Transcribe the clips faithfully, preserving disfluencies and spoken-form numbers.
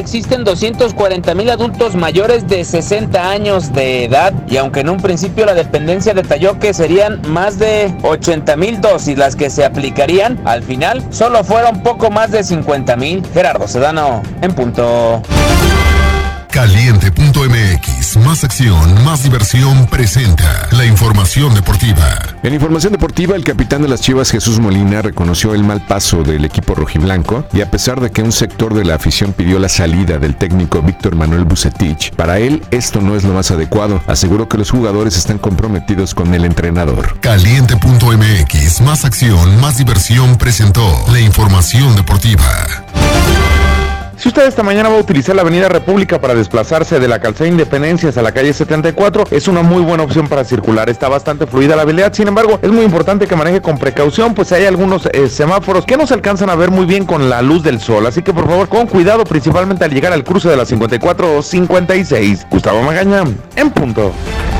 existen doscientos cuarenta mil adultos mayores de sesenta años de edad y aunque en un principio la dependencia detalló que serían más de ochenta mil dosis las que se aplicarían, al final solo fueron poco más de cincuenta mil. Gerardo Sedano, en punto. Caliente punto M X, más acción, más diversión, presenta la información deportiva. En información deportiva, el capitán de las Chivas, Jesús Molina, reconoció el mal paso del equipo rojiblanco y a pesar de que un sector de la afición pidió la salida del técnico Víctor Manuel Vucetich, para él esto no es lo más adecuado. Aseguró que los jugadores están comprometidos con el entrenador. Caliente punto M X, más acción, más diversión, presentó la información deportiva. Si usted esta mañana va a utilizar la avenida República para desplazarse de la calzada Independencias a la calle setenta y cuatro, es una muy buena opción para circular. Está bastante fluida la vialidad, sin embargo, es muy importante que maneje con precaución, pues hay algunos eh, semáforos que no se alcanzan a ver muy bien con la luz del sol. Así que por favor, con cuidado, principalmente al llegar al cruce de la cincuenta y cuatro cincuenta y seis. Gustavo Magaña, en punto.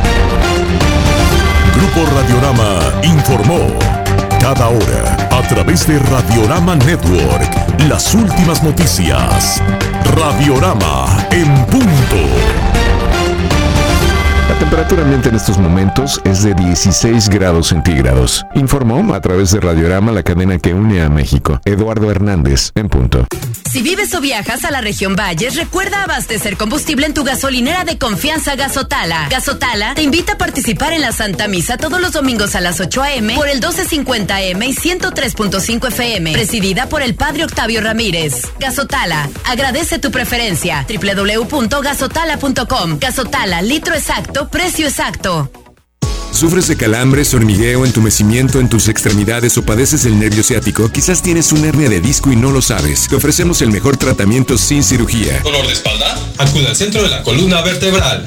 Grupo Radiorama informó. Cada hora, a través de Radiorama Network, las últimas noticias. Radiorama en punto. La temperatura ambiente en estos momentos es de dieciséis grados centígrados. Informó a través de Radiorama, la cadena que une a México. Eduardo Hernández, en punto. Si vives o viajas a la región Valles, recuerda abastecer combustible en tu gasolinera de confianza Gasotala. Gasotala te invita a participar en la Santa Misa todos los domingos a las ocho a eme por el doce cincuenta eme y ciento tres punto cinco efe eme, presidida por el padre Octavio Ramírez. Gasotala, agradece tu preferencia. doble u doble u doble u punto gasotala punto com. Gasotala, litro exacto, precio exacto. ¿Sufres de calambres, hormigueo, entumecimiento en tus extremidades o padeces el nervio ciático? Quizás tienes una hernia de disco y no lo sabes. Te ofrecemos el mejor tratamiento sin cirugía. ¿Dolor de espalda? Acude al centro de la columna vertebral.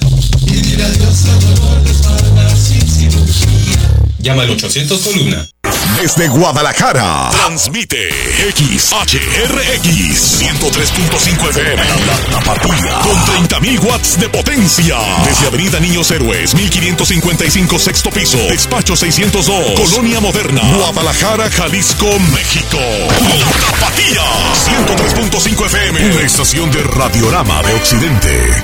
Llama al ochocientos columna. Desde Guadalajara, transmite X H R X ciento tres punto cinco F M, la Tapatía, con treinta mil watts de potencia. Desde Avenida Niños Héroes, mil quinientos cincuenta y cinco, sexto piso, despacho seiscientos dos, Colonia Moderna, Guadalajara, Jalisco, México. La Tapatía, ciento tres punto cinco F M, una estación de Radiorama de Occidente.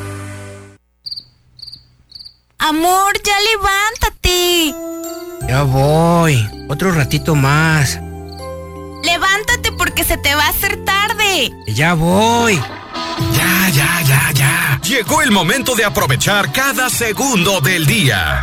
Amor, ya levántate. Ya voy, otro ratito más. Levántate porque se te va a hacer tarde. Ya voy. Ya, ya, ya, ya. Llegó el momento de aprovechar cada segundo del día.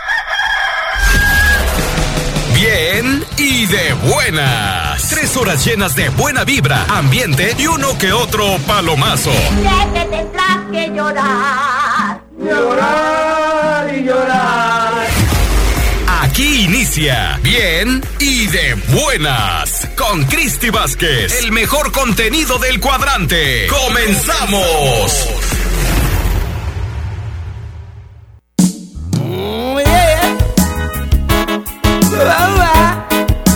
Bien y de buenas. Tres horas llenas de buena vibra, ambiente y uno que otro palomazo. Sé que tendrás que llorar. Llorar y llorar. Aquí inicia Bien y de Buenas con Cristi Vázquez, el mejor contenido del cuadrante. ¡Comenzamos! Oh, yeah. Oh, yeah.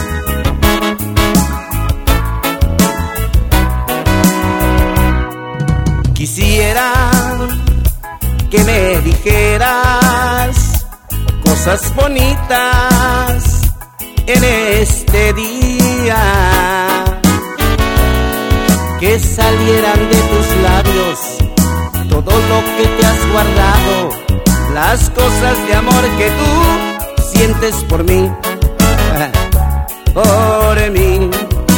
Quisiera que me dijeras cosas bonitas en este día, que salieran de tus labios todo lo que te has guardado, las cosas de amor que tú sientes por mí, por mí.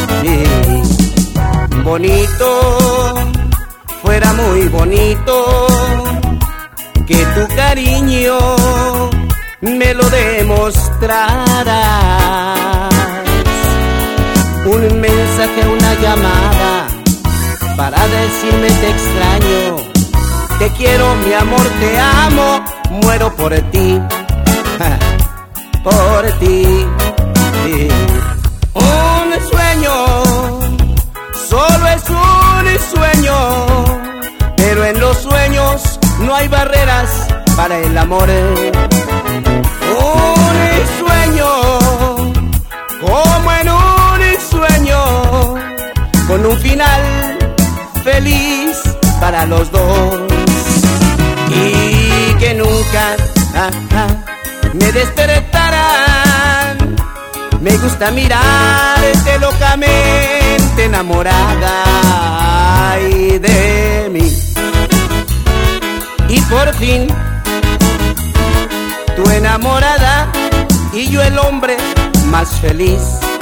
Bonito, fuera muy bonito que tu cariño me lo demostrarás. Un mensaje, una llamada para decirme te extraño, te quiero mi amor, te amo, muero por ti, por ti. Un sueño, solo es un sueño, pero en los sueños no hay barreras para el amor. Un sueño, como en un sueño, con un final feliz para los dos. Y que nunca ah, ah, me despertarán. Me gusta mirarte locamente enamorada. Ay, de mí. fin, tu enamorada y yo el hombre más feliz.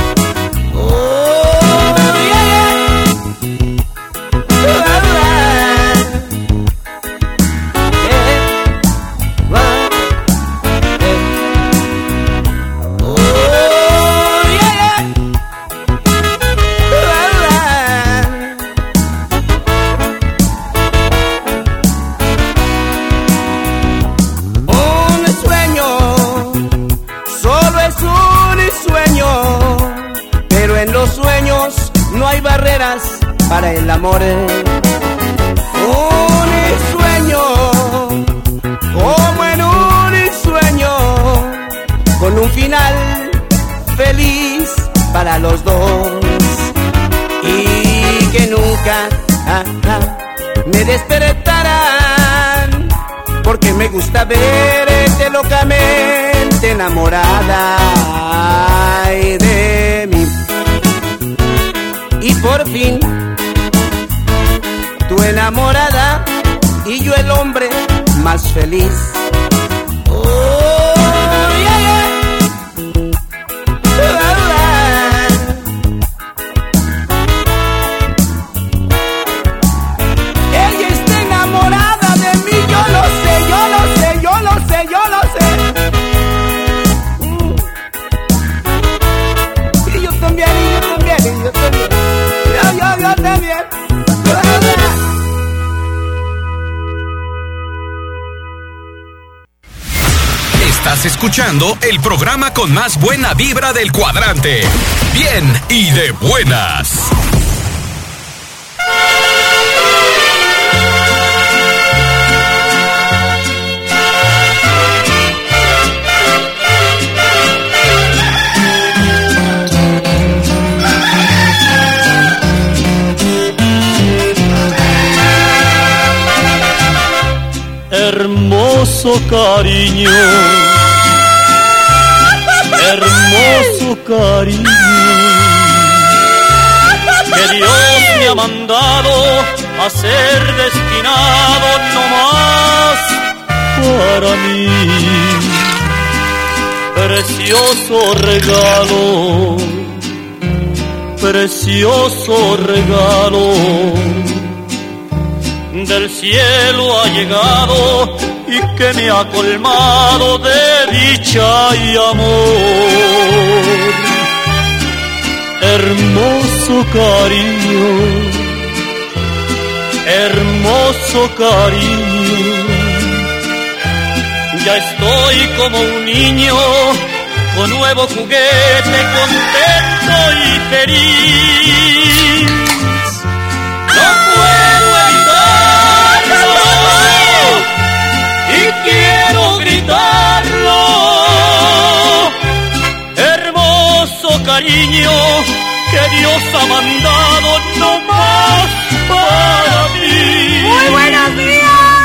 Oh, yeah, no hay barreras para el amor. Un sueño, como en un sueño, con un final feliz para los dos. Y que nunca ah, ah, me despertarán, porque me gusta verte locamente enamorada ay, de mí. Y por fin, tu enamorada y yo el hombre más feliz. Oh, yeah, yeah. Ella está enamorada de mí, yo lo sé, yo lo sé, yo lo sé, yo lo sé. Mm. Y yo también, y yo también, y yo también. Yo, yo, yo también. Estás escuchando el programa con más buena vibra del cuadrante. Bien y de buenas. Hermoso cariño, hermoso cariño, que Dios me ha mandado a ser destinado nomás para mí. Precioso regalo, precioso regalo, del cielo ha llegado y que me ha colmado de dicha y amor. Hermoso cariño, hermoso cariño, ya estoy como un niño con nuevo juguete, contento y feliz. No puedo evitarlo y quiero gritarlo. Hermoso cariño que Dios ha mandado nomás para ti. Muy buenos días.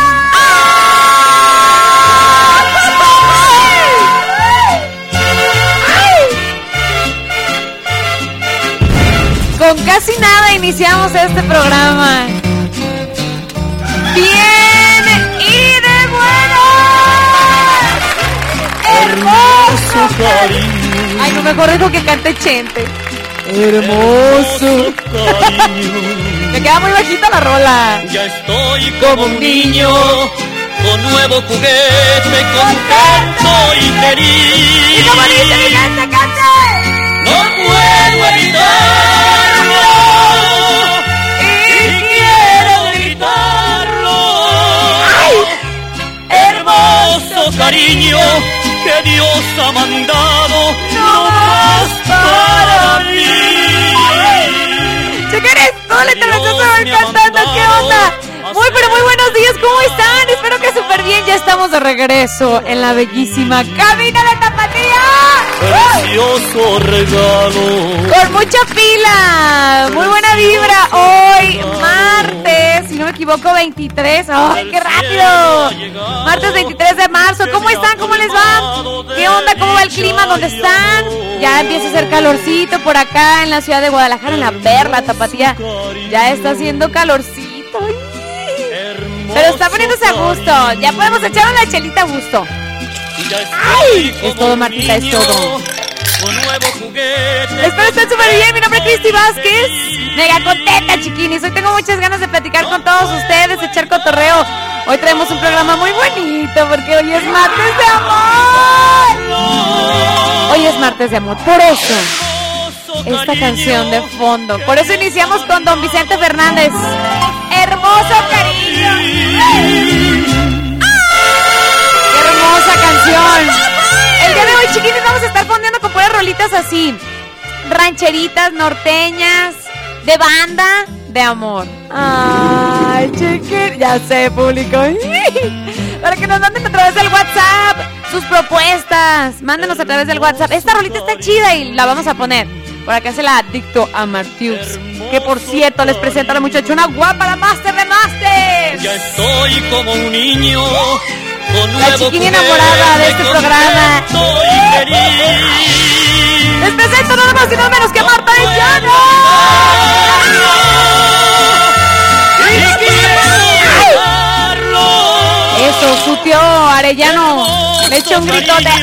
Con casi nada iniciamos este programa. Bien y de buenas. Hermoso cariño. Ay, no me corrijo que cante Chente. Hermoso cariño. Me queda muy bajita la rola. Ya estoy como un niño con nuevo juguete, contento y feliz. ¿Y cómo dice mi gente, cante? No puedo evitarlo y quiero gritarlo. ¡Ay! Hermoso cariño que Dios ha mandado no más para mí. Chiquines, todo el intervención se va cantando, ¿qué onda? Muy pero muy buenos días, ¿cómo están? Espero que súper bien, ya estamos de regreso en la bellísima cabina de Tapatía. Precioso regalo. Con mucha pila, muy buena vibra. Hoy, martes, si no me equivoco, veintitrés. ¡Ay, qué rápido! Martes veintitrés de marzo. ¿Cómo están? ¿Cómo les va? ¿Qué onda? ¿Cómo va el clima? ¿Dónde están? Ya empieza a hacer calorcito por acá en la ciudad de Guadalajara, en la Perla, Tapatía. Ya está haciendo calorcito. Pero está está poniéndose a gusto. Ya podemos echar una chelita a gusto. ¡Ay! Es todo, Martita, es todo. Espero estén súper bien. Mi nombre es Cristi Vázquez. Mega contenta, chiquinis. Hoy tengo muchas ganas de platicar con todos ustedes, echar cotorreo. Hoy traemos un programa muy bonito porque hoy es martes de amor. Hoy es martes de amor. Por eso, esta canción de fondo. Por eso iniciamos con Don Vicente Fernández. Hermoso cariño. ¡Qué hermosa canción! El día de hoy, chiquinis, vamos a estar fondeando con puras rolitas así. Rancheritas, norteñas, de banda, de amor. Ay, chiquín. Ya sé, público. Para que nos manden a través del WhatsApp sus propuestas. Mándenos a través del WhatsApp. Esta rolita está chida y la vamos a poner. Por acá se la dicto a Martiux. Que por cierto, les presento a la muchachona guapa, la Master de Masters. Ya estoy como un niño. La chiquilla enamorada de este programa. Les presento nada más y nada menos que Marta de Llano. Eso, su tío Arellano le echa un grito de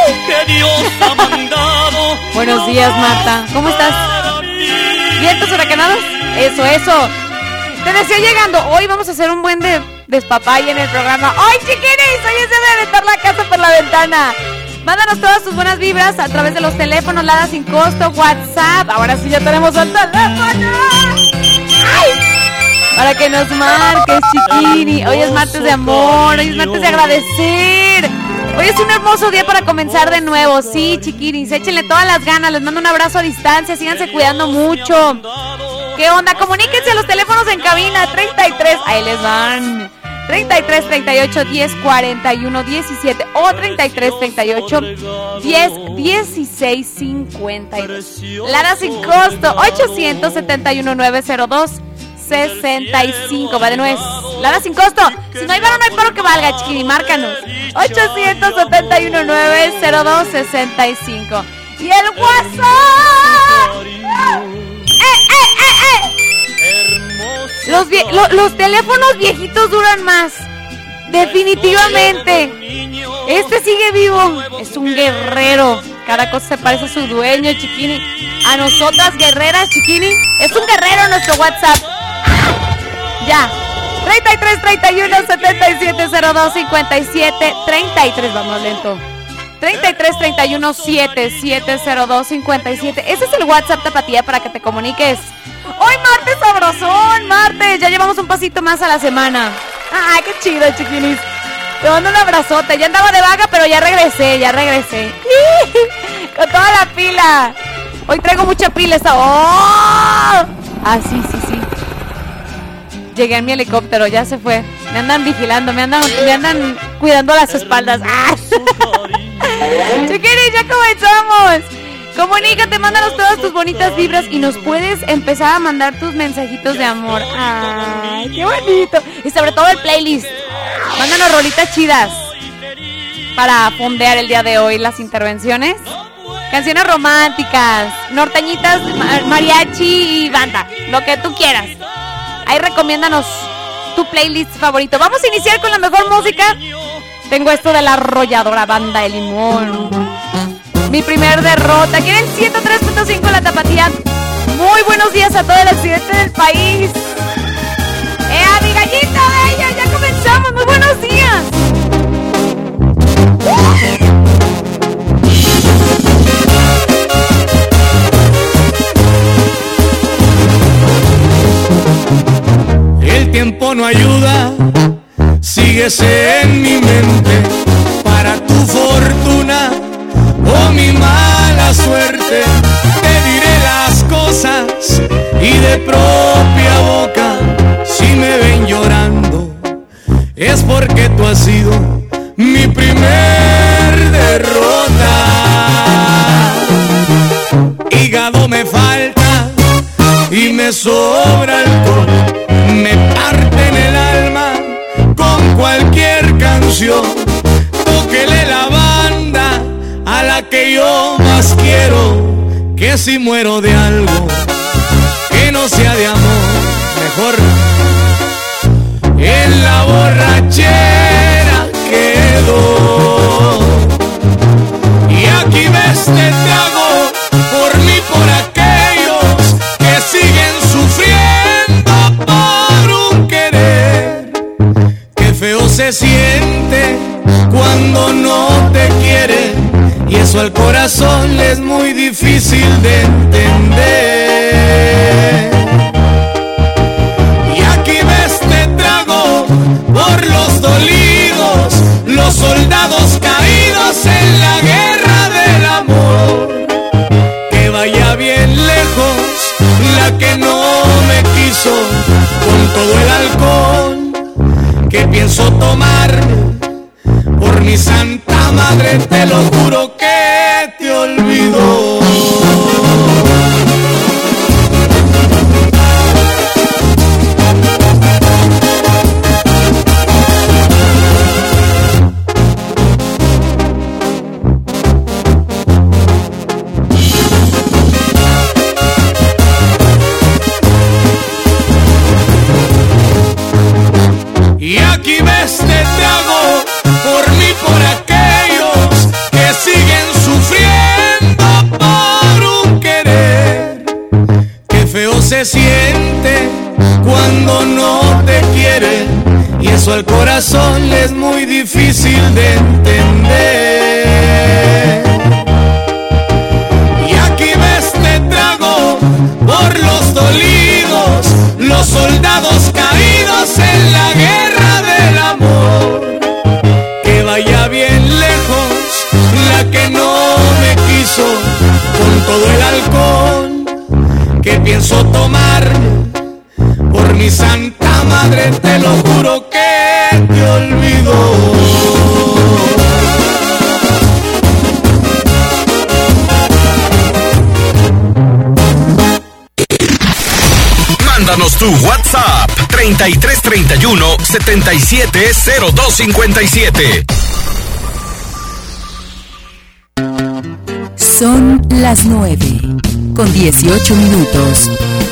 Buenos días, Marta. ¿Cómo estás? ¿Vientos huracanados? Eso, eso. Te deseo llegando. Hoy vamos a hacer un buen de despapay en el programa. ¡Ay, chiquinis! Hoy es de aventar la casa por la ventana. Mándanos todas tus buenas vibras a través de los teléfonos, Lada sin costo, WhatsApp. Ahora sí ya tenemos el teléfono. ¡Ay! Para que nos marques, chiquini. Hoy es martes de amor, hoy es martes de agradecer. Hoy es un hermoso día para comenzar de nuevo. Sí, chiquinis, échenle todas las ganas. Les mando un abrazo a distancia, síganse cuidando mucho. ¿Qué onda? Comuníquense a los teléfonos en cabina. Treinta y tres, ahí les van. Treinta y tres, treinta y ocho, diez, cuarenta y uno, diecisiete o treinta y tres, treinta y ocho, diez, dieciséis, cincuenta y dos. Lara sin costo, ochocientos setenta y uno, nueve cero dos, sesenta y cinco. Va de nuez. Lara sin costo. Si no hay varo, no hay paro que valga, chiquini. Márcanos. ochocientos setenta y uno, nueve cero dos, sesenta y cinco. Y el WhatsApp. ¡Eh, eh, eh, eh! Los, vie- lo- los teléfonos viejitos duran más. Definitivamente. Este sigue vivo. Es un guerrero. Cada cosa se parece a su dueño, chiquini. A nosotras guerreras, chiquini. Es un guerrero nuestro WhatsApp. Ya. treinta y tres, treinta y uno, setenta y siete, cero dos, cincuenta y siete. treinta y tres, vamos lento. treinta y tres, treinta y uno, setenta y siete, cero dos, cincuenta y siete. Ese es el WhatsApp Tapatía para que te comuniques. Hoy martes sabrosón, martes. Ya llevamos un pasito más a la semana. Ay, qué chido, chiquinis. Te mando un abrazote. Ya andaba de vaga, pero ya regresé, ya regresé. Con toda la pila. Hoy traigo mucha pila esta. ¡Oh! Ah, sí, sí, sí. Llegué en mi helicóptero, ya se fue. Me andan vigilando, me andan, me andan cuidando las espaldas. ¡Ah! Chiquiris, ya comenzamos. Comunícate, mándanos todas tus bonitas vibras y nos puedes empezar a mandar tus mensajitos de amor. ¡Ay, qué bonito! Y sobre todo el playlist. Mándanos rolitas chidas para fondear el día de hoy las intervenciones. Canciones románticas, norteñitas, mariachi y banda, lo que tú quieras. Ahí recomiéndanos tu playlist favorito. Vamos a iniciar con la mejor música. Tengo esto de la arrolladora Banda de Limón. Mi primer derrota. Aquí en el ciento tres punto cinco La Tapatía. Muy buenos días a todo el occidente del país. ¡Eh, a mi gallita bella! ¡Ya comenzamos! ¡Muy buenos días! El tiempo no ayuda, síguese en mi mente. Para tu fortuna o mi mala suerte, te diré las cosas y de propia boca. Si me ven llorando, es porque tú has sido mi primer derrota. Hígado me falta y me sobra alcohol. Me parte en el alma con cualquier canción. Tóquele la banda a la que yo más quiero. Que si muero de algo que no sea de amor, mejor en la borra borrachera quedó. Y aquí me este trago por mí, por aquellos que siguen sufriendo por un querer. Qué feo se siente cuando no te quieren, y eso al corazón le es muy difícil de entender. Y aquí ves te trago por los dolidos, los soldados caídos en la guerra del amor. Que vaya bien lejos la que no me quiso, con todo el alcohol que pienso tomarme. Por mi santa madre te lo juro que te olvido. Y aquí ves te trago por mí, por aquellos que siguen sufriendo por un querer. Qué feo se siente cuando no te quieren, y eso al corazón le es muy difícil de entender. Y aquí ves te trago por los dolidos, los soldados caídos en la guerra del amor. Que vaya bien lejos la que no me quiso, con todo el alcohol que pienso tomarme. Por mi santa madre te lo juro que te olvido. Mándanos tu WhatsApp treinta y tres treinta y uno setenta y siete cero dos cincuenta y siete. Son las nueve con dieciocho minutos.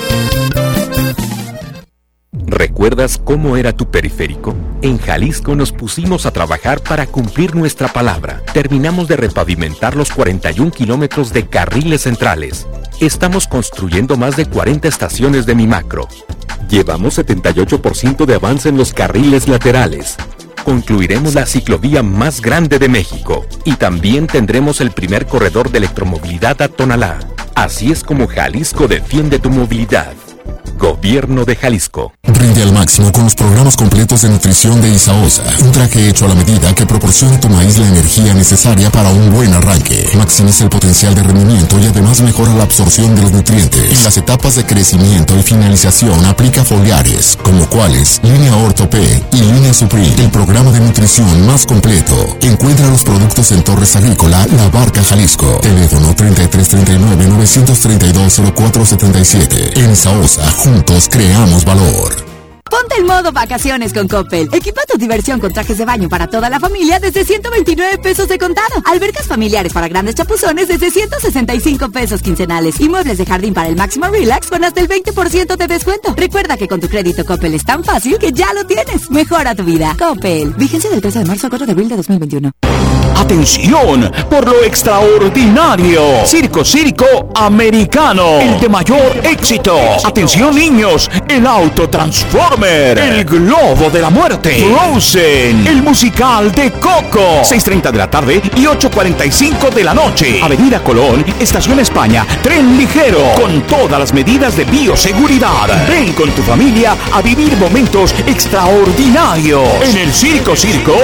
¿Recuerdas cómo era tu periférico? En Jalisco nos pusimos a trabajar para cumplir nuestra palabra. Terminamos de repavimentar los cuarenta y un kilómetros de carriles centrales. Estamos construyendo más de cuarenta estaciones de Mi Macro. Llevamos setenta y ocho por ciento de avance en los carriles laterales. Concluiremos la ciclovía más grande de México. Y también tendremos el primer corredor de electromovilidad a Tonalá. Así es como Jalisco defiende tu movilidad. Gobierno de Jalisco. Rinde al máximo con los programas completos de nutrición de Isaosa. Un traje hecho a la medida que proporciona a tu maíz la energía necesaria para un buen arranque. Maximiza el potencial de rendimiento y además mejora la absorción de los nutrientes. En las etapas de crecimiento y finalización aplica foliares, como cuáles Línea Ortho-P y Línea Supreme. El programa de nutrición más completo. Encuentra los productos en Torres Agrícola, La Barca, Jalisco. Teléfono treinta y tres treinta y nueve nueve treinta y dos cero cuatro setenta y siete. En Isaosa, juntos creamos valor. Ponte en modo vacaciones con Coppel. Equipa tu diversión con trajes de baño para toda la familia desde ciento veintinueve pesos de contado. Albercas familiares para grandes chapuzones desde ciento sesenta y cinco pesos quincenales. Y muebles de jardín para el máximo relax con hasta el veinte por ciento de descuento. Recuerda que con tu crédito Coppel es tan fácil que ya lo tienes. Mejora tu vida. Coppel. Vigencia del trece de marzo al cuatro de abril de dos mil veintiuno. ¡Atención! Por lo extraordinario. Circo Cívico Americano. El de mayor éxito. ¡Atención, niños! El auto Transformer. El globo de la muerte. Frozen. El musical de Coco. seis treinta de la tarde y ocho cuarenta y cinco de la noche. Avenida Colón, Estación España. Tren ligero. Con todas las medidas de bioseguridad. Ven con tu familia a vivir momentos extraordinarios. En el Circo Circo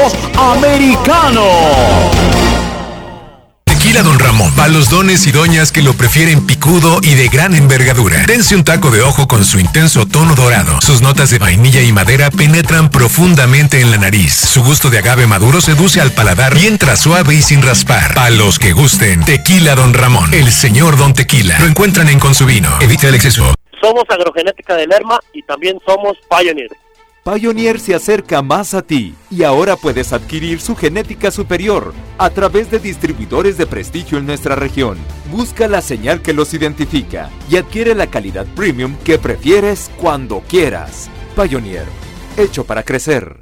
Americano. Tequila Don Ramón, para los dones y doñas que lo prefieren picudo y de gran envergadura. Dense un taco de ojo con su intenso tono dorado. Sus notas de vainilla y madera penetran profundamente en la nariz. Su gusto de agave maduro seduce al paladar mientras suave y sin raspar. Para los que gusten, Tequila Don Ramón, el señor Don Tequila. Lo encuentran en Consubino. Evita el exceso. Somos Agrogenética de Lerma y también somos Pioneer. Pioneer se acerca más a ti y ahora puedes adquirir su genética superior a través de distribuidores de prestigio en nuestra región. Busca la señal que los identifica y adquiere la calidad premium que prefieres cuando quieras. Pioneer, hecho para crecer.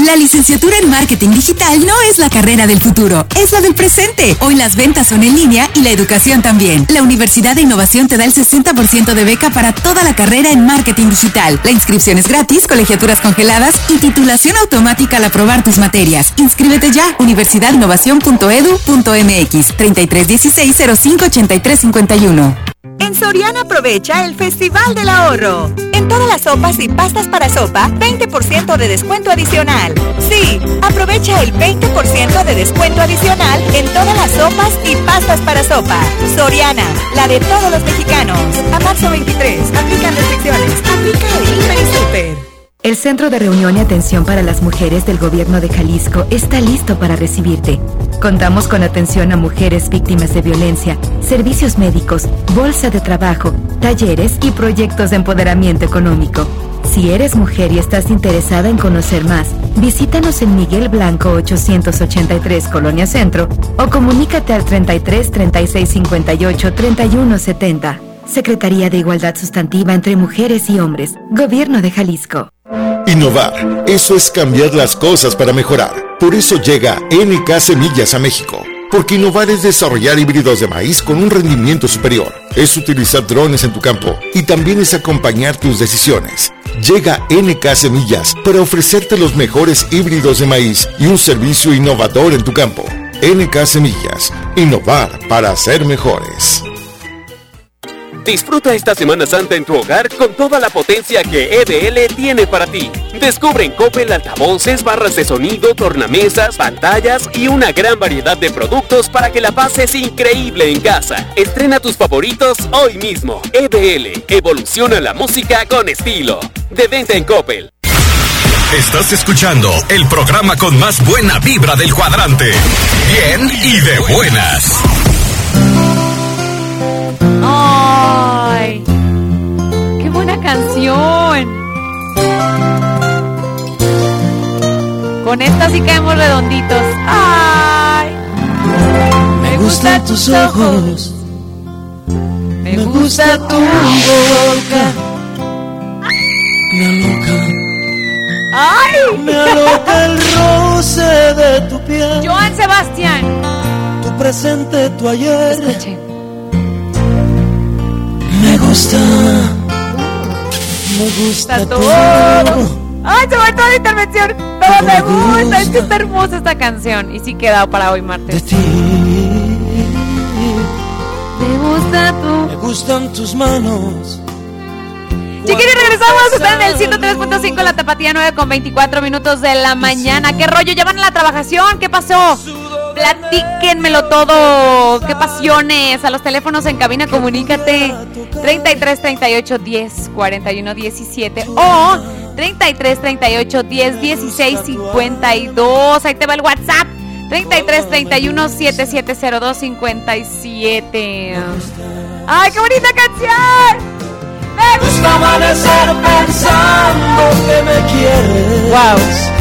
La licenciatura en marketing digital no es la carrera del futuro, es la del presente. Hoy las ventas son en línea y la educación también. La Universidad de Innovación te da el sesenta por ciento de beca para toda la carrera en marketing digital. La inscripción es gratis, colegiaturas congeladas y titulación automática al aprobar tus materias. Inscríbete ya, universidad innovación punto edu punto m x, treinta y tres dieciséis cero cinco ochenta y tres cincuenta y uno. En Soriana aprovecha el Festival del Ahorro. En todas las sopas y pastas para sopa, veinte por ciento de descuento adicional. Sí, aprovecha el veinte por ciento de descuento adicional en todas las sopas y pastas para sopa. Soriana, la de todos los mexicanos. A marzo veintitrés, aplican restricciones. Aplica el Hiper y Super. El Centro de Reunión y Atención para las Mujeres del Gobierno de Jalisco está listo para recibirte. Contamos con atención a mujeres víctimas de violencia, servicios médicos, bolsa de trabajo, talleres y proyectos de empoderamiento económico. Si eres mujer y estás interesada en conocer más, visítanos en Miguel Blanco ochocientos ochenta y tres, Colonia Centro, o comunícate al treinta y tres, treinta y seis, cincuenta y ocho, treinta y uno, setenta. Secretaría de Igualdad Sustantiva entre Mujeres y Hombres, Gobierno de Jalisco. Innovar, eso es cambiar las cosas para mejorar. Por eso llega N K Semillas a México. Porque innovar es desarrollar híbridos de maíz con un rendimiento superior. Es utilizar drones en tu campo y también es acompañar tus decisiones. Llega N K Semillas para ofrecerte los mejores híbridos de maíz y un servicio innovador en tu campo. N K Semillas, innovar para ser mejores. Disfruta esta Semana Santa en tu hogar con toda la potencia que E D L tiene para ti. Descubre en Coppel altavoces, barras de sonido, tornamesas, pantallas y una gran variedad de productos para que la pases increíble en casa. Estrena tus favoritos hoy mismo. E D L, evoluciona la música con estilo. De venta en Coppel. Estás escuchando el programa con más buena vibra del cuadrante. Bien y de buenas. ¡Ay! ¡Qué buena canción! Con esta sí caemos redonditos. ¡Ay! Me gustan tus ojos, me gusta tu boca, me aloca. ¡Ay! Me aloca el roce de tu piel. Joan Sebastián. Tu presente, tu ayer. Escuchen. Me gusta, me gusta todo. todo. Ay, se va toda la intervención. Todo me gusta. Es que está hermosa esta canción. Y sí queda para hoy martes. De ti. Me gusta tú. Me gustan tus manos. Chiquillos, regresamos. Están en el ciento tres punto cinco, la Tapatía, nueve con veinticuatro minutos de la mañana. ¿Qué rollo? ¿Ya van a la trabajación? ¿Qué pasó? Platíquenmelo todo. ¿Qué pasiones? A los teléfonos en cabina, comunícate. treinta y tres, treinta y ocho, diez, cuarenta y uno, diecisiete o treinta y tres, treinta y ocho, diez, dieciséis, cincuenta y dos. Ahí te va el WhatsApp. treinta y tres, treinta y uno, setenta y siete cero dos, cincuenta y siete. ¡Ay, qué bonita canción! Me gusta amanecer pensando que me quieres. Wow.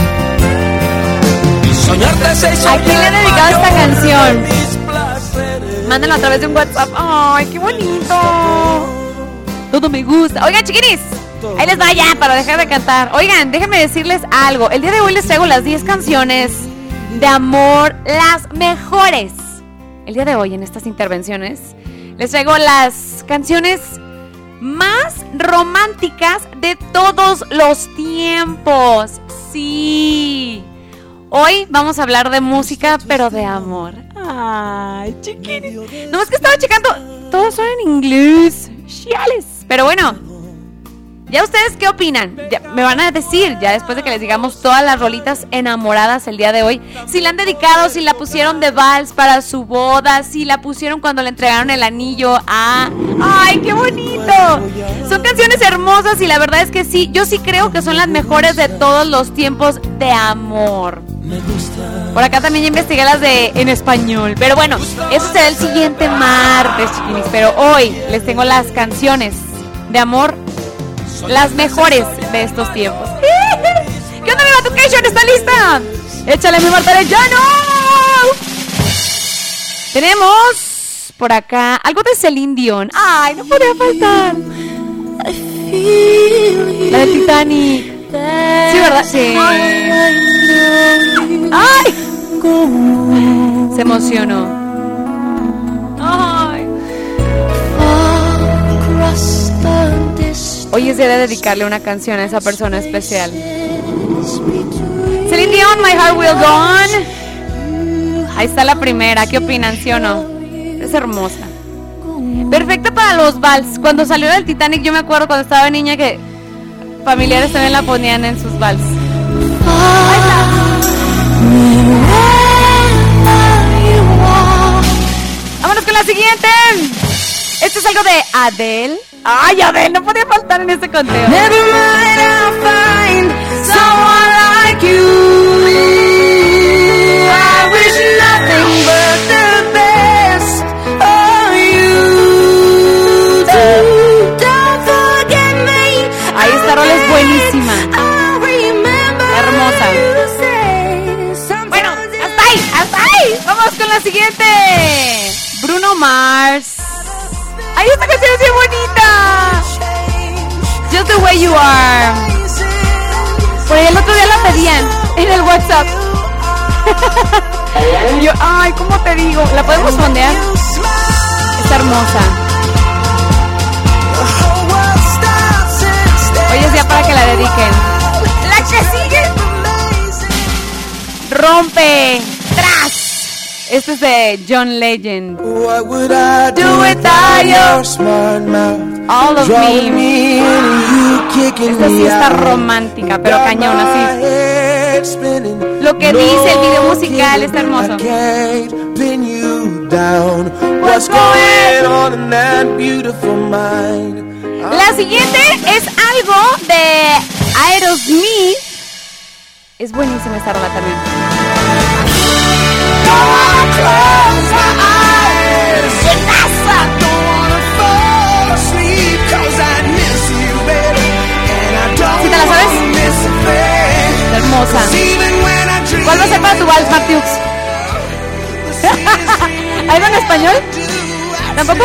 Soñarte se hizo. ¿A quién le he dedicado esta canción? Mándenlo a través de un WhatsApp. ¡Ay, qué bonito! Todo me gusta. Oigan, chiquiris, ahí les va ya para dejar de cantar. Oigan, déjenme decirles algo. El día de hoy les traigo las diez canciones de amor, las mejores. El día de hoy, en estas intervenciones, les traigo las canciones más románticas de todos los tiempos. Sí. Hoy vamos a hablar de música, pero de amor. Ay, chiquiris. No, es que estaba checando. Todos son en inglés. Chiales. Pero bueno, ¿ya ustedes qué opinan? Ya, me van a decir, ya después de que les digamos todas las rolitas enamoradas el día de hoy, si la han dedicado, si la pusieron de vals para su boda, si la pusieron cuando le entregaron el anillo a... ¡Ay, qué bonito! Son canciones hermosas y la verdad es que sí, yo sí creo que son las mejores de todos los tiempos de amor. Por acá también ya investigué las de en español. Pero bueno, eso será el siguiente martes, chiquinis. Pero hoy les tengo las canciones de amor, las mejores de estos tiempos. ¿Qué onda, mi Batucation? ¿Está lista? Échale, mi Marta Arellano. Tenemos por acá algo de Celine Dion. Ay, no podía faltar. La de Titanic. Sí, ¿verdad? Sí. Se emocionó. Ay. Hoy es día de dedicarle una canción a esa persona especial. Celine Dion, My Heart Will Go On. Ahí está la primera. ¿Qué opinan, sí o no? Es hermosa. Perfecta para los vals. Cuando salió del Titanic, yo me acuerdo cuando estaba niña que familiares también la ponían en sus vals. Ahí está. Vámonos con la siguiente. Esto es algo de Adele. Ay, Adele, no podía faltar en este conteo. Never mind, I'll find someone like you. I wish nothing but the best for you. Don't forget me. Ahí esta rola es buenísima. Hermosa. Bueno, hasta ahí, hasta ahí. Vamos con la siguiente. Bruno Mars. Ay, esta canción es bien bonita. Just the way you are. Por ahí el otro día la pedían en el WhatsApp. Yo, ay, ¿cómo te digo? ¿La podemos fondear? Está hermosa. Hoy es día para que la dediquen. La que sigue. Rompe. Tras. Este es de John Legend. What would I do without you? All of me. Esta sí está romántica, pero cañona, sí. Lo que dice el video musical está hermoso. La siguiente es algo de Aerosmith. Es buenísima esta rola también. ¿Sí te la sabes? Está hermosa. ¿Cuál va a ser para tu vals, Martiux? ¿Algo en español? ¿Tampoco?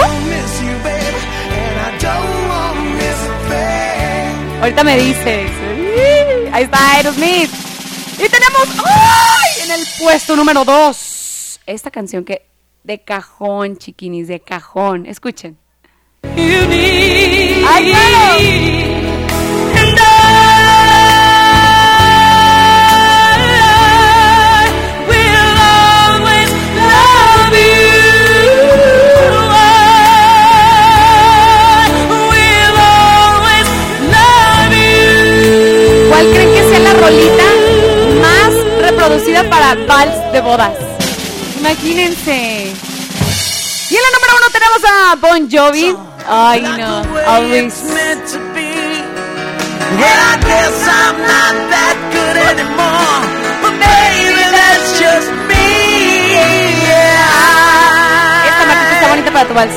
Ahorita me dices. Ahí está Aerosmith. Y tenemos ¡ay! En el puesto número dos esta canción que de cajón, chiquinis, de cajón. Escuchen. ¡Ay, claro! ¿Cuál creen que sea la rolita más reproducida para vals de bodas? Imagínense. Y en la número uno tenemos a Bon Jovi. Ay, no. Always. Esta marquita está bonita para tu vals.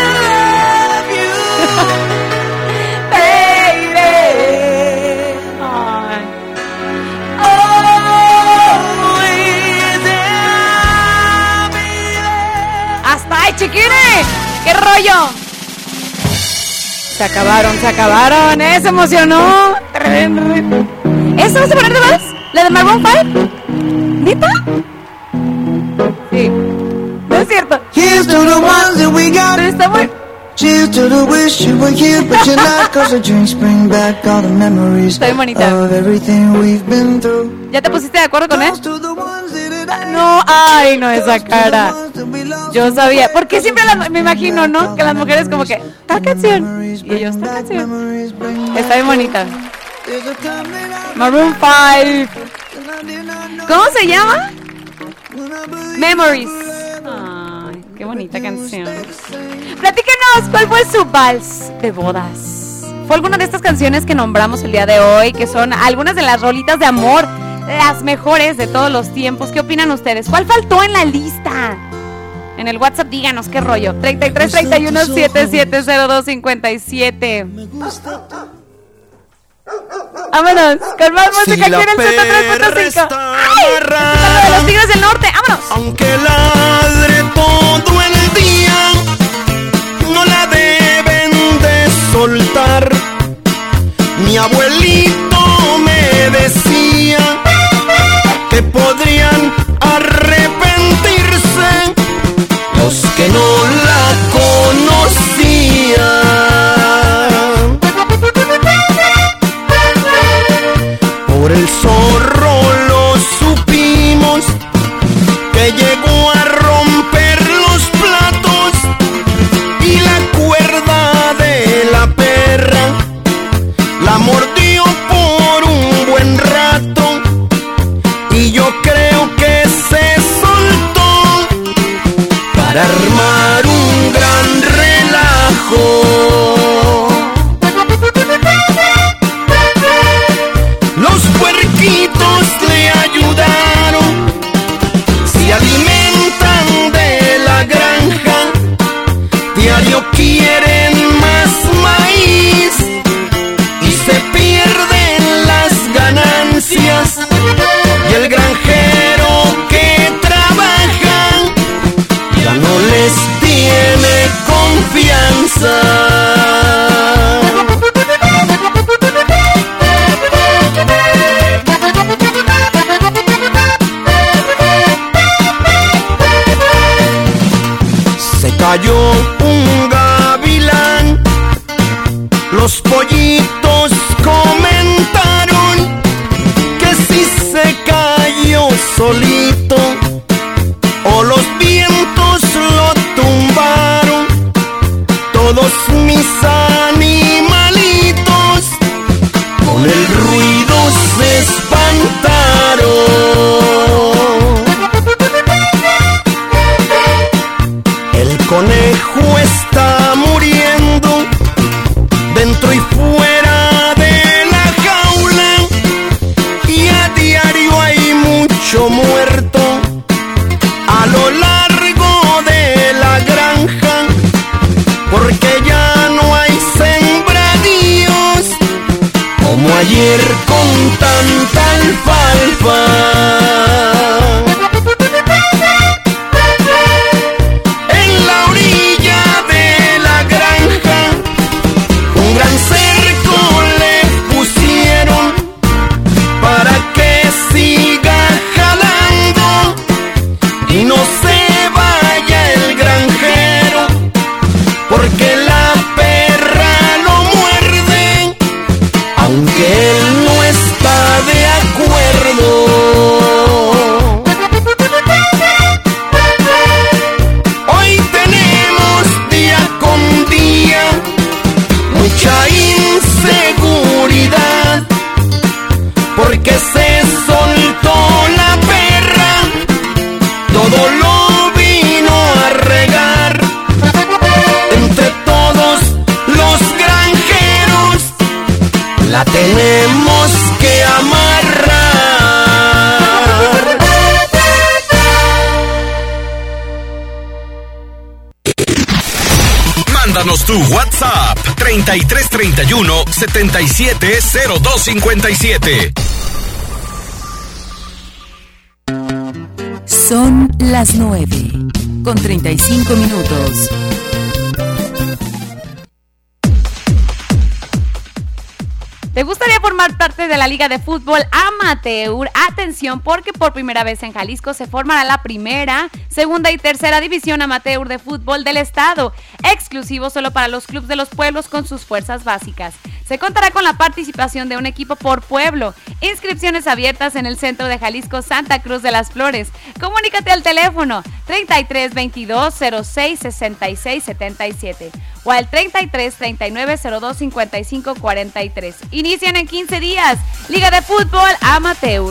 Chiquines, ¿qué rollo? Se acabaron, se acabaron, ¿eh? Se emocionó. ¿Esta vas a poner de vals? ¿La de Maroon cinco? ¿Nita? Sí. No es cierto. Here's to the ones that we got. Pero está muy... Cheers to the wish you were here, but you're not. Cause the drinks bring back all the memories of everything we've been through. ¿Ya te pusiste de acuerdo con él? No, ay, no, esa cara. Yo sabía, porque siempre las, me imagino, ¿no? Que las mujeres como que, tal canción. Y ellos, tal canción. Está bien bonita. Maroon cinco. ¿Cómo se llama? Memories. Ay, qué bonita canción. Platíquenos, ¿cuál fue su vals de bodas? ¿Fue alguna de estas canciones que nombramos el día de hoy? Que son algunas de las rolitas de amor, las mejores de todos los tiempos. ¿Qué opinan ustedes? ¿Cuál faltó en la lista? En el WhatsApp díganos qué rollo. treinta y tres, treinta y uno, setenta y siete, cero dos, cincuenta y siete. Vámonos, con más música aquí en el ciento tres punto cinco. ¡Ay! Este es de los Tigres del Norte, vámonos. Aunque ladre todo el día, no la deben de soltar. Mi abuelito me decía que podrían arreglar cayó un gavilán. Los pollitos comentaron que si se cayó solito o los vientos lo tumbaron, todos mis animalitos con el ruido se espantaron. El conejo está muriendo dentro y fuera de la jaula, y a diario hay mucho muerto a lo largo de la granja, porque ya no hay sembradíos como ayer con tanta alfalfa. En la orilla de la granja un gran cerco le pusieron para que siga jalando y no se vaya el granjero, porque la perra lo muerde, aunque él no está de acuerdo. Hoy tenemos día con día mucha inseguridad, porque se soltó la perra, todo lo vino a regar. Entre todos los granjeros la tenemos que amarrar. Mándanos tu WhatsApp treinta y tres treinta y uno setenta y siete cero dos cincuenta y siete. Son las nueve con treinta y cinco minutos. ¿Te gustaría formar parte de la Liga de Fútbol Amateur? Atención, porque por primera vez en Jalisco se formará la primera, segunda y tercera división amateur de fútbol del estado, exclusivo solo para los clubes de los pueblos con sus fuerzas básicas. Se contará con la participación de un equipo por pueblo. Inscripciones abiertas en el centro de Jalisco, Santa Cruz de las Flores. Comunícate al teléfono treinta y tres veintidós cero seis sesenta y seis setenta y siete o al treinta y tres treinta y nueve cero dos cincuenta y cinco cuarenta y tres. Inician en quince días. Liga de Fútbol Amateur.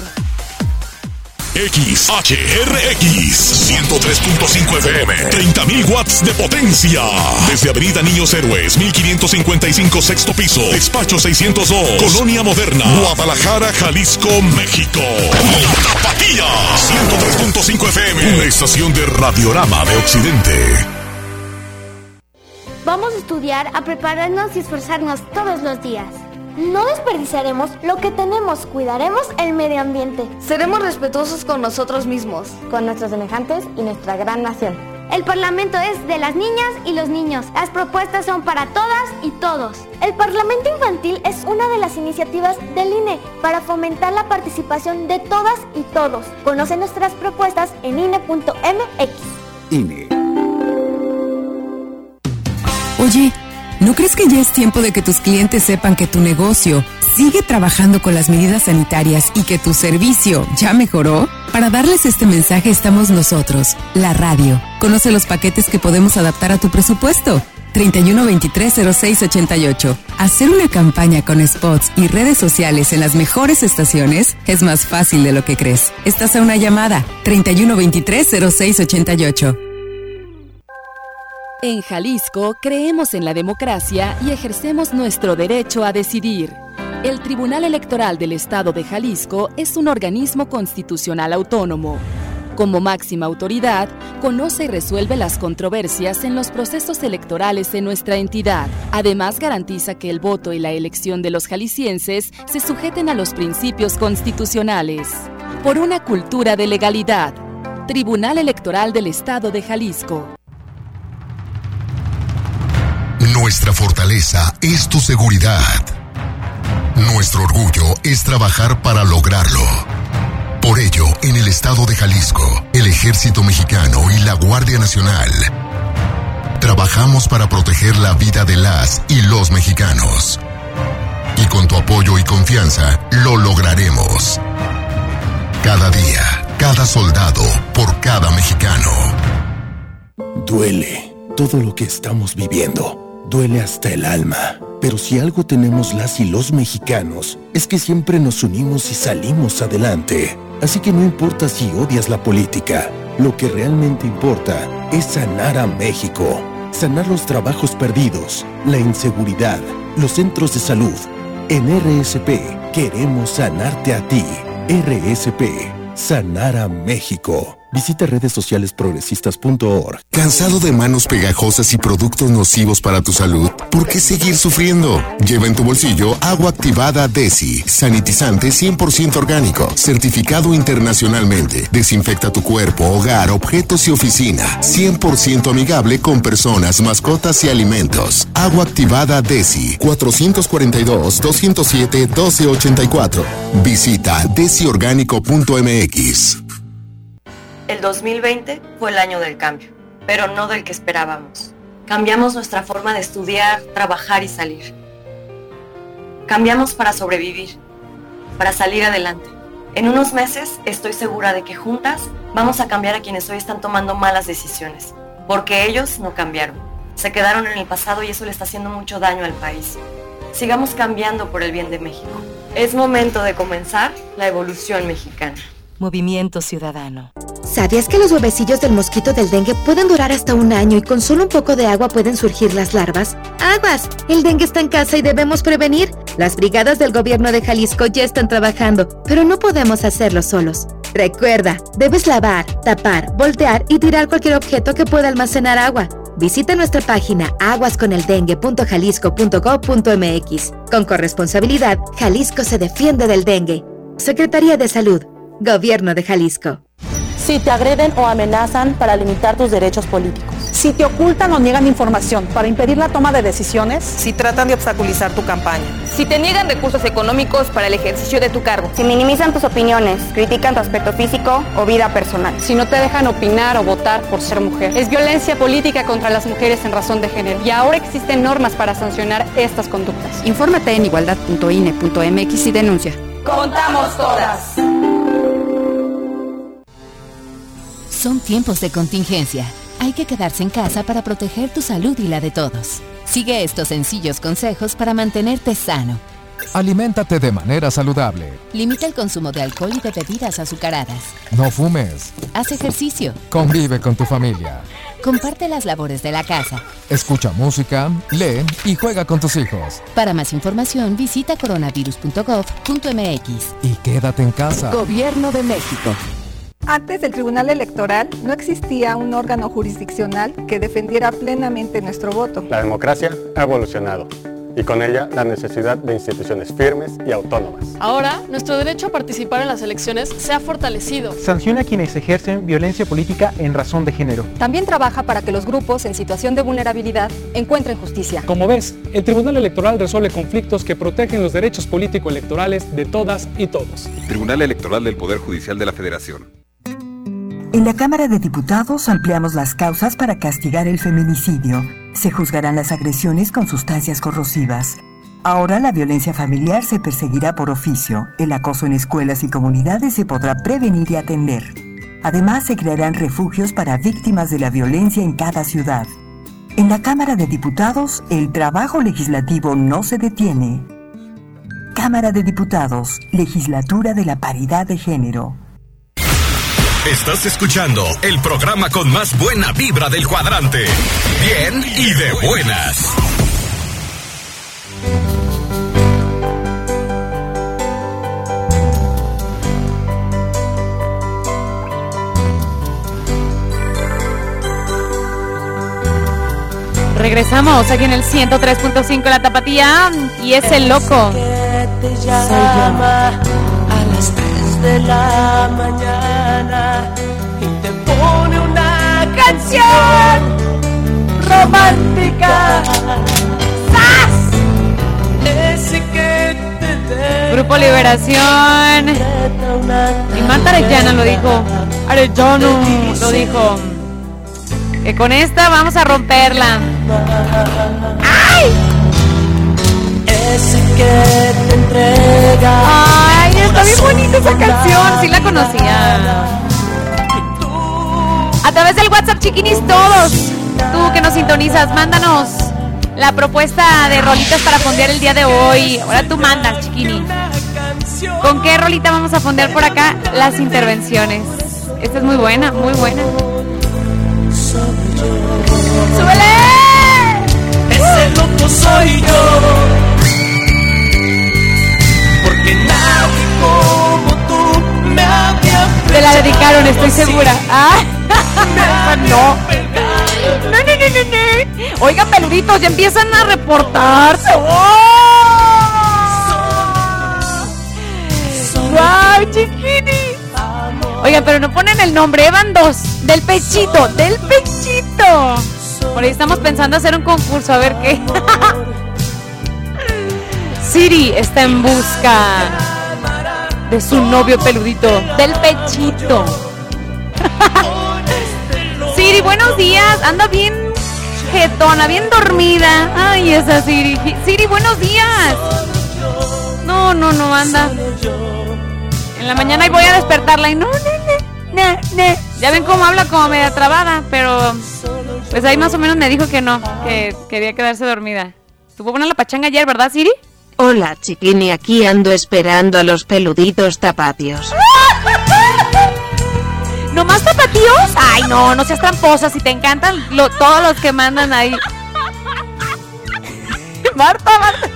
X H R X ciento tres punto cinco F M, treinta mil watts de potencia. Desde Avenida Niños Héroes, mil quinientos cincuenta y cinco, sexto piso, despacho seiscientos dos, Colonia Moderna, Guadalajara, Jalisco, México. La Tapatía, ciento tres punto cinco F M, una estación de Radiorama de Occidente. Vamos a estudiar, a prepararnos y esforzarnos todos los días. No desperdiciaremos lo que tenemos, cuidaremos el medio ambiente. Seremos respetuosos con nosotros mismos, con nuestros semejantes y nuestra gran nación. El Parlamento es de las niñas y los niños. Las propuestas son para todas y todos. El Parlamento Infantil es una de las iniciativas del I N E para fomentar la participación de todas y todos. Conoce nuestras propuestas en I N E punto M X. I N E. Oye, ¿no crees que ya es tiempo de que tus clientes sepan que tu negocio sigue trabajando con las medidas sanitarias y que tu servicio ya mejoró? Para darles este mensaje estamos nosotros, la radio. Conoce los paquetes que podemos adaptar a tu presupuesto. treinta y uno veintitrés cero seis ochenta y ocho. Hacer una campaña con spots y redes sociales en las mejores estaciones es más fácil de lo que crees. Estás a una llamada. treinta y uno veintitrés cero seis ochenta y ocho. En Jalisco creemos en la democracia y ejercemos nuestro derecho a decidir. El Tribunal Electoral del Estado de Jalisco es un organismo constitucional autónomo. Como máxima autoridad, conoce y resuelve las controversias en los procesos electorales en nuestra entidad. Además, garantiza que el voto y la elección de los jaliscienses se sujeten a los principios constitucionales. Por una cultura de legalidad. Tribunal Electoral del Estado de Jalisco. Nuestra fortaleza es tu seguridad. Nuestro orgullo es trabajar para lograrlo. Por ello, en el estado de Jalisco, el Ejército Mexicano y la Guardia Nacional trabajamos para proteger la vida de las y los mexicanos. Y con tu apoyo y confianza, lo lograremos. Cada día, cada soldado, por cada mexicano. Duele todo lo que estamos viviendo. Duele hasta el alma. Pero si algo tenemos las y los mexicanos, es que siempre nos unimos y salimos adelante. Así que no importa si odias la política, lo que realmente importa es sanar a México. Sanar los trabajos perdidos, la inseguridad, los centros de salud. En R S P queremos sanarte a ti. R S P, sanar a México. Visita redes sociales progresistas punto org. ¿Cansado de manos pegajosas y productos nocivos para tu salud? ¿Por qué seguir sufriendo? Lleva en tu bolsillo agua activada Desi, sanitizante cien por ciento orgánico, certificado internacionalmente. Desinfecta tu cuerpo, hogar, objetos y oficina. cien por ciento amigable con personas, mascotas y alimentos. Agua activada Desi, cuatrocientos cuarenta y dos, doscientos siete, doce ochenta y cuatro. Visita desi orgánico punto m x. El dos mil veinte fue el año del cambio, pero no del que esperábamos. Cambiamos nuestra forma de estudiar, trabajar y salir. Cambiamos para sobrevivir, para salir adelante. En unos meses estoy segura de que juntas vamos a cambiar a quienes hoy están tomando malas decisiones, porque ellos no cambiaron. Se quedaron en el pasado y eso le está haciendo mucho daño al país. Sigamos cambiando por el bien de México. Es momento de comenzar la evolución mexicana. Movimiento Ciudadano. ¿Sabías que los huevecillos del mosquito del dengue pueden durar hasta un año y con solo un poco de agua pueden surgir las larvas? ¡Aguas! El dengue está en casa y debemos prevenir. Las brigadas del gobierno de Jalisco ya están trabajando, pero no podemos hacerlo solos. Recuerda, debes lavar, tapar, voltear y tirar cualquier objeto que pueda almacenar agua. Visita nuestra página aguas con el dengue punto jalisco punto gob punto m x. Con corresponsabilidad, Jalisco se defiende del dengue. Secretaría de Salud, Gobierno de Jalisco. Si te agreden o amenazan para limitar tus derechos políticos. Si te ocultan o niegan información para impedir la toma de decisiones. Si tratan de obstaculizar tu campaña. Si te niegan recursos económicos para el ejercicio de tu cargo. Si minimizan tus opiniones, critican tu aspecto físico o vida personal. Si no te dejan opinar o votar por ser mujer. Es violencia política contra las mujeres en razón de género. Y ahora existen normas para sancionar estas conductas. Infórmate en igualdad punto i n e punto m x y denuncia. ¡Contamos todas! Son tiempos de contingencia. Hay que quedarse en casa para proteger tu salud y la de todos. Sigue estos sencillos consejos para mantenerte sano. Aliméntate de manera saludable. Limita el consumo de alcohol y de bebidas azucaradas. No fumes. Haz ejercicio. Convive con tu familia. Comparte las labores de la casa. Escucha música, lee y juega con tus hijos. Para más información, visita coronavirus punto gob punto m x. Y quédate en casa. Gobierno de México. Antes del Tribunal Electoral no existía un órgano jurisdiccional que defendiera plenamente nuestro voto. La democracia ha evolucionado y con ella la necesidad de instituciones firmes y autónomas. Ahora, nuestro derecho a participar en las elecciones se ha fortalecido. Sanciona a quienes ejercen violencia política en razón de género. También trabaja para que los grupos en situación de vulnerabilidad encuentren justicia. Como ves, el Tribunal Electoral resuelve conflictos que protegen los derechos político-electorales de todas y todos. Tribunal Electoral del Poder Judicial de la Federación. En la Cámara de Diputados ampliamos las causas para castigar el feminicidio. Se juzgarán las agresiones con sustancias corrosivas. Ahora la violencia familiar se perseguirá por oficio. El acoso en escuelas y comunidades se podrá prevenir y atender. Además, se crearán refugios para víctimas de la violencia en cada ciudad. En la Cámara de Diputados, el trabajo legislativo no se detiene. Cámara de Diputados, Legislatura de la Paridad de Género. Estás escuchando el programa con más buena vibra del cuadrante. Bien y de buenas. Regresamos aquí en el ciento tres punto cinco La Tapatía y es el loco. Te llama a las tres de la mañana y te pone una canción romántica. ¡Sas! Ese que te deja. Grupo Liberación. Y Marta Arellano lo dijo. Arellano lo dijo. Que con esta vamos a romperla. ¡Ay! Ese que te entrega. Ay, está bien bonita esa canción. Sí la conocía. A través del WhatsApp, chiquinis, todos. Tú que nos sintonizas, mándanos la propuesta de rolitas para fondear el día de hoy. Ahora tú mandas, chiquini. ¿Con qué rolita vamos a fondear por acá? Las intervenciones. Esta es muy buena, muy buena. ¡Súbele! Ese loco soy yo. Porque nadie como tú me había. Te la dedicaron, estoy segura. Ah, no. No, no, no, no, no. Oigan, peluditos, ya empiezan a reportarse. ¡Wow, chiquini! Oigan, pero no ponen el nombre, van dos. Del pechito, del pechito. Por ahí estamos pensando hacer un concurso, a ver qué. Siri está en busca de su novio peludito, del pechito. Siri, buenos días. Anda bien jetona, bien dormida. Ay, esa Siri. Siri, buenos días. No, no, no, anda. En la mañana y voy a despertarla y no, no, no, no, no. Ya ven cómo habla, como media trabada, pero pues ahí más o menos me dijo que no, que quería quedarse dormida. Tuvo buena la pachanga ayer, ¿verdad, Siri? Hola, chiquini, aquí ando esperando a los peluditos tapatíos. ¿No más tapatíos? Ay, no, no seas tramposa, si te encantan lo, todos los que mandan ahí. Marta, Marta.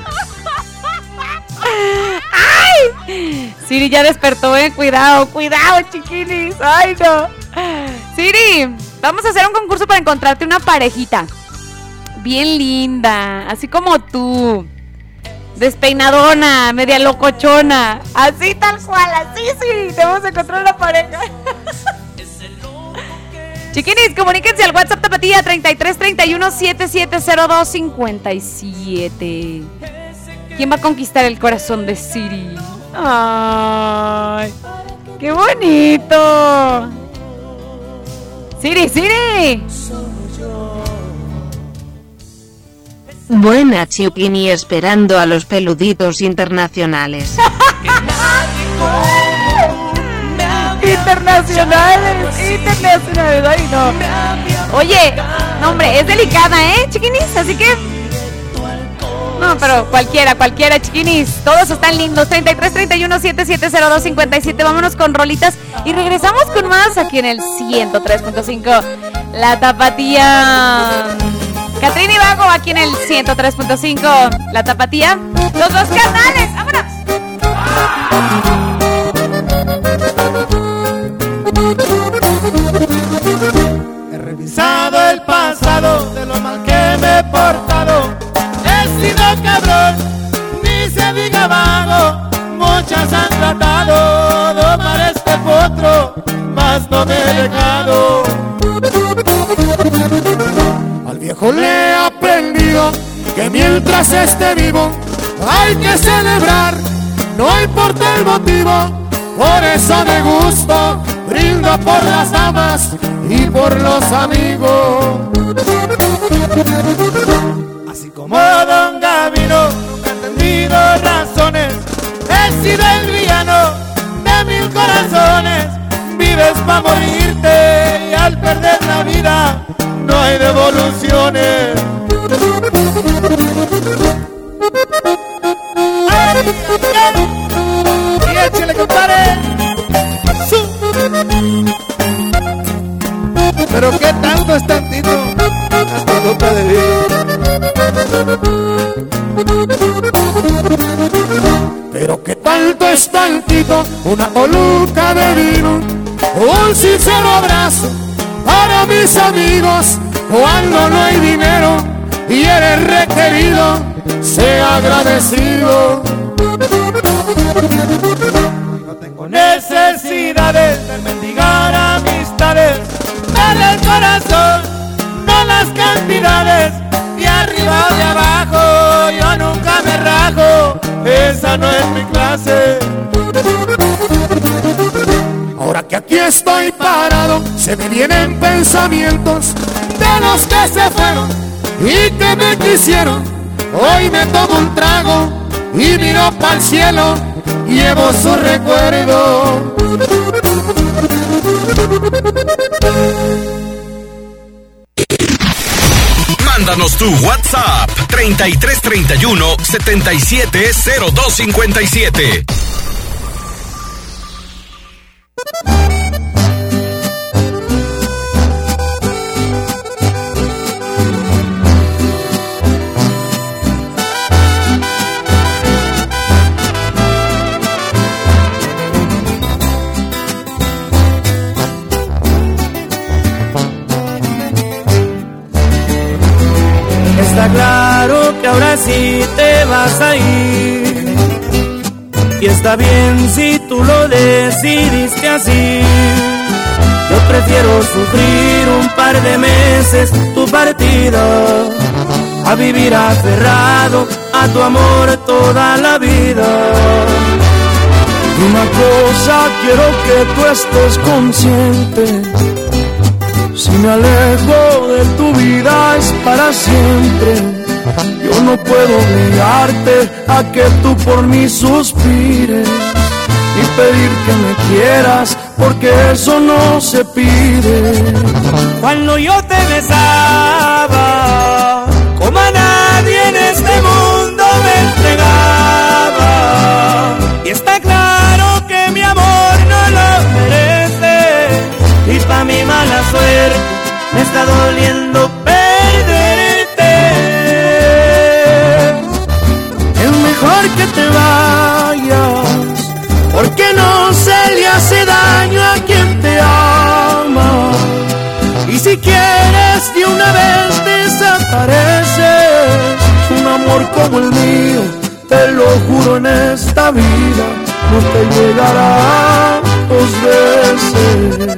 ¡Ay! Siri ya despertó, eh. Cuidado, cuidado, chiquinis. Ay, no. Siri, vamos a hacer un concurso para encontrarte una parejita bien linda, así como tú. Despeinadona, media locochona. Así tal cual, así sí. Te vamos a encontrar una pareja. Chiquinis, comuníquense al WhatsApp Tapatía treinta y tres treinta y uno setenta y siete cero dos cincuenta y siete. ¿Quién va a conquistar el corazón de Siri? ¡Ay! ¡Qué bonito! ¡Siri, Siri! Buena, chiquini, esperando a los peluditos internacionales. Internacionales, internacionales, ay no. Oye, no hombre, es delicada, ¿eh, chiquinis? Así que... No, pero cualquiera, cualquiera, chiquinis. Todos están lindos. treinta y tres treinta y uno setenta y siete cero dos cincuenta y siete. Vámonos con rolitas y regresamos con más aquí en el ciento tres punto cinco. La Tapatía. Catrín y Vago aquí en el ciento tres punto cinco. La Tapatía. Los dos canales. ¡Vámonos! He revisado el pasado de lo mal que me he portado. He sido cabrón, ni se diga vago. Muchas han tratado de domar este potro, mas no me he dejado. Al viejo le he aprendido que mientras esté vivo hay que celebrar, no importa el motivo. Por eso me gusto, brindo por las damas y por los amigos. Así como Don Gavino, nunca he entendido razones. He sido el villano de mil corazones. Vives pa' morirte y al perder la vida no hay devoluciones. ¡Ay, ay! Y échale, compadre. Pero qué tanto es tantito, tantito para Pero qué tanto es tantito, una coluca de vino, un sincero abrazo para mis amigos. Cuando no hay dinero y eres requerido, sea agradecido. No tengo necesidades de mendigar amistades, dale el corazón, no las cantidades. De arriba o de abajo, yo nunca me rajo, esa no es mi clase. Ahora que aquí estoy parado, se me vienen pensamientos de los que se fueron y que me quisieron. Hoy me tomo un trago y miro pa'l cielo, llevo su recuerdo. Mándanos tu WhatsApp treinta y tres treinta y uno setenta y siete cero dos cincuenta y siete. Está claro que ahora sí te vas a ir, y está bien si tú lo decidiste así. Yo prefiero sufrir un par de meses tu partida a vivir aferrado a tu amor toda la vida. Y una cosa quiero que tú estés consciente: si me alejo de tu vida es para siempre. Yo no puedo obligarte a que tú por mí suspires y pedir que me quieras, porque eso no se pide. Cuando yo te besaba, como a nadie en este mundo me entregaba, y está claro que mi amor no lo merece, y pa' mi mala suerte me está doliendo perderte. Es mejor que te vayas, porque no se le hace daño a quien te ama. Y si quieres de una vez desapareces, un amor como el mío, te lo juro, en esta vida no te llegará dos veces.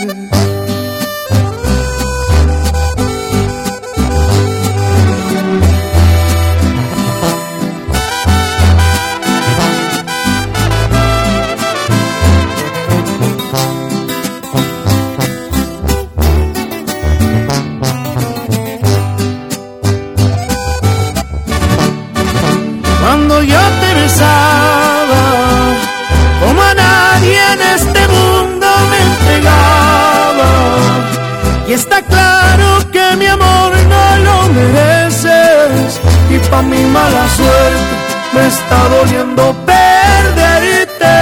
Cuando yo te besaba, como a nadie en este mundo me entregaba, y está claro que mi amor no lo mereces, y pa' mi mala suerte me está doliendo perderte.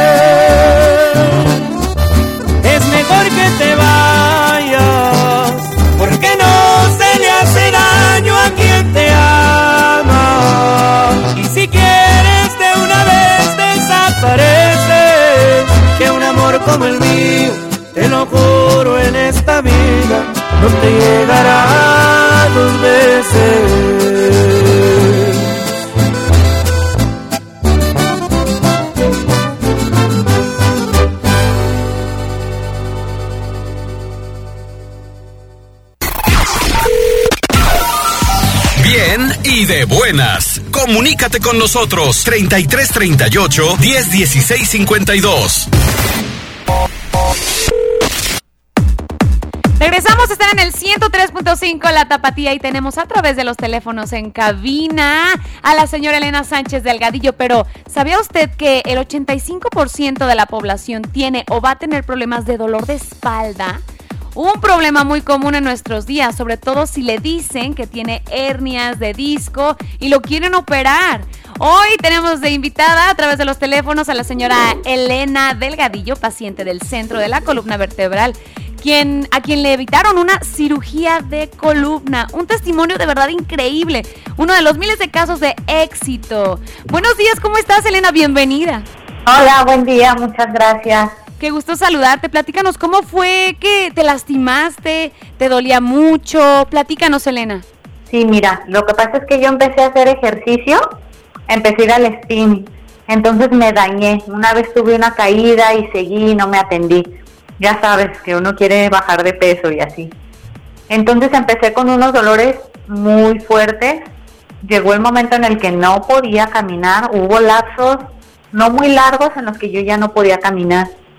Es mejor que te vayas, porque no se le hace daño a quien te ama. Y si quieres de una vez desapareces, que un amor como el mío, te lo juro, en esta vida no te llegará dos veces. Y de buenas, comunícate con nosotros treinta y tres treinta y ocho diez dieciséis cincuenta y dos. Regresamos a estar en el ciento tres punto cinco La Tapatía, y tenemos a través de los teléfonos en cabina a la señora Elena Sánchez Delgadillo. Pero ¿sabía usted que el ochenta y cinco por ciento de la población tiene o va a tener problemas de dolor de espalda? Un problema muy común en nuestros días, sobre todo si le dicen que tiene hernias de disco y lo quieren operar. Hoy tenemos de invitada a través de los teléfonos a la señora Elena Delgadillo, paciente del Centro de la Columna Vertebral, quien, a quien le evitaron una cirugía de columna. Un testimonio de verdad increíble, uno de los miles de casos de éxito. Buenos días, ¿cómo estás, Elena? Bienvenida. Hola, buen día, muchas gracias. Qué gusto saludarte. Platícanos, ¿cómo fue que te lastimaste? ¿Te dolía mucho? Platícanos, Elena. Sí, mira, lo que pasa es que yo empecé a hacer ejercicio, empecé a ir al spinning, entonces me dañé. Una vez tuve una caída y seguí, no me atendí. Ya sabes que uno quiere bajar de peso y así. Entonces empecé con unos dolores muy fuertes. Llegó el momento en el que no podía caminar. Hubo lapsos no muy largos en los que yo ya no podía caminar.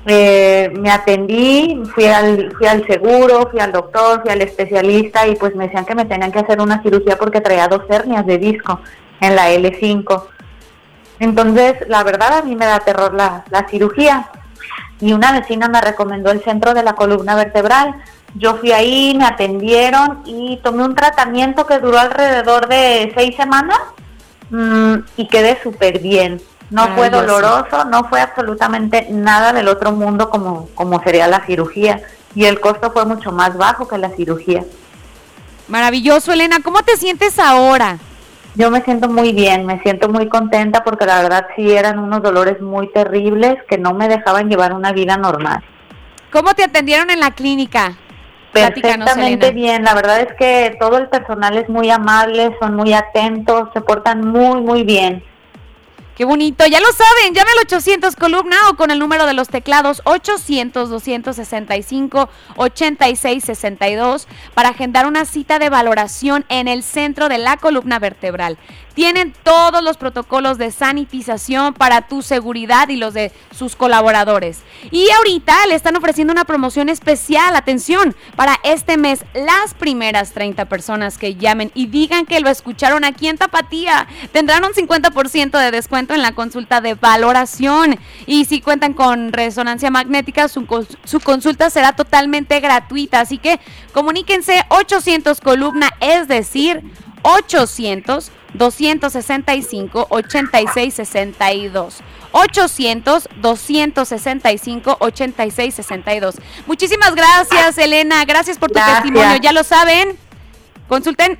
Eh, me atendí, fui al, fui al seguro, fui al doctor, fui al especialista y pues me decían que me tenían que hacer una cirugía porque traía dos hernias de disco en la L cinco. Entonces, la verdad a mí me da terror la, la cirugía. Y una vecina me recomendó el centro de la columna vertebral. Yo fui ahí, me atendieron y tomé un tratamiento que duró alrededor de seis semanas mmm, y quedé súper bien. No Ay, fue doloroso, no fue absolutamente nada del otro mundo como, como sería la cirugía. Y el costo fue mucho más bajo que la cirugía. Maravilloso, Elena. ¿Cómo te sientes ahora? Yo me siento muy bien, me siento muy contenta porque la verdad sí eran unos dolores muy terribles que no me dejaban llevar una vida normal. ¿Cómo te atendieron en la clínica? Perfectamente bien, la verdad es que todo el personal es muy amable, son muy atentos, se portan muy, muy bien. Qué bonito, ya lo saben, llame al ochocientos columna o con el número de los teclados ochocientos, doscientos sesenta y cinco, ochenta y seis sesenta y dos para agendar una cita de valoración en el centro de la columna vertebral. Tienen todos los protocolos de sanitización para tu seguridad y los de sus colaboradores. Y ahorita le están ofreciendo una promoción especial, atención, para este mes. Las primeras treinta personas que llamen y digan que lo escucharon aquí en Tapatía tendrán un cincuenta por ciento de descuento en la consulta de valoración. Y si cuentan con resonancia magnética, su, su consulta será totalmente gratuita. Así que comuníquense ochocientos columna, es decir, ochocientos, doscientos sesenta y cinco, ochenta y seis sesenta y dos. ochocientos, doscientos sesenta y cinco, ochenta y seis sesenta y dos. Muchísimas gracias, Elena. Gracias por tu gracias. testimonio. Ya lo saben. Consulten.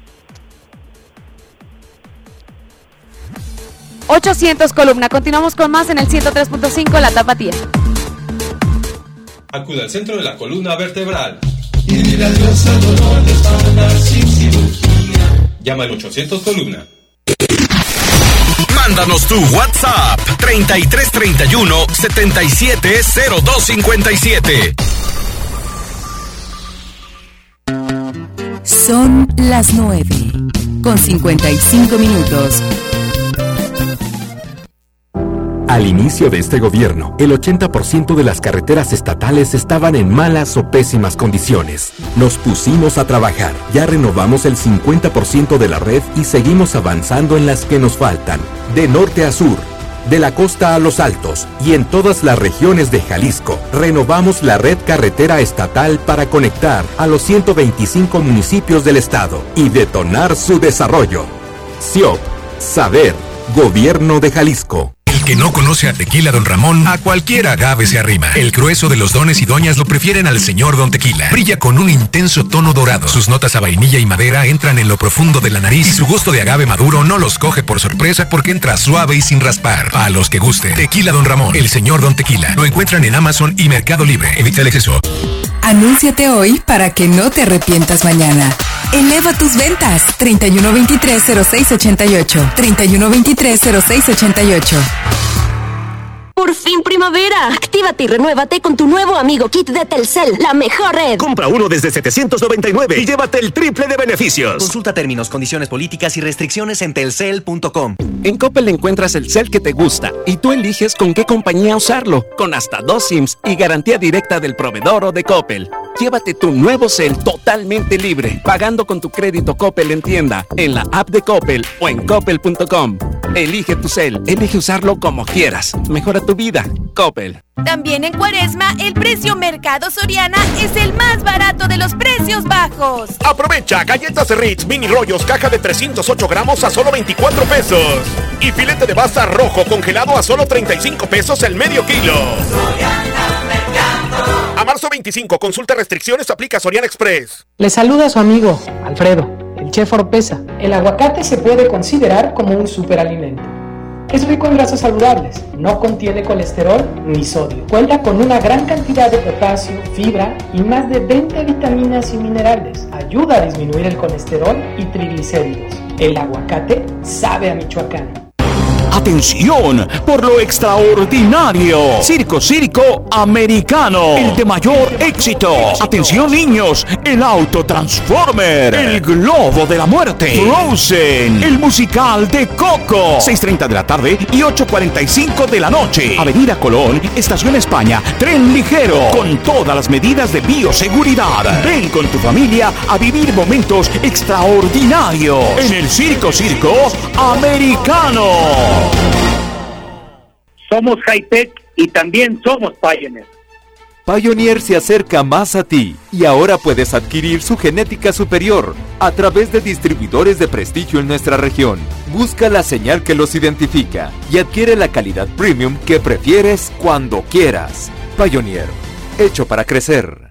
ochocientos columna. Continuamos con más en el ciento tres punto cinco La Tapatía. Acude al centro de la columna vertebral. Y dile adiós al dolor de espalda sin cirugía. Llama al ochocientos columna. Mándanos tu WhatsApp treinta y tres treinta y uno, setenta y siete cero dos cincuenta y siete. Son las nueve con cincuenta y cinco minutos. Al inicio de este gobierno, el ochenta por ciento de las carreteras estatales estaban en malas o pésimas condiciones. Nos pusimos a trabajar, ya renovamos el cincuenta por ciento de la red y seguimos avanzando en las que nos faltan. De norte a sur, de la costa a los altos y en todas las regiones de Jalisco, renovamos la red carretera estatal para conectar a los ciento veinticinco municipios del estado y detonar su desarrollo. C I O P, Saber, Gobierno de Jalisco. Que no conoce a Tequila Don Ramón, a cualquier agave se arrima. El grueso de los dones y doñas lo prefieren al señor Don Tequila. Brilla con un intenso tono dorado. Sus notas a vainilla y madera entran en lo profundo de la nariz y su gusto de agave maduro no los coge por sorpresa porque entra suave y sin raspar. A los que guste. Tequila Don Ramón, el señor Don Tequila. Lo encuentran en Amazon y Mercado Libre. Evita el exceso. Anúnciate hoy para que no te arrepientas mañana. Eleva tus ventas. treinta y uno veintitrés cero seis ochenta y ocho. treinta y uno veintitrés cero seis ochenta y ocho. Por fin primavera. Actívate y renuévate con tu nuevo amigo kit de Telcel, la mejor red. Compra uno desde setecientos noventa y nueve y llévate el triple de beneficios. Consulta términos, condiciones políticas y restricciones en telcel punto com. En Coppel encuentras el cel que te gusta y tú eliges con qué compañía usarlo, con hasta dos SIMs y garantía directa del proveedor o de Coppel. Llévate tu nuevo cel totalmente libre, pagando con tu crédito Coppel en tienda, en la app de Coppel o en coppel punto com. Elige tu cel, elige usarlo como quieras. Mejora tu vida, Coppel. También en Cuaresma, el precio Mercado Soriana es el más barato de los precios bajos. Aprovecha galletas Ritz mini rollos, caja de trescientos ocho gramos a solo veinticuatro pesos. Y filete de baza rojo congelado a solo treinta y cinco pesos el medio kilo. A marzo veinticinco, consulta restricciones, aplica Soriana Express. Le saluda a su amigo, Alfredo, el chef Oropesa. El aguacate se puede considerar como un superalimento. Es rico en grasas saludables, no contiene colesterol ni sodio. Cuenta con una gran cantidad de potasio, fibra y más de veinte vitaminas y minerales. Ayuda a disminuir el colesterol y triglicéridos. El aguacate sabe a Michoacán. Atención por lo extraordinario. Circo Circo Americano, el de mayor éxito. Atención niños, el auto Transformer, el globo de la muerte, Frozen, el musical de Coco. seis treinta de la tarde y ocho cuarenta y cinco de la noche. Avenida Colón, Estación España, tren ligero, con todas las medidas de bioseguridad. Ven con tu familia a vivir momentos extraordinarios en el Circo Circo Americano. Somos Hightech y también somos Pioneer. Pioneer se acerca más a ti y ahora puedes adquirir su genética superior a través de distribuidores de prestigio en nuestra región. Busca la señal que los identifica y adquiere la calidad premium que prefieres cuando quieras. Pioneer, hecho para crecer.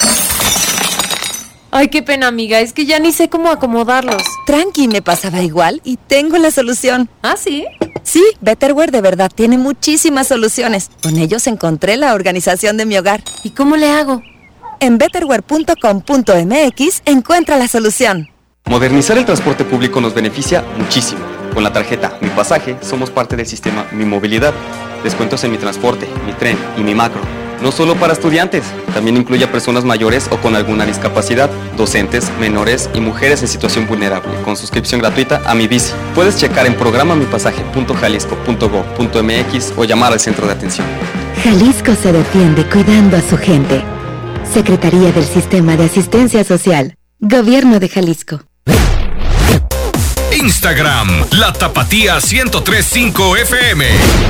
Ay, qué pena, amiga, es que ya ni sé cómo acomodarlos. Tranqui, me pasaba igual y tengo la solución. ¿Ah, sí? Sí, Betterware de verdad tiene muchísimas soluciones. Con ellos encontré la organización de mi hogar. ¿Y cómo le hago? En betterware punto com punto m x encuentra la solución. Modernizar el transporte público nos beneficia muchísimo. Con la tarjeta Mi Pasaje somos parte del sistema Mi Movilidad. Descuentos en Mi Transporte, Mi Tren y Mi Macro. No solo para estudiantes, también incluye a personas mayores o con alguna discapacidad, docentes, menores y mujeres en situación vulnerable, con suscripción gratuita a Mi Bici. Puedes checar en programa mi pasaje punto jalisco punto gob punto m x o llamar al centro de atención. Jalisco se defiende cuidando a su gente. Secretaría del Sistema de Asistencia Social. Gobierno de Jalisco. Instagram, La Tapatía ciento tres punto cinco F M.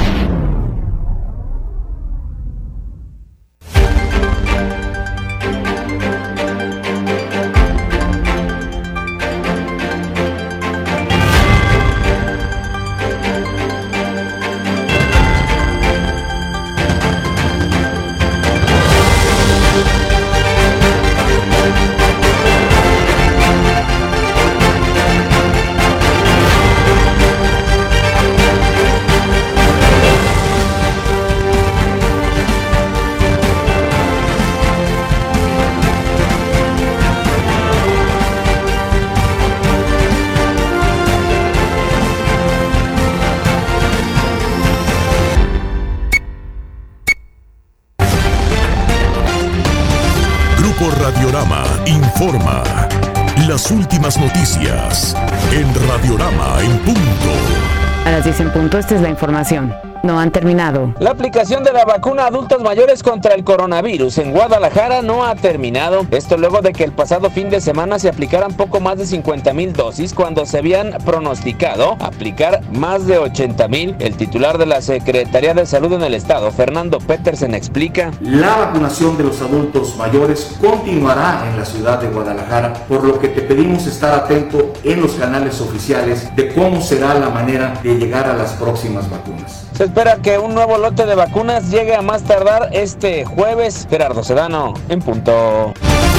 Radiorama informa. Las últimas noticias en Radiorama en punto. A las diez en punto, esta es la información. No han terminado. La aplicación de la vacuna a adultos mayores contra el coronavirus en Guadalajara no ha terminado. Esto luego de que el pasado fin de semana se aplicaran poco más de cincuenta mil dosis cuando se habían pronosticado aplicar más de ochenta mil. El titular de la Secretaría de Salud en el estado, Fernando Petersen, explica: la vacunación de los adultos mayores continuará en la ciudad de Guadalajara, por lo que te pedimos estar atento en los canales oficiales de cómo será la manera de llegar a las próximas vacunas. Se espera que un nuevo lote de vacunas llegue a más tardar este jueves. Gerardo Sedano, en punto.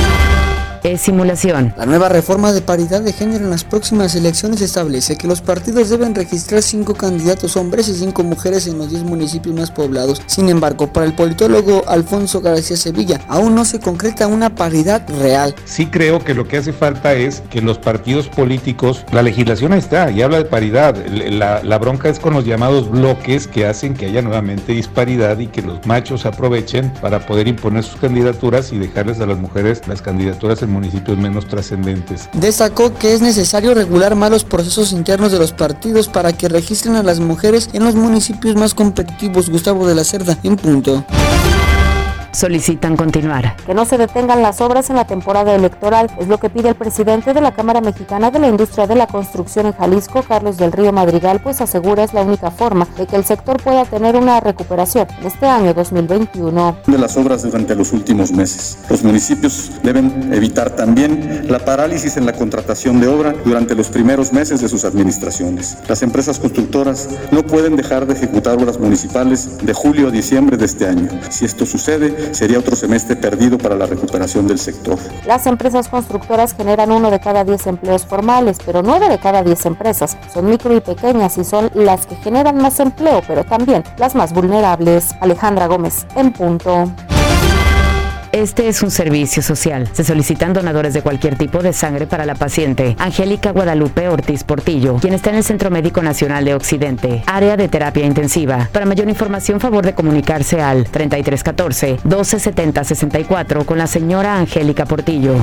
Es simulación. La nueva reforma de paridad de género en las próximas elecciones establece que los partidos deben registrar cinco candidatos hombres y cinco mujeres en los diez municipios más poblados. Sin embargo, para el politólogo Alfonso García Sevilla, aún no se concreta una paridad real. Sí creo que lo que hace falta es que los partidos políticos, la legislación ahí está y habla de paridad. La, la bronca es con los llamados bloques que hacen que haya nuevamente disparidad y que los machos aprovechen para poder imponer sus candidaturas y dejarles a las mujeres las candidaturas en municipios menos trascendentes. Destacó que es necesario regular más los procesos internos de los partidos para que registren a las mujeres en los municipios más competitivos. Gustavo de la Cerda, en punto. Solicitan continuar. Que no se detengan las obras en la temporada electoral, es lo que pide el presidente de la Cámara Mexicana de la Industria de la Construcción en Jalisco, Carlos del Río Madrigal, pues asegura es la única forma de que el sector pueda tener una recuperación en este año dos mil veintiuno. De las obras durante los últimos meses. Los municipios deben evitar también la parálisis en la contratación de obra durante los primeros meses de sus administraciones. Las empresas constructoras no pueden dejar de ejecutar obras municipales de julio a diciembre de este año. Si esto sucede, sería otro semestre perdido para la recuperación del sector. Las empresas constructoras generan uno de cada diez empleos formales, pero nueve de cada diez empresas son micro y pequeñas y son las que generan más empleo, pero también las más vulnerables. Alejandra Gómez, en punto. Este es un servicio social. Se solicitan donadores de cualquier tipo de sangre para la paciente Angélica Guadalupe Ortiz Portillo, quien está en el Centro Médico Nacional de Occidente, área de terapia intensiva. Para mayor información, favor de comunicarse al treinta y tres catorce, doce setenta sesenta y cuatro con la señora Angélica Portillo.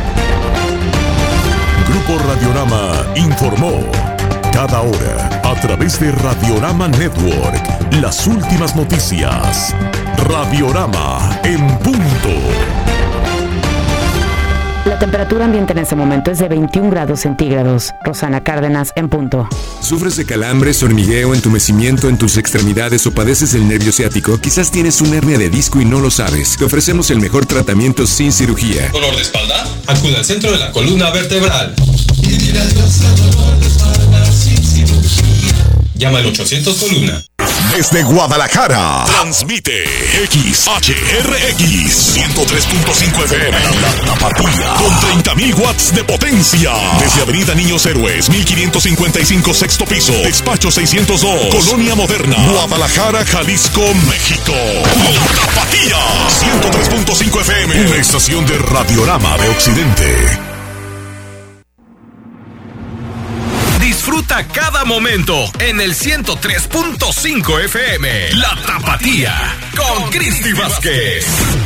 Grupo Radiorama informó. Cada hora, a través de Radiorama Network, las últimas noticias. Radiorama en punto. La temperatura ambiente en ese momento es de veintiún grados centígrados. Rosana Cárdenas en punto. ¿Sufres de calambres, hormigueo, entumecimiento en tus extremidades o padeces del nervio ciático? Quizás tienes una hernia de disco y no lo sabes. Te ofrecemos el mejor tratamiento sin cirugía. ¿Dolor de espalda? Acude al centro de la columna vertebral. Llama al ochocientos columna. Desde Guadalajara, transmite X H R X ciento tres punto cinco F M, La Tapatía, con treinta mil watts de potencia. Desde Avenida Niños Héroes, mil quinientos cincuenta y cinco, sexto piso, despacho seiscientos dos, Colonia Moderna, Guadalajara, Jalisco, México. La Tapatía, ciento tres punto cinco F M, una estación de Radiorama de Occidente. Disfruta cada momento en el ciento tres punto cinco F M. La Tapatía con Cristi Vázquez.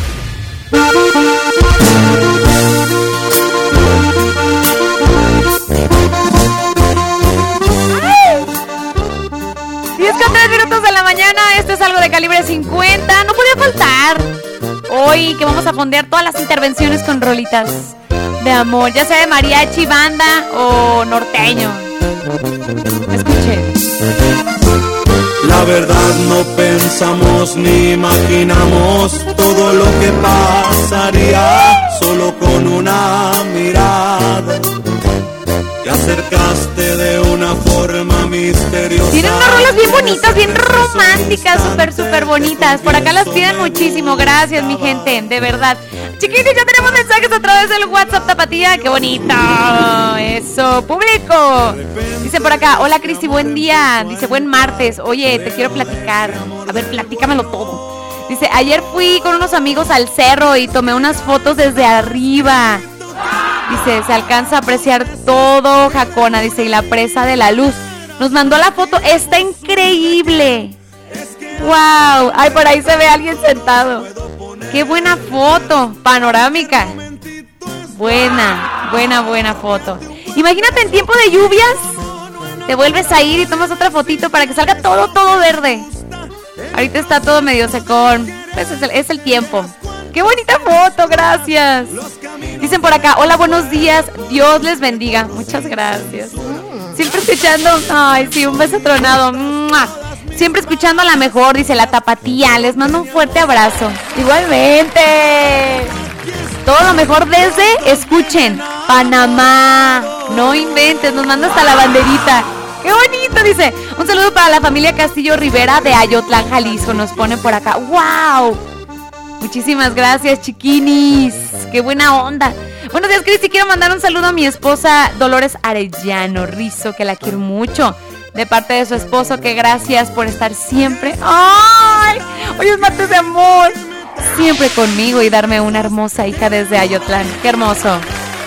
diez con tres minutos de la mañana. Esto es algo de calibre cincuenta. No podía faltar. Hoy que vamos a fondear todas las intervenciones con rolitas de amor, ya sea de mariachi, banda o norteño. Escuche. La verdad no pensamos ni imaginamos todo lo que pasaría solo con una mirada. Te acercaste de una forma misteriosa. Tienen unas rolas bien bonitas, bien románticas, súper, súper bonitas. Por acá las piden muchísimo. Gracias, mi gente, de verdad. Chiquitos, ya tenemos mensajes a través del WhatsApp Tapatía. ¡Qué bonito! Eso, público. Dice por acá, hola Cristi, buen día. Dice, buen martes. Oye, te quiero platicar. A ver, platícamelo todo. Dice, ayer fui con unos amigos al cerro y tomé unas fotos desde arriba. Dice, se alcanza a apreciar todo Jacona, dice, y la presa de la luz. Nos mandó la foto, está increíble. ¡Wow! Ay, por ahí se ve alguien sentado. ¡Qué buena foto! Panorámica. Buena, buena, buena foto. Imagínate en tiempo de lluvias, te vuelves a ir y tomas otra fotito para que salga todo, todo verde. Ahorita está todo medio secón. Pues es el, es el tiempo. ¡Qué bonita foto! Gracias. Dicen por acá, hola, buenos días. Dios les bendiga. Muchas gracias. Siempre escuchando. Ay, sí, un beso tronado. ¡Mua! Siempre escuchando a la mejor, dice la Tapatía. Les mando un fuerte abrazo. Igualmente. Todo lo mejor desde, escuchen, Panamá. No inventes, nos manda hasta la banderita. ¡Qué bonito! Dice, un saludo para la familia Castillo Rivera de Ayotlán, Jalisco. Nos pone por acá. ¡Wow! Muchísimas gracias, chiquinis. ¡Qué buena onda! Buenos días, Cristi. Quiero mandar un saludo a mi esposa Dolores Arellano Rizo, que la quiero mucho. De parte de su esposo, que gracias por estar siempre. ¡Ay! Hoy es martes de amor. Siempre conmigo y darme una hermosa hija desde Ayotlán. ¡Qué hermoso!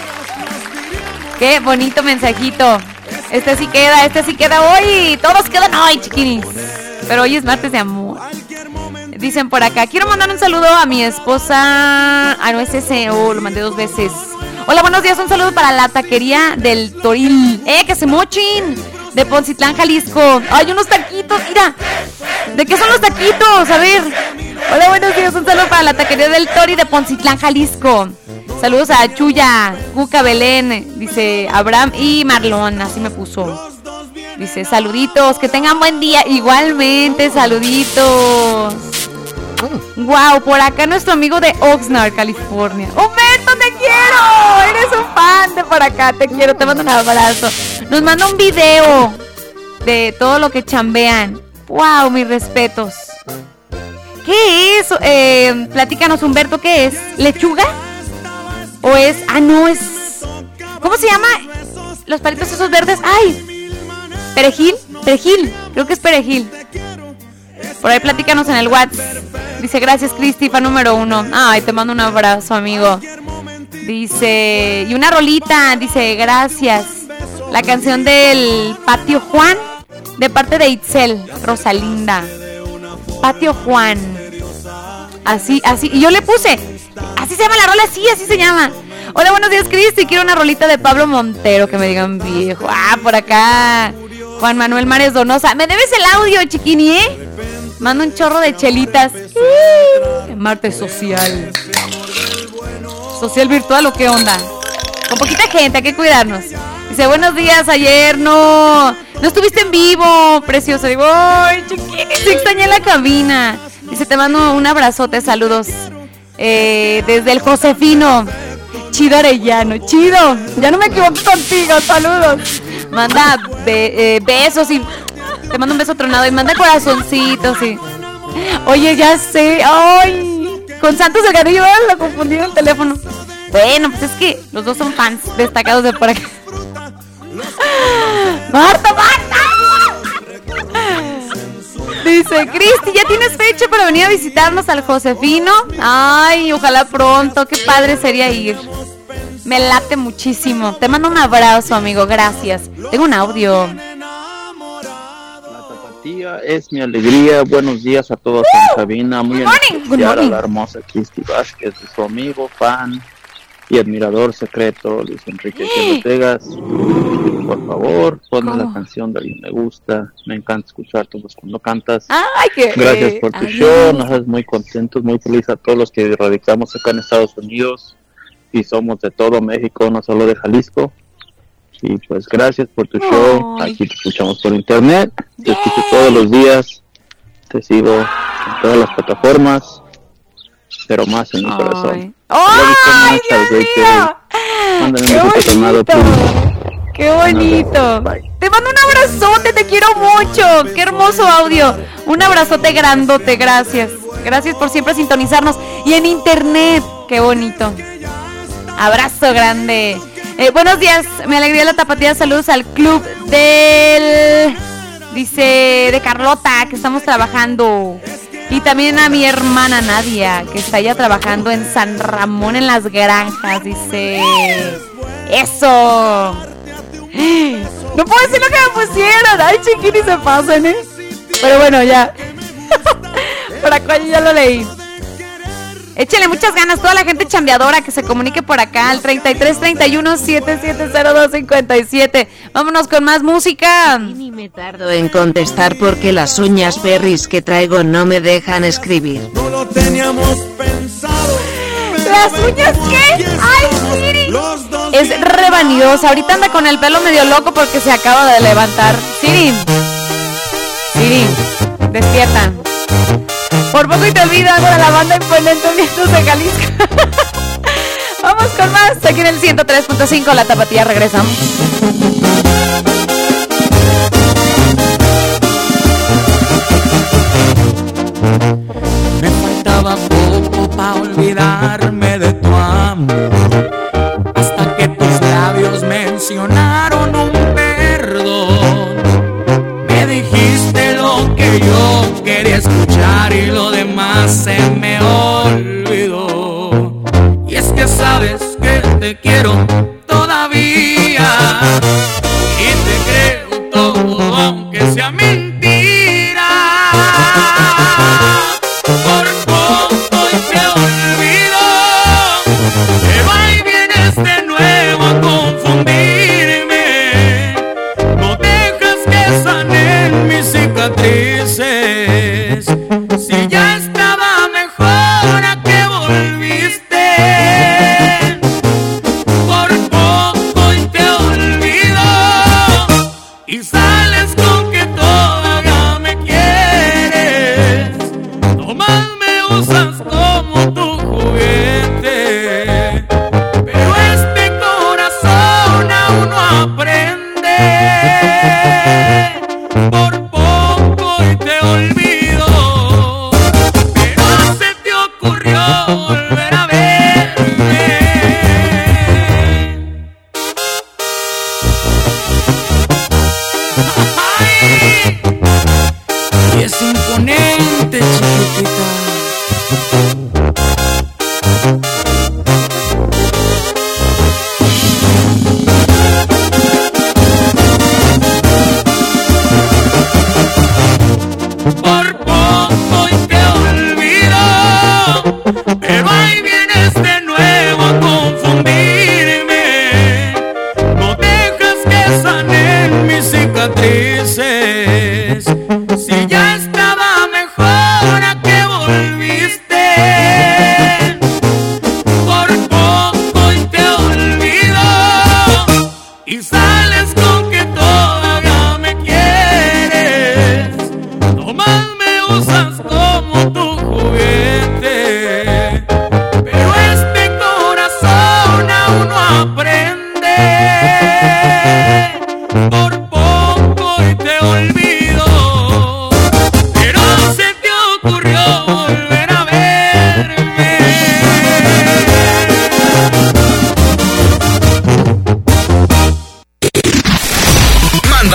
¡Qué bonito mensajito! Este sí queda, este sí queda hoy. Todos quedan hoy, chiquinis. Pero hoy es martes de amor. Dicen por acá, quiero mandar un saludo a mi esposa. Ah, no es ese, oh, lo mandé dos veces. Hola, buenos días, un saludo para la taquería del Toril. ¡Eh, que se mochen! De Poncitlán, Jalisco. ¡Ay, unos taquitos! ¡Mira! ¿De qué son los taquitos? A ver. Hola, buenos días, un saludo para la taquería del Tori de Poncitlán, Jalisco. Saludos a Chuya, Cuca, Belén, dice Abraham y Marlon, así me puso. Dice, saluditos, que tengan buen día. Igualmente, saluditos. Wow, por acá nuestro amigo de Oxnard, California. ¡Humberto, te quiero! Eres un fan de por acá, te quiero, te mando un abrazo. Nos manda un video de todo lo que chambean. Wow, mis respetos. ¿Qué es? Eh, platícanos, Humberto, ¿qué es? ¿Lechuga? ¿O es? Ah, no, es... ¿Cómo se llama? Los palitos esos verdes. ¡Ay! ¿Perejil? Perejil, creo que es perejil. Por ahí platícanos en el WhatsApp. Dice, gracias Cristi, fan número uno. Ay, te mando un abrazo, amigo. Dice, y una rolita, dice, gracias. La canción del Patio Juan, de parte de Itzel, Rosalinda. Patio Juan. Así, así, y yo le puse, así se llama la rola, sí, así se llama. Hola, buenos días, Cristi, quiero una rolita de Pablo Montero, que me digan viejo. Ah, por acá, Juan Manuel Mares Donosa. ¿Me debes el audio, chiquini, eh? Mando un chorro de chelitas. Uh, martes social. ¿Social virtual o qué onda? Con poquita gente, hay que cuidarnos. Dice, buenos días, ayer no... No estuviste en vivo, precioso. Digo, ay, chiquini, te extrañé la cabina. Dice, te mando un abrazote, saludos. Eh, desde el Josefino. Chido Arellano, chido. Ya no me equivoco contigo, saludos. Manda be- eh, besos y... Te mando un beso tronado y manda corazoncitos y... Oye, ya sé, ay... Con Santos de Garillo, lo confundí en el teléfono. Bueno, pues es que los dos son fans destacados de por acá. ¡Marta, Marta! Dice, Cristi, ¿ya tienes fecha para venir a visitarnos al Josefino? Ay, ojalá pronto, qué padre sería ir. Me late muchísimo. Te mando un abrazo, amigo, gracias. Tengo un audio. La tapatía es mi alegría. Buenos días a todos en cabina. Muy en especial a la hermosa Cristi Vázquez, su amigo, fan y admirador secreto, Luis Enrique Ortegas. Por favor, ponme la canción de Alguien Me Gusta. Me encanta escuchar tu voz cuando cantas. Ay, qué Gracias por tu show. Nos haces muy contentos, muy felices a todos los que radicamos acá en Estados Unidos y somos de todo México, no solo de Jalisco. Y pues gracias por tu show. Ay. Aquí te escuchamos por internet. Te escucho todos los días. Te sigo en todas las plataformas, pero más en mi corazón. ¡Ay, Dios mío! Mándame un besito tornado. ¡Qué bonito! Te mando un abrazote, te quiero mucho. ¡Qué hermoso audio! Un abrazote grandote, gracias. Gracias por siempre sintonizarnos. Y en internet, qué bonito. Abrazo grande. Eh, buenos días, me alegría la tapatía. Saludos al club del... Dice, de Carlota, que estamos trabajando. Y también a mi hermana Nadia, que está ya trabajando en San Ramón, en las granjas. Dice, eso. No puedo decir lo que me pusieron. Ay, chiquini, se pasan, ¿eh? Pero bueno, ya. Por acá yo ya lo leí. Échenle muchas ganas, toda la gente chambeadora que se comunique por acá al treinta y tres treinta y uno setenta y siete cero dos cincuenta y siete. Vámonos con más música. Ni me tardo en contestar porque las uñas perris que traigo no me dejan escribir. No lo teníamos pensado. ¿Las uñas qué? ¡Ay, Siri! Es re vanidosa. Ahorita anda con el pelo medio loco porque se acaba de levantar. Siri. Siri, despierta. Por poco y te olvido algo de la banda Imponente Vientos de Jalisco. Vamos con más. Aquí en el ciento tres punto cinco, La Tapatía, regresamos. Me faltaba poco para olvidarme de tu amor, hasta que tus labios mencionaron un perdón. Me dijiste lo que yo quería escuchar y lo demás se me olvidó. Y es que sabes que te quiero todavía y te creo todo aunque sea mentira. Por poco y te olvido, te vas y vienes de nuevo a confundirme. No dejas que sanen mis cicatrices, si ya estaba mejor a que volviste. Por poco y te olvido y sales con que todavía me quieres. Nomás me usas como tu juguete, pero este corazón aún no aprende. Por poco y te olvido, pero se te ocurrió volver a verme. Ay, y es imponente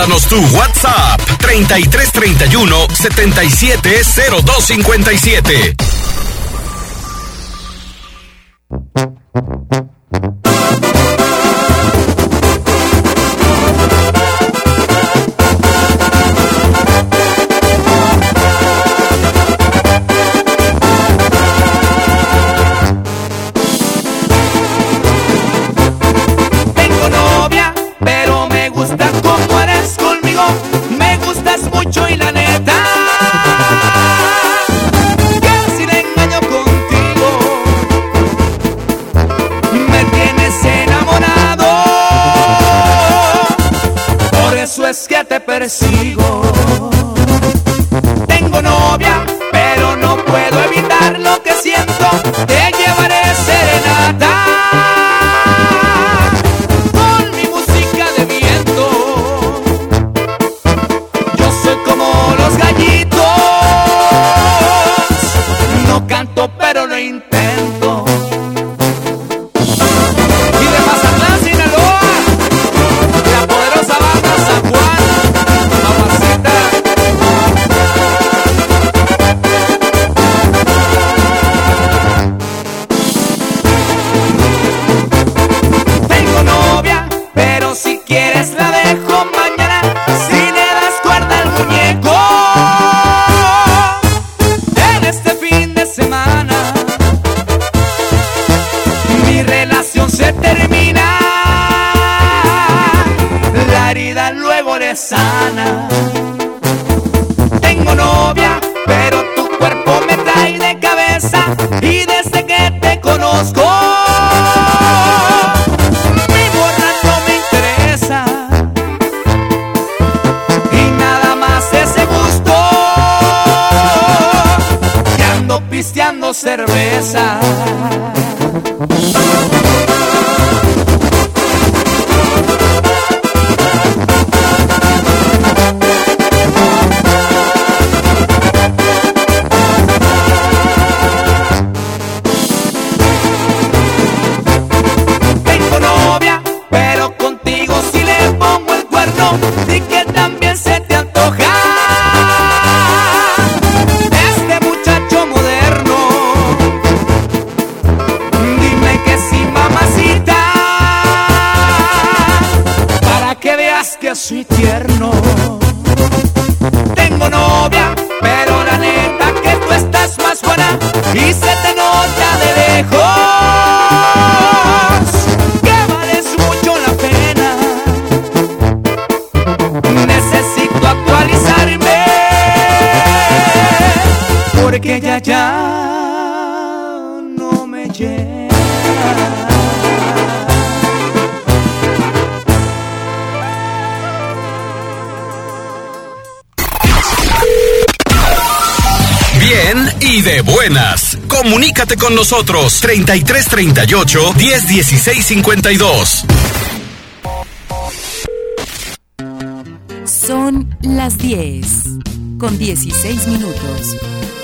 Mándanos tu WhatsApp treinta y tres treinta y uno setenta y siete cero dos cincuenta y siete. Tengo novia, pero me gusta como eres conmigo. Me gustas mucho y la neta casi le engaño contigo. Me tienes enamorado, por eso es que te persigo. Tengo novia, pero no puedo evitar lo que siento. Te llevaré serenata con mi música de viento. Yo soy como los gallitos, no canto pero lo intento. Y de Mazatlán, Sinaloa, la poderosa banda San Juan, mamacita. Tengo novia, pero si quieres la dejo mañana, si le das cuerda al muñeco. En este fin de semana mi relación se termina, la herida luego le sana. Tengo novia, pero tu cuerpo me trae de cabeza, y desde que te conozco mi morra no me interesa, y nada más ese gusto que ando pisteando cerveza. Tengo novia, pero contigo si le pongo el cuerno, di que también se te antoja este muchacho moderno. Dime que sí, mamacita, para que veas que soy tierno. Tengo novia, pero la neta que tú estás más buena y se te nota de lejos que vales mucho la pena. Necesito actualizarme porque ya ya no me llega. Bien y de buenas. Comunícate con nosotros treinta y tres treinta y ocho diez dieciséis cincuenta y dos. Son las diez con dieciséis minutos.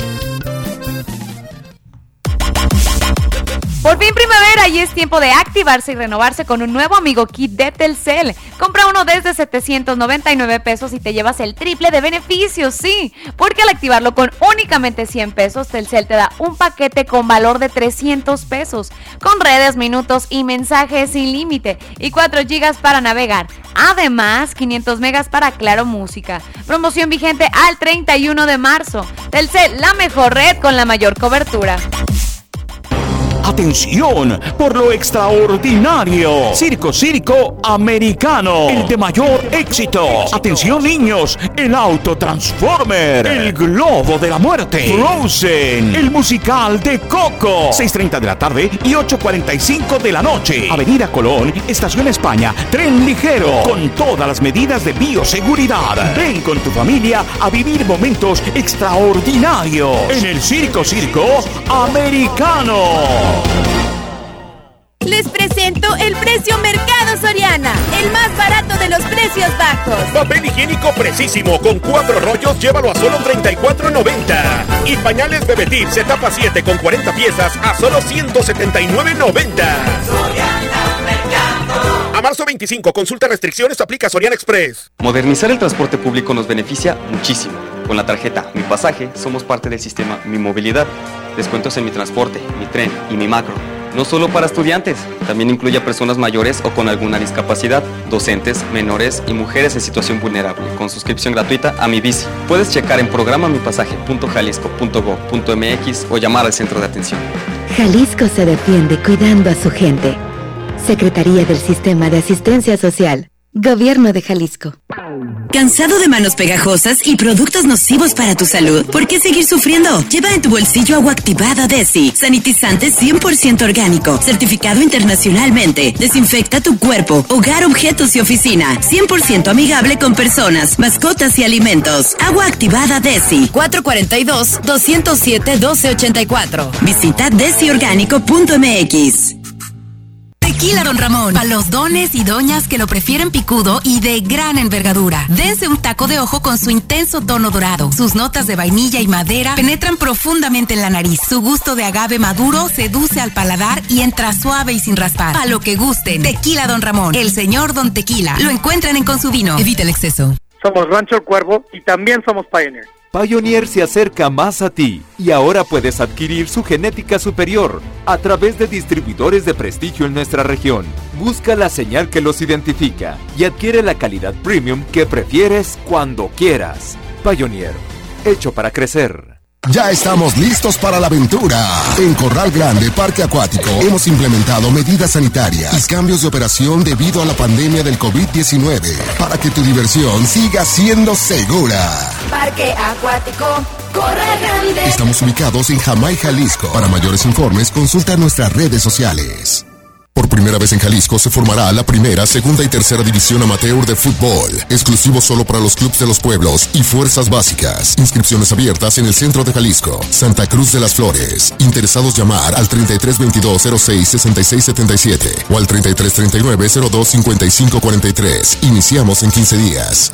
Por fin primavera y es tiempo de activarse y renovarse con un nuevo amigo kit de Telcel. Compra uno desde setecientos noventa y nueve pesos y te llevas el triple de beneficios, sí. Porque al activarlo con únicamente cien pesos, Telcel te da un paquete con valor de trescientos pesos, con redes, minutos y mensajes sin límite y cuatro gigas para navegar. Además, quinientos megas para Claro Música. Promoción vigente al treinta y uno de marzo. Telcel, la mejor red con la mayor cobertura. ¡Atención! Por lo extraordinario. Circo Circo Americano. El de mayor éxito. ¡Atención, niños! El Auto Transformer. El Globo de la Muerte. Frozen. El musical de Coco. seis treinta de la tarde y ocho cuarenta y cinco de la noche. Avenida Colón, Estación España. Tren ligero. Con todas las medidas de bioseguridad. Ven con tu familia a vivir momentos extraordinarios. En el Circo Circo Americano. Les presento el precio Mercado Soriana, el más barato de los precios bajos. Papel higiénico Precisísimo con cuatro rollos, llévalo a solo treinta y cuatro noventa. Y pañales Bebetip etapa siete con cuarenta piezas a solo ciento setenta y nueve noventa. A marzo veinticinco, consulta restricciones, aplica Soriana Express. Modernizar el transporte público nos beneficia muchísimo. Con la tarjeta Mi Pasaje somos parte del sistema Mi Movilidad. Descuentos en mi transporte, mi tren y mi macro. No solo para estudiantes, también incluye a personas mayores o con alguna discapacidad, docentes, menores y mujeres en situación vulnerable, con suscripción gratuita a Mi Bici. Puedes checar en programa mi pasaje punto jalisco punto gob punto m x o llamar al centro de atención. Jalisco se defiende cuidando a su gente. Secretaría del Sistema de Asistencia Social. Gobierno de Jalisco. ¿Cansado de manos pegajosas y productos nocivos para tu salud? ¿Por qué seguir sufriendo? Lleva en tu bolsillo Agua Activada Desi, sanitizante cien por ciento orgánico, certificado internacionalmente. Desinfecta tu cuerpo, hogar, objetos y oficina. cien por ciento amigable con personas, mascotas y alimentos. Agua Activada Desi. cuatro cuatro dos, dos cero siete, uno dos ocho cuatro. Visita desi orgánico punto m x. Tequila Don Ramón, a los dones y doñas que lo prefieren picudo y de gran envergadura. Dense un taco de ojo con su intenso tono dorado. Sus notas de vainilla y madera penetran profundamente en la nariz. Su gusto de agave maduro seduce al paladar y entra suave y sin raspar. A lo que gusten. Tequila Don Ramón, el señor Don Tequila. Lo encuentran en Consubino. Evita el exceso. Somos Rancho El Cuervo y también somos Pioneer. Pioneer se acerca más a ti y ahora puedes adquirir su genética superior a través de distribuidores de prestigio en nuestra región. Busca la señal que los identifica y adquiere la calidad premium que prefieres cuando quieras. Pioneer, hecho para crecer. Ya estamos listos para la aventura. En Corral Grande Parque Acuático hemos implementado medidas sanitarias y cambios de operación debido a la pandemia del COVID diecinueve para que tu diversión siga siendo segura. Parque Acuático Corral Grande. Estamos ubicados en Jamay, Jalisco. Para mayores informes, consulta nuestras redes sociales. Por primera vez en Jalisco se formará la primera, segunda y tercera división amateur de fútbol, exclusivo solo para los clubes de los pueblos y fuerzas básicas. Inscripciones abiertas en el centro de Jalisco, Santa Cruz de las Flores. Interesados llamar al treinta y tres veintidós cero seis sesenta y seis setenta y siete o al treinta y tres treinta y nueve cero dos cincuenta y cinco cuarenta y tres. Iniciamos en quince días.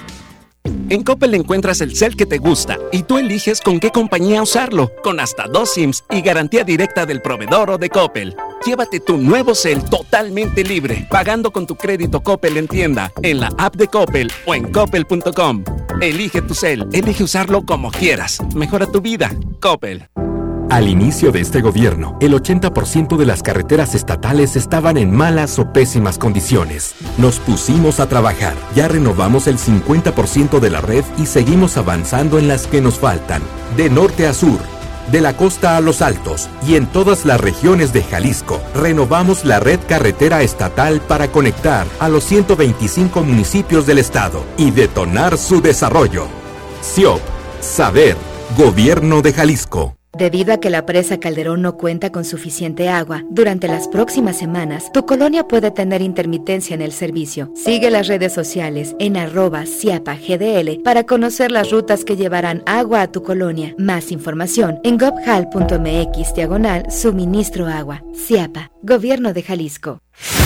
En Coppel encuentras el cel que te gusta y tú eliges con qué compañía usarlo, con hasta dos SIMs y garantía directa del proveedor o de Coppel. Llévate tu nuevo cel totalmente libre, pagando con tu crédito Coppel en tienda, en la app de Coppel o en coppel punto com. Elige tu cel, elige usarlo como quieras. Mejora tu vida. Coppel. Al inicio de este gobierno, el ochenta por ciento de las carreteras estatales estaban en malas o pésimas condiciones. Nos pusimos a trabajar, ya renovamos el cincuenta por ciento de la red y seguimos avanzando en las que nos faltan, de norte a sur, de la costa a los altos y en todas las regiones de Jalisco. Renovamos la red carretera estatal para conectar a los ciento veinticinco municipios del estado y detonar su desarrollo. C I O P, Saber, Gobierno de Jalisco. Debido a que la presa Calderón no cuenta con suficiente agua, durante las próximas semanas, tu colonia puede tener intermitencia en el servicio. Sigue las redes sociales en arroba ciapa G D L para conocer las rutas que llevarán agua a tu colonia. Más información en gobjal punto m x diagonal suministro agua. Ciapa, Gobierno de Jalisco.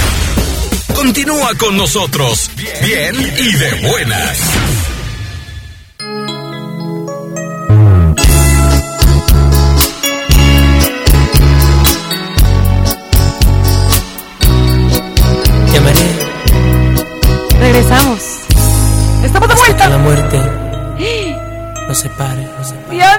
Continúa con nosotros, bien y de buenas. Regresamos. Estamos de vuelta. La muerte nos separe, nos separe. ¡Dios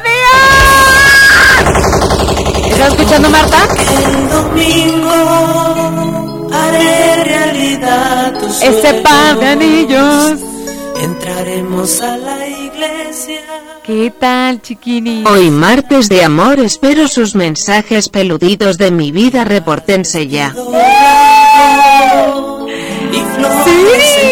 mío! ¿Estás escuchando, Marta? El domingo haré realidad tus sueños. Ese par de anillos. Entraremos a la iglesia. ¿Qué tal, chiquini? Hoy martes de amor, espero sus mensajes peludidos de mi vida, repórtense ya. ¡Sí!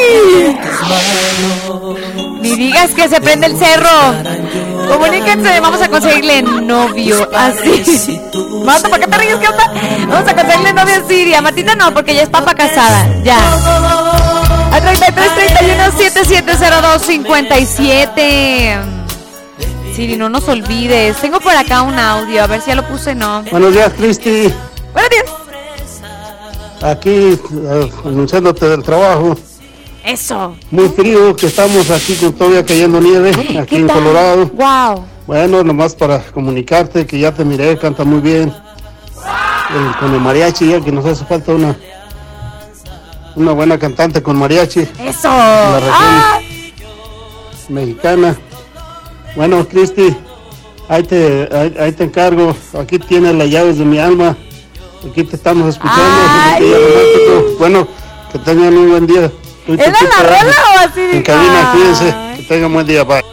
Ni digas que se prende el cerro. Comuníquense, vamos a conseguirle novio así. Marta, ¿por qué te ríes? ¿Qué onda? Vamos a conseguirle novio a Siria. Matita no, porque ella es papa casada. Ya. A treinta y tres treinta y uno setenta y siete cero dos cincuenta y siete. Siri, no nos olvides. Tengo por acá un audio, a ver si ya lo puse, no. Buenos días, Cristi. Buenos días. Aquí, uh, anunciándote del trabajo. Eso. Muy frío, que estamos aquí con todavía cayendo nieve, aquí en Colorado. Wow. Bueno, nomás para comunicarte que ya te miré, canta muy bien. El, con el mariachi, ya que nos hace falta una una buena cantante con mariachi. ¡Eso! La región ¡Ah! mexicana. Bueno, Cristi, ahí te, ahí, ahí te encargo. Aquí tienes las llaves de mi alma. Aquí te estamos escuchando. Bueno, que tengan un buen día. ¿Era la rola o así? En cabina, cuídense. Que tengan buen día. Bye.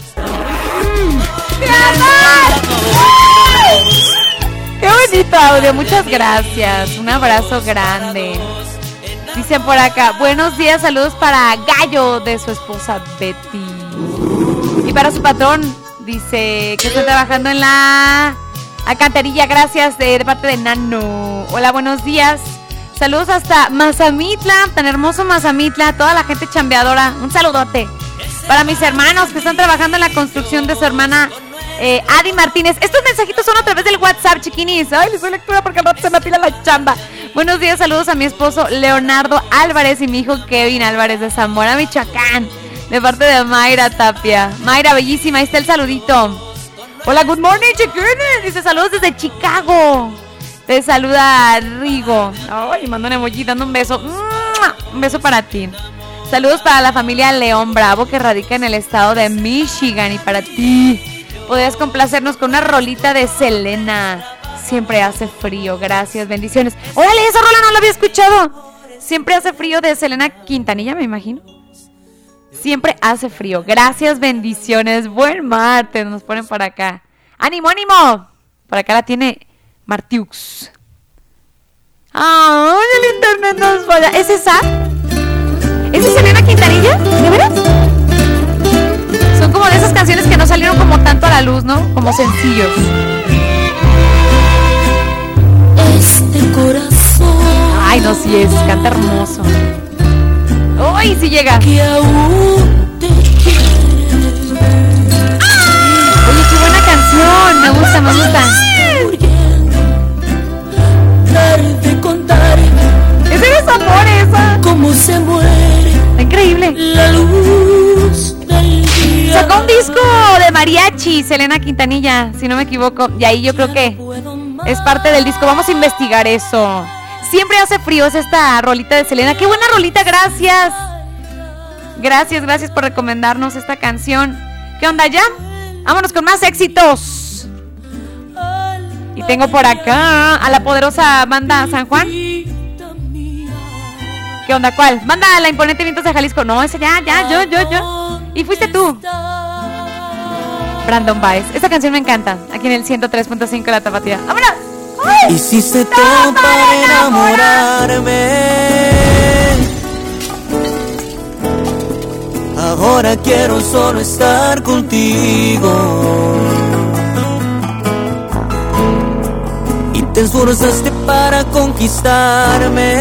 ¡Qué bonito audio! Muchas gracias. Un abrazo grande. Dicen por acá, buenos días, saludos para Gallo de su esposa Betty. Y para su patrón, dice que está trabajando en la alcantarilla, gracias, de, de parte de Nano. Hola, buenos días. Saludos hasta Mazamitla, tan hermoso Mazamitla, toda la gente chambeadora. Un saludote. Para mis hermanos que están trabajando en la construcción de su hermana eh, Adi Martínez. Estos mensajitos son a través del WhatsApp, chiquinis. Ay, les doy lectura porque al rato se me apila la chamba. Buenos días, saludos a mi esposo Leonardo Álvarez y mi hijo Kevin Álvarez de Zamora, Michoacán. De parte de Mayra Tapia. Mayra, bellísima, ahí está el saludito. Hola, good morning, chiquines. Dice saludos desde Chicago. Te saluda Rigo. Ay, manda un emoji dando un beso. Un beso para ti. Saludos para la familia León Bravo que radica en el estado de Michigan. Y para ti, podrías complacernos con una rolita de Selena. Siempre hace frío, gracias, bendiciones. Órale, esa rola no la había escuchado. Siempre hace frío de Selena Quintanilla, me imagino. Siempre hace frío, gracias, bendiciones. Buen martes, nos ponen por acá. ¡Ánimo, ánimo! Por acá la tiene Martiux. ¡Ah! ¡Oh, el internet nos falla! ¿Es esa? ¿Es de Selena Quintanilla? ¿De veras? Son como de esas canciones que no salieron como tanto a la luz, ¿no? Como sencillos. Este corazón. Ay, no, sí es, canta hermoso. ¡Ay, sí llega! Que aún te quiere. Oye, qué buena canción, me gusta, me gusta. Darte contar. ¡Es de desamor esa! Cómo se muere. Está increíble. La luz del día. Sacó un disco de mariachi, Selena Quintanilla, si no me equivoco. Y ahí yo creo que es parte del disco. Vamos a investigar eso. Siempre hace frío, es esta rolita de Selena. ¡Qué buena rolita! Gracias. Gracias, gracias por recomendarnos esta canción. ¿Qué onda ya? Vámonos con más éxitos. Y tengo por acá a la poderosa banda San Juan. ¿Qué onda? ¿Cuál? Banda La Imponente Vientos de Jalisco. No, ese ya, ya, yo, yo, yo. Y fuiste tú, Brandon Baez. Esta canción me encanta. Aquí en el ciento tres punto cinco de La Tapatía. ¡Vámonos! ¡Ay! Hiciste todo para enamorarme. Ahora quiero solo estar contigo. Y te esforzaste para conquistarme.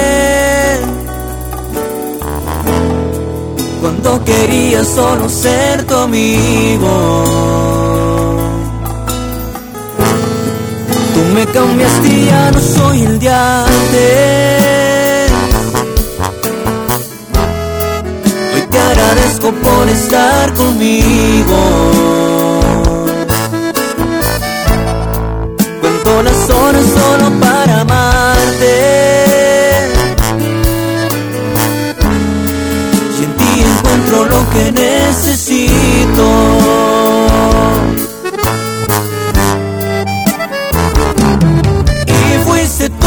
Cuando quería solo ser tu amigo. Tú me cambiaste y ya no soy el de antes. Hoy te agradezco por estar conmigo. Cuento las horas solo para amarte. Y en ti encuentro lo que necesito. Fuiste tú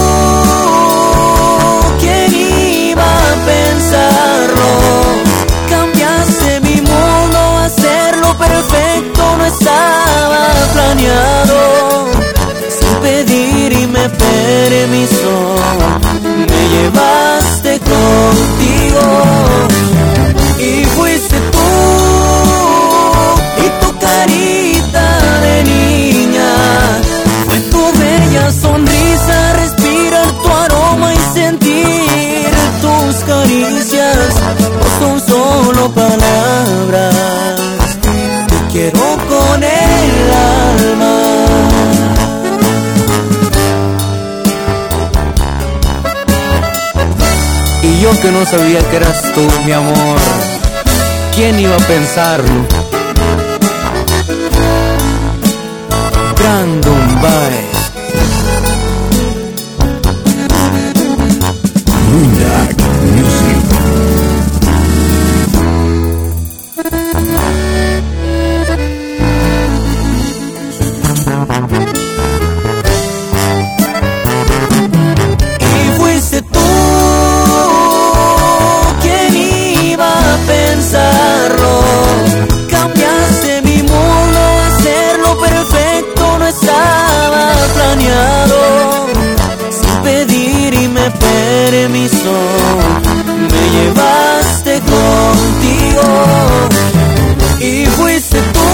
quien iba a pensarlo. Cambiaste mi mundo, hacerlo perfecto no estaba planeado. Sin pedirme permiso, me llevaste contigo. Y fuiste tú y tu carita de niña. Fue tu bella sonrisa, respirar tu aroma y sentir tus caricias. No son solo palabras, te quiero con el alma. Y yo que no sabía que eras tú, mi amor, ¿quién iba a pensarlo? Brandon Baez. Mundak. pedirme permiso, me llevaste contigo y fuiste tú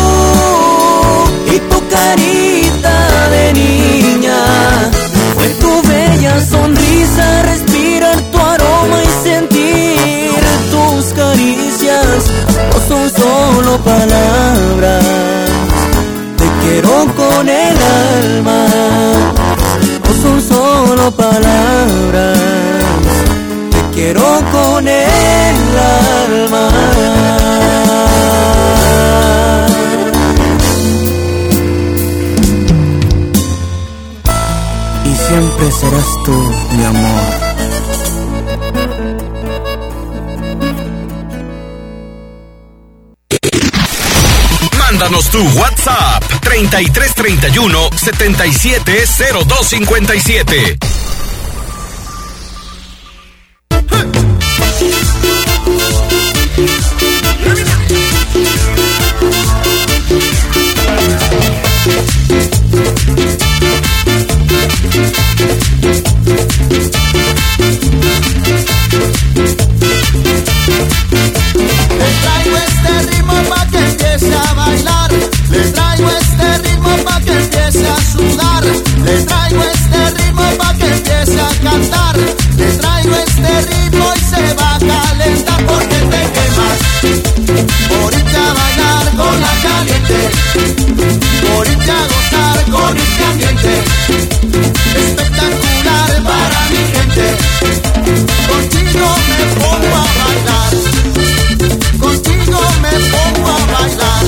y tu carita de niña. Fue tu bella sonrisa, respirar tu aroma y sentir tus caricias. No son solo palabras, te quiero con el alma. No son solo palabras, te quiero con el alma. Siempre serás tú, mi amor. Mándanos tu WhatsApp treinta y tres treinta y uno setenta y siete cero dos cincuenta y siete. Le traigo este ritmo pa' que empiece a bailar. Le traigo este ritmo pa' que empiece a sudar. Le traigo este ritmo pa' que empiece a cantar. Le traigo este ritmo y se va a calentar porque te quemas. Por irte a bailar con la caliente, por irte a gozar con este ambiente espectacular para mi gente. Contigo me pongo a bailar, contigo me pongo a bailar.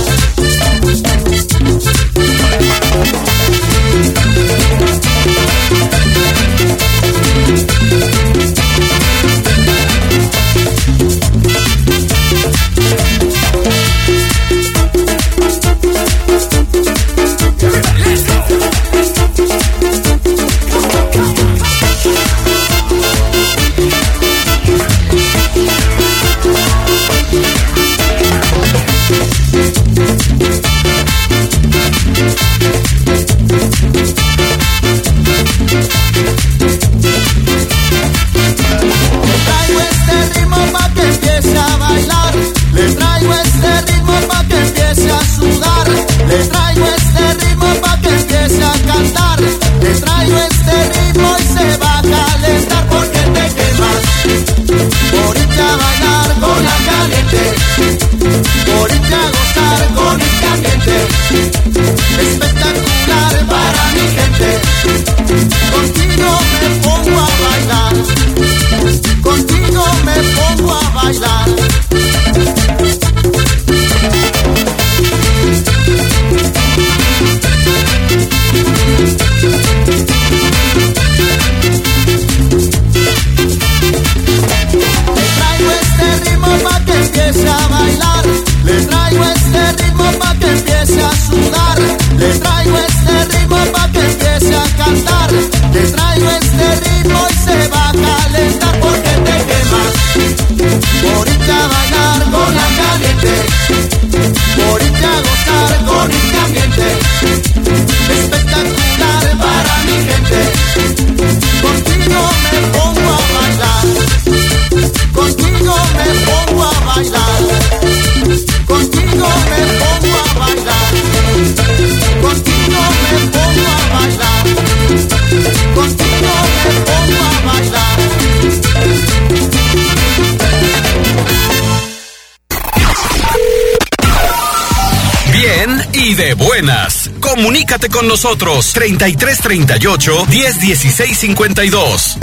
Y de buenas. Comunícate con nosotros treinta y tres treinta y ocho diez dieciséis cincuenta y dos.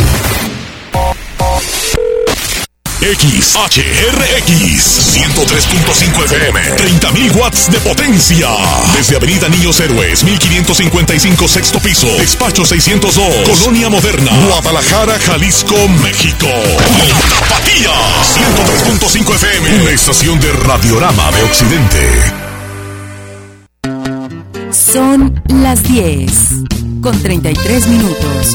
X H R X ciento tres punto cinco F M, treinta mil watts de potencia. Desde Avenida Niños Héroes, mil quinientos cincuenta y cinco, sexto piso, despacho seiscientos dos, Colonia Moderna, Guadalajara, Jalisco, México. La Tapatía, ciento tres punto cinco F M, una estación de Radiorama de Occidente. Son las diez, con treinta y tres minutos.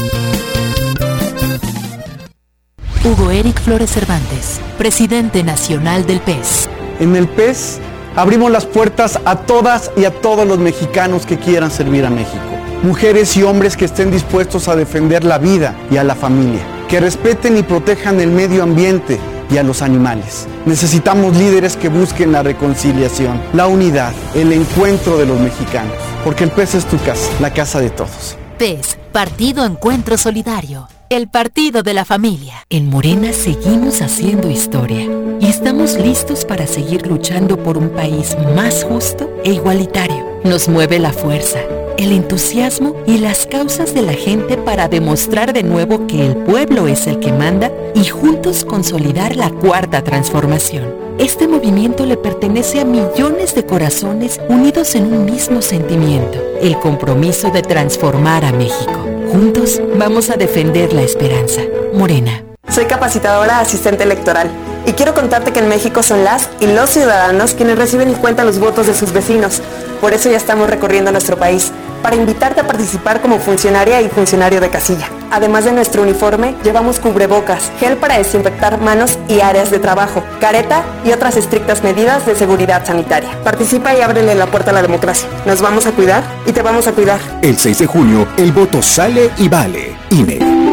Hugo Eric Flores Cervantes, presidente nacional del P E S. En el P E S Abrimos las puertas a todas y a todos los mexicanos que quieran servir a México. Mujeres y hombres que estén dispuestos a defender la vida y a la familia, que respeten y protejan el medio ambiente y a los animales. Necesitamos líderes que busquen la reconciliación, la unidad, el encuentro de los mexicanos, porque el P E S es tu casa, la casa de todos. P E S, Partido Encuentro Solidario, el partido de la familia. En Morena seguimos haciendo historia y estamos listos para seguir luchando por un país más justo e igualitario. Nos mueve la fuerza, el entusiasmo y las causas de la gente para demostrar de nuevo que el pueblo es el que manda y juntos consolidar la cuarta transformación. Este movimiento le pertenece a millones de corazones unidos en un mismo sentimiento, el compromiso de transformar a México. Juntos vamos a defender la esperanza. Morena. Soy capacitadora asistente electoral y quiero contarte que en México son las y los ciudadanos quienes reciben y cuentan los votos de sus vecinos. Por eso ya estamos recorriendo nuestro país, para invitarte a participar como funcionaria y funcionario de casilla. Además de nuestro uniforme, llevamos cubrebocas, gel para desinfectar manos y áreas de trabajo, careta y otras estrictas medidas de seguridad sanitaria. Participa y ábrele la puerta a la democracia. Nos vamos a cuidar y te vamos a cuidar. El seis de junio, el voto sale y vale. I N E.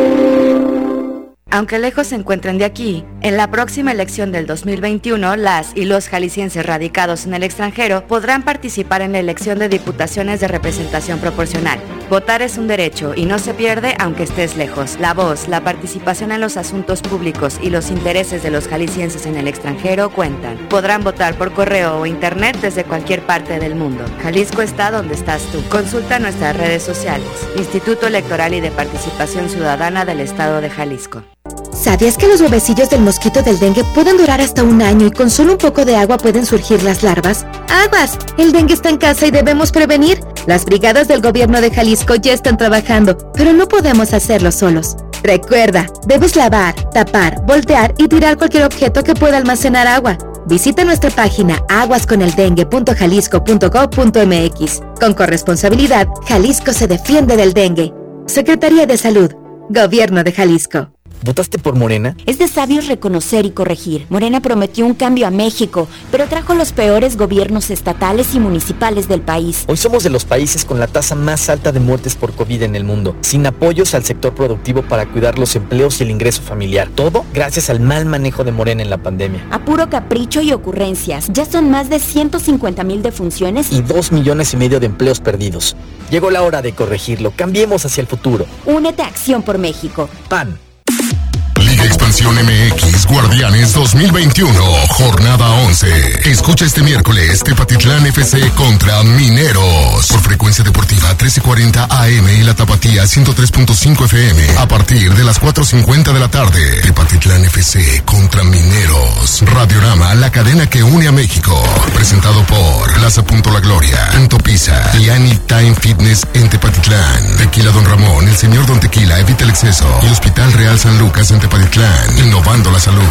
Aunque lejos se encuentren de aquí, en la próxima elección del dos mil veintiuno, las y los jaliscienses radicados en el extranjero podrán participar en la elección de diputaciones de representación proporcional. Votar es un derecho y no se pierde aunque estés lejos. La voz, la participación en los asuntos públicos y los intereses de los jaliscienses en el extranjero cuentan. Podrán votar por correo o internet desde cualquier parte del mundo. Jalisco está donde estás tú. Consulta nuestras redes sociales. Instituto Electoral y de Participación Ciudadana del Estado de Jalisco. ¿Sabías que los huevecillos del mosquito del dengue pueden durar hasta un año y con solo un poco de agua pueden surgir las larvas? ¡Aguas! El dengue está en casa y debemos prevenir. Las brigadas del gobierno de Jalisco ya están trabajando, pero no podemos hacerlo solos. Recuerda, debes lavar, tapar, voltear y tirar cualquier objeto que pueda almacenar agua. Visita nuestra página aguas con el dengue punto jalisco punto gob punto m x. Con corresponsabilidad, Jalisco se defiende del dengue. Secretaría de Salud, Gobierno de Jalisco. ¿Votaste por Morena? Es de sabios reconocer y corregir. Morena prometió un cambio a México, pero trajo los peores gobiernos estatales y municipales del país. Hoy somos de los países con la tasa más alta de muertes por COVID en el mundo, sin apoyos al sector productivo para cuidar los empleos y el ingreso familiar. Todo gracias al mal manejo de Morena en la pandemia. A puro capricho y ocurrencias. Ya son más de ciento cincuenta mil defunciones y dos millones y medio de empleos perdidos. Llegó la hora de corregirlo. Cambiemos hacia el futuro. Únete a Acción por México. P A N. Liga Expansión M X Guardianes dos mil veintiuno, jornada once. Escucha este miércoles Tepatitlán F C contra Mineros. Por frecuencia deportiva trece cuarenta A M y la Tapatía ciento tres punto cinco F M. A partir de las cuatro cincuenta de la tarde. Tepatitlán F C contra Mineros. Radiorama, la cadena que une a México. Presentado por Plaza Punto La Gloria, Punto Pisa y Anytime Fitness en Tepatitlán. Tequila Don Ramón, el señor Don Tequila, evita el exceso. Y Hospital Real San Lucas en Tepatitlán, innovando la salud.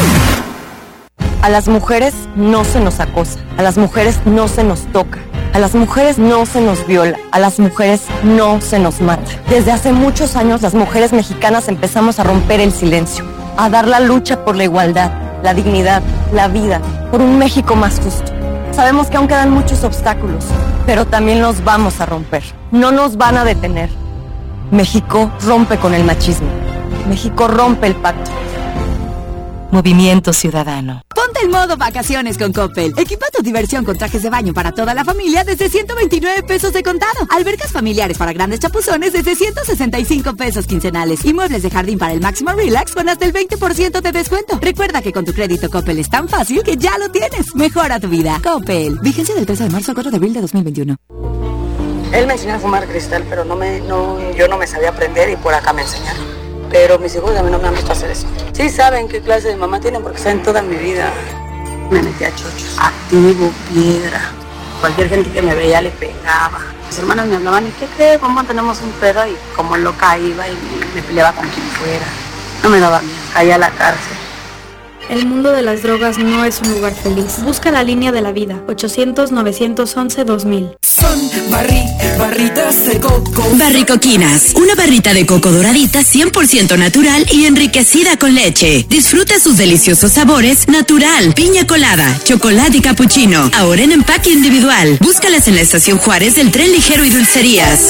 A las mujeres no se nos acosa, a las mujeres no se nos toca, a las mujeres no se nos viola, a las mujeres no se nos mata. Desde hace muchos años las mujeres mexicanas empezamos a romper el silencio, a dar la lucha por la igualdad, la dignidad, la vida, por un México más justo. Sabemos que aún quedan muchos obstáculos, pero también los vamos a romper. No nos van a detener. México rompe con el machismo. México rompe el pacto. Movimiento Ciudadano. Ponte en modo vacaciones con Coppel. Equipa tu diversión con trajes de baño para toda la familia desde ciento veintinueve pesos de contado. Albercas familiares para grandes chapuzones desde ciento sesenta y cinco pesos quincenales. Y muebles de jardín para el máximo relax con hasta el veinte por ciento de descuento. Recuerda que con tu crédito Coppel es tan fácil que ya lo tienes. Mejora tu vida. Coppel. Vigencia del trece de marzo al cuatro de abril de dos mil veintiuno. Él me enseñó a fumar cristal, pero no me, no, yo no me sabía aprender y por acá me enseñaron. Pero mis hijos a mí no me han visto hacer eso. Sí saben qué clase de mamá tienen porque saben toda mi vida. Me metí a chochos, activo, piedra. Cualquier gente que me veía le pegaba. Mis hermanas me hablaban, ¿y qué crees? Mamá, tenemos un pedo. Y como loca iba y me, me peleaba con quien fuera. No me daba miedo, caía a la cárcel. El mundo de las drogas no es un lugar feliz. Busca la línea de la vida. ochocientos, novecientos once, dos mil. son barri, barritas de coco. Barricoquinas, una barrita de coco doradita cien por ciento natural y enriquecida con leche. Disfruta sus deliciosos sabores natural, piña colada, chocolate y capuchino. Ahora en empaque individual. Búscalas en la estación Juárez del Tren Ligero y Dulcerías.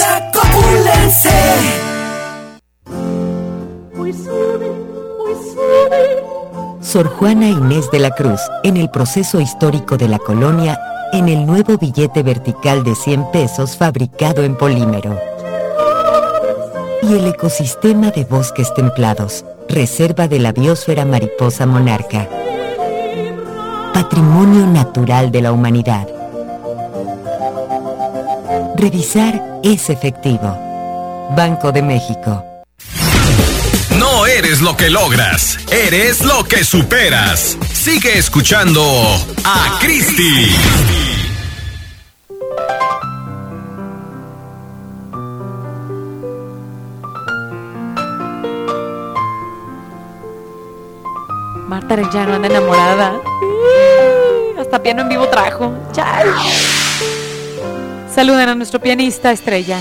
Sor Juana Inés de la Cruz, en el proceso histórico de la colonia, en el nuevo billete vertical de cien pesos fabricado en polímero. Y el ecosistema de bosques templados, reserva de la biosfera mariposa monarca. Patrimonio natural de la humanidad. Revisar es efectivo. Banco de México. No eres lo que logras, eres lo que superas. Sigue escuchando a Cristi. Marta Arellano anda enamorada. Hasta piano en vivo trajo. Chai. Saluden a nuestro pianista estrella.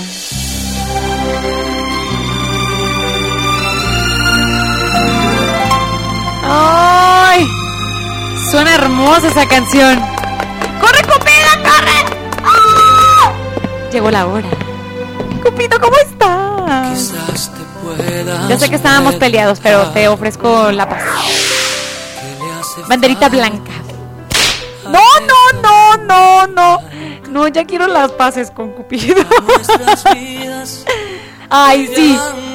¡Ay! Suena hermosa esa canción. ¡Corre, Cupido, corre! ¡Ah! Llegó la hora. Cupido, ¿cómo estás? Ya sé que estábamos peleados, pero te ofrezco la paz. Banderita blanca. No, no, no, no, no. No, ya quiero las paces con Cupido. Ay, sí.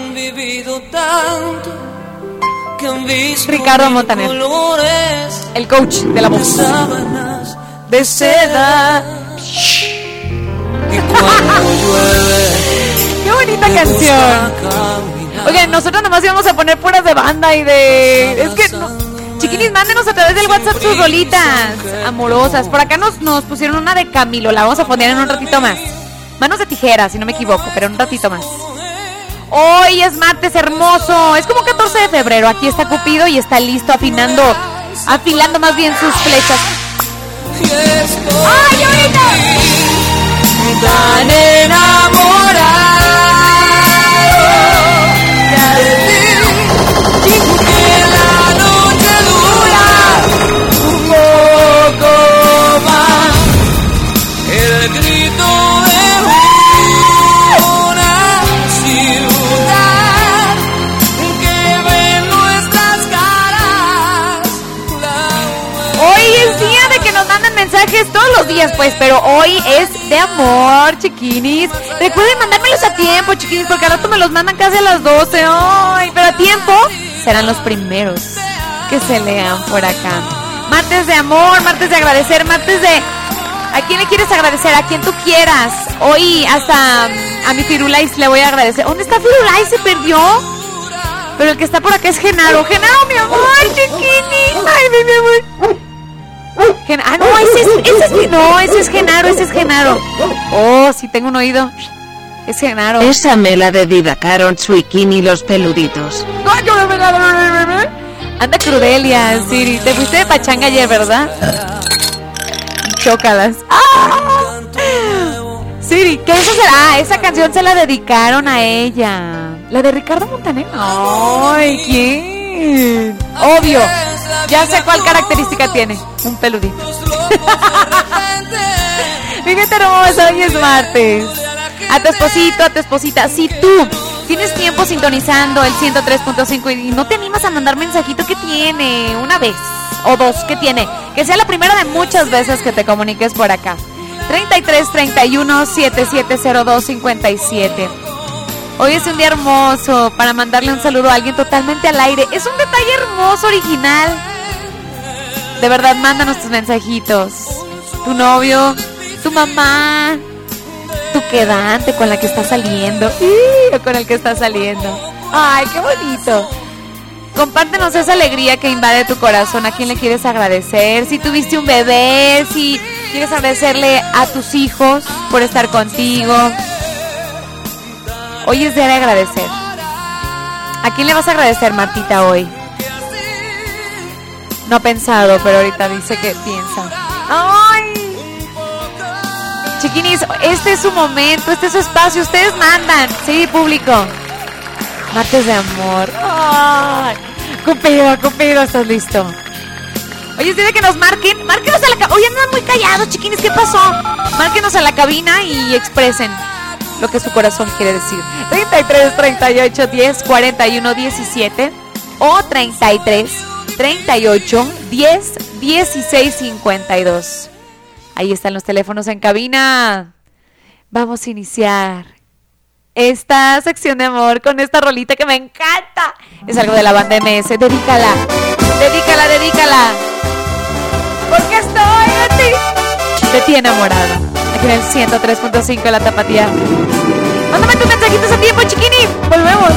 Ricardo Montaner, el coach de la voz de seda. Qué bonita canción. Oigan, nosotros nomás íbamos a poner puras de banda y de... Es que no... Chiquinis, mándenos a través del WhatsApp sus rolitas amorosas. Por acá nos, nos pusieron una de Camilo. La vamos a poner en un ratito más. Manos de tijera, si no me equivoco, pero en un ratito más. Hoy es martes hermoso. Es como catorce de febrero. Aquí está Cupido y está listo afinando, afilando más bien sus flechas. ¡Ay, ahorita! Tan enamorado que la noche dura un poco más. El grito de una ciudad que ve nuestras caras. Hoy es día de que nos manden mensajes todos los días, pues, pero hoy es de amor, chiquinis. Recuerden mandármelos a tiempo, chiquinis, porque al rato me los mandan casi a las doce. Ay, pero a tiempo serán los primeros que se lean por acá. Martes de amor, martes de agradecer, martes de... ¿A quién le quieres agradecer? A quien tú quieras. Hoy hasta a mi Firulais le voy a agradecer. ¿Dónde está Firulais? ¿Se perdió? Pero el que está por acá es Genaro. Genaro, mi amor, chiquini. Ay, mi amor. Gen- ah, no, ese es, ese es, no, ese es Genaro, ese es Genaro. Oh, sí tengo un oído. Es Genaro. Esa me la dedicaron Suikini y los peluditos. Anda Crudelia, Siri. Te fuiste de pachanga ayer, ¿verdad? Chócalas. ¡Ah! Siri, ¿qué eso será? Ah, esa canción se la dedicaron a ella. La de Ricardo Montaner. Ay, ¿quién? Obvio. Ya sé cuál característica tiene. Un peludito. Fíjate hermosa, hoy es martes. A tu esposito, a tu esposita. Si tú tienes tiempo sintonizando el ciento tres punto cinco y no te animas a mandar mensajito, ¿qué tiene? Una vez o dos, ¿qué tiene? Que sea la primera de muchas veces que te comuniques por acá. treinta y tres, treinta y uno, setenta y siete cero dos, cincuenta y siete. Hoy es un día hermoso para mandarle un saludo a alguien totalmente al aire. Es un detalle hermoso, original. De verdad, mándanos tus mensajitos. Tu novio, tu mamá, tu quedante con la que estás saliendo, o con el que estás saliendo. Ay, qué bonito. Compártenos esa alegría que invade tu corazón. ¿A quién le quieres agradecer? Si tuviste un bebé, si quieres agradecerle a tus hijos por estar contigo. Hoy es día de agradecer. ¿A quién le vas a agradecer, Martita, hoy? No ha pensado, pero ahorita dice que piensa. ¡Ay! Chiquinis, este es su momento, este es su espacio, ustedes mandan. Sí, público. Martes de amor. Ay, Cupido, Cupido, ¿estás listo? Oye, es de que nos marquen, márquenos a la cabina. Oye, andan muy callados, chiquinis, ¿qué pasó? Márquenos a la cabina y expresen lo que su corazón quiere decir. treinta y tres, treinta y ocho, diez, cuarenta y uno, diecisiete o treinta y tres, treinta y ocho, diez, dieciséis, cincuenta y dos. Ahí están los teléfonos en cabina. Vamos a iniciar esta sección de amor con esta rolita que me encanta. Es algo de la banda M S. Dedícala, dedícala, dedícala. Porque estoy de ti, de ti enamorado. Aquí en el ciento tres punto cinco de la Tapatía. Mándame tus mensajitos a tiempo, chiquini. Volvemos.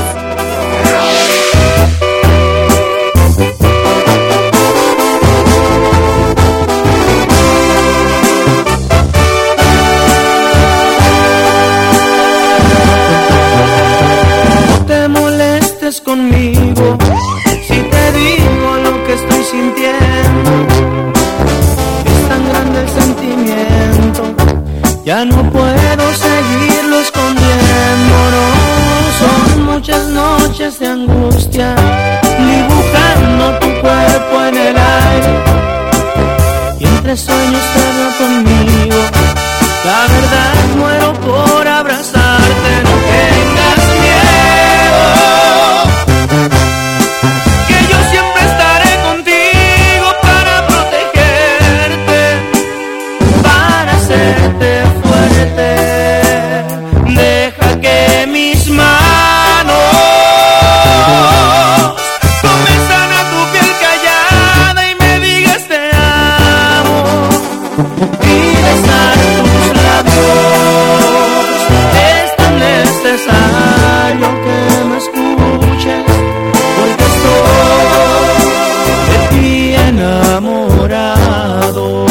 No te molestes conmigo si te digo lo que estoy sintiendo. Es tan grande el sentimiento, ya no puedo seguirlo escondiendo, no. Son muchas noches de angustia, dibujando tu cuerpo en el aire. Y entre sueños te veo conmigo, la verdad muero por abrazarte. No tengas miedo, que yo siempre estaré contigo para protegerte, para hacerte fuerte. Deja que mis manos comienzan a tu piel callada y me digas te amo y besar tus labios. Es tan necesario que me escuches, porque estoy de ti enamorado.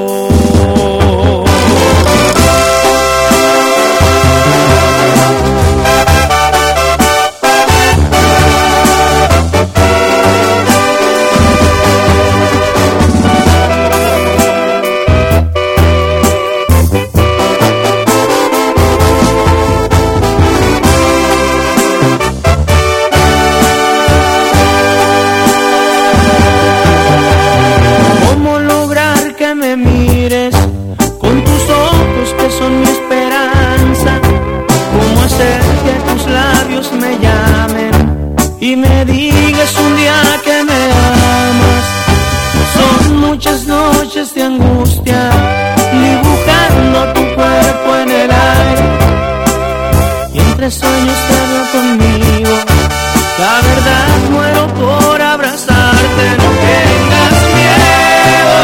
Y me digas un día que me amas. Son muchas noches de angustia, dibujando tu cuerpo en el aire. Y entre sueños te veo conmigo, la verdad muero por abrazarte. No tengas miedo,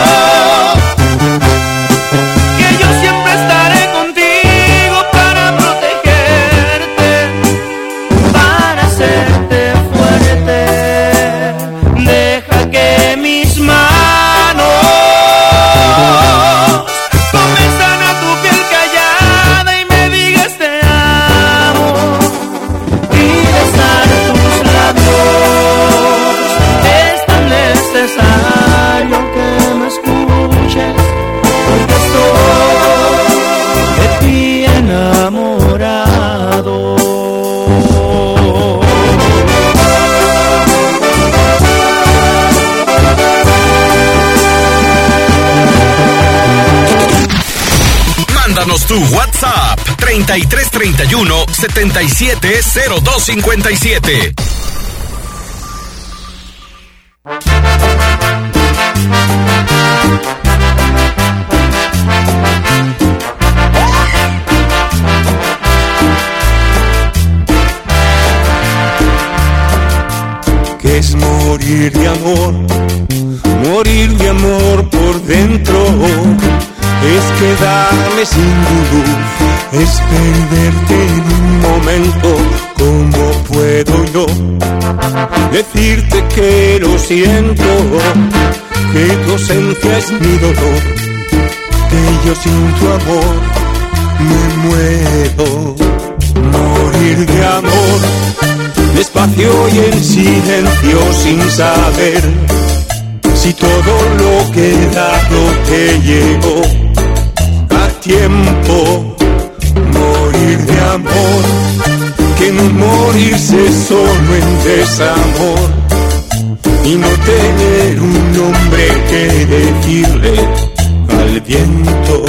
que yo siempre estaré contigo para protegerte, para hacerte. Deja que mis manos comienzan a tu piel callada y me digas te amo y besar tus labios. Es tan necesario que me escuches, porque estoy de ti enamorado. Mándanos tu WhatsApp treinta y tres, treinta y uno, setenta y siete, cero dos cincuenta y siete. ¿Qué es morir de amor? Morir de amor por dentro. Es quedarme sin luz, es perderte en un momento. ¿Cómo puedo yo decirte que lo siento? Que tu ausencia es mi dolor, que yo sin tu amor me muero. Morir de amor, despacio y en silencio, sin saber si todo lo que he dado te llegó. tiempo. Morir de amor, que no morirse solo en desamor, y no tener un nombre que decirle al viento.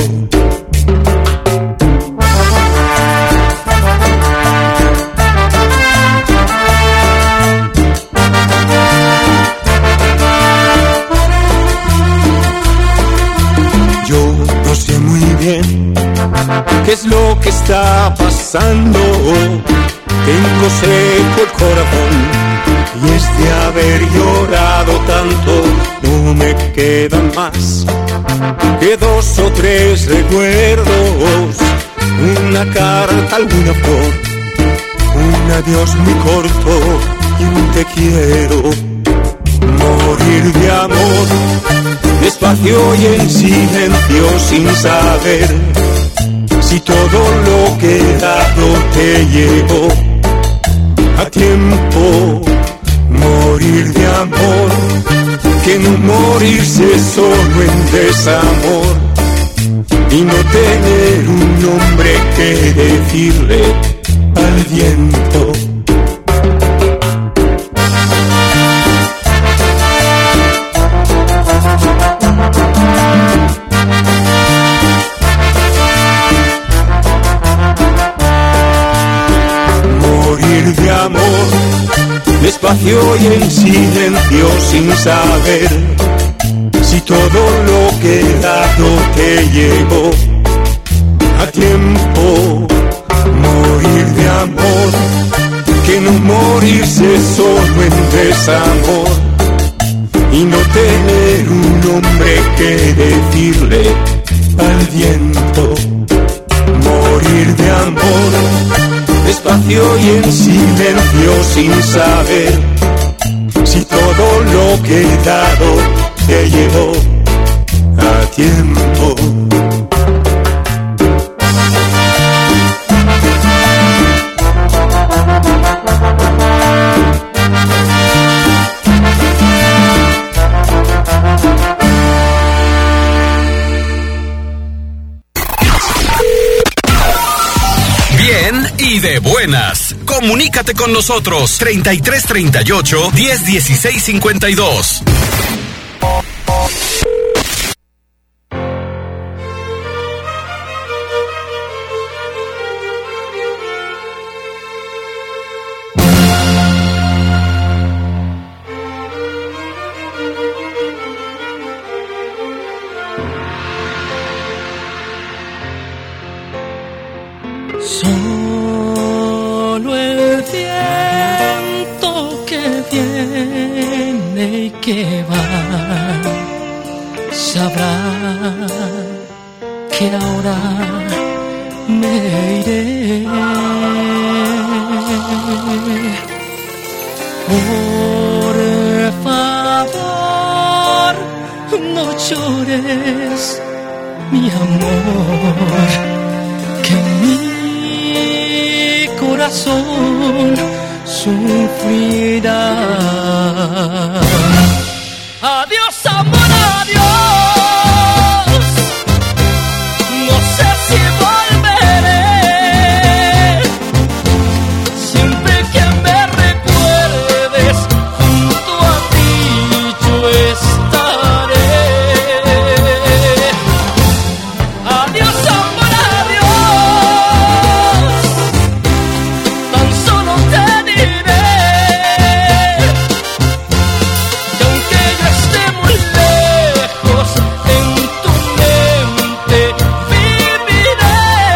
Yo no sé muy bien qué es lo que está pasando. Tengo seco el corazón y es de haber llorado tanto. No me quedan más que dos o tres recuerdos, una carta, alguna flor, un adiós muy corto y un te quiero. Morir de amor, despacio y en silencio, sin saber si todo lo que he dado te llegó a tiempo. Morir de amor, que no morirse solo en desamor, y no tener un nombre que decirle al viento. Morir de amor, despacio y en silencio, sin saber si todo lo que he dado te llegó a tiempo. Morir de amor, que no morirse solo en desamor, y no tener un nombre que decirle al viento. Morir de amor, despacio y en silencio, sin saber si todo lo que he dado te llegó a tiempo. Y de buenas, comunícate con nosotros treinta y tres treinta y ocho, diez dieciséis cincuenta y dos. Solo el viento que viene y que va sabrá que ahora me iré. Por favor, no llores, mi amor, que mi corazón sufrirá. Adiós, amor, adiós. No sé si volveré. Siempre que me recuerdes, junto a ti yo estaré. Adiós, amor, adiós. Tan solo te diré que aunque yo esté muy lejos, en tu mente viviré.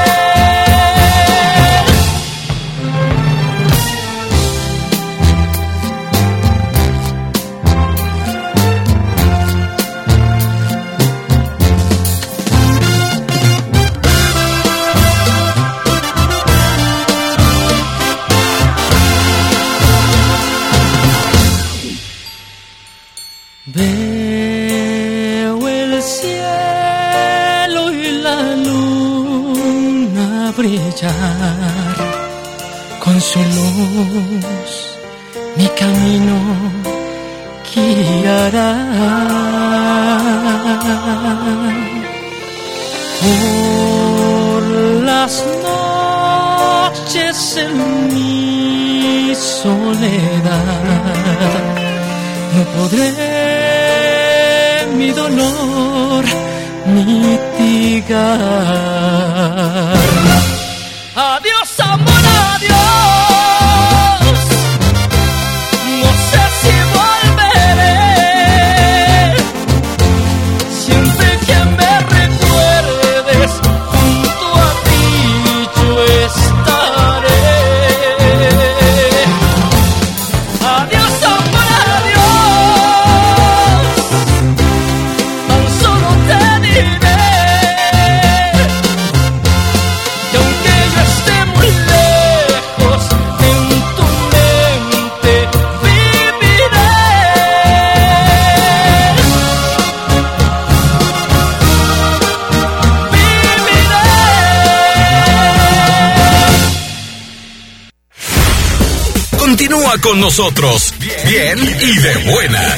Veo el cielo y la luna brillar, con su luz mi camino guiará. Oh, podré mi dolor mitigar. Adiós, amor, adiós. No sé si volveré. Siempre que me recuerdes, junto a ti yo estaré. Adiós, amor, adiós. Tan solo te diré que aunque yo esté muy lejos, en tu mente viviré. Continúa con nosotros, bien y de buenas.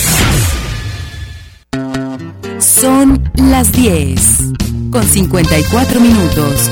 Son las diez, con cincuenta y cuatro minutos.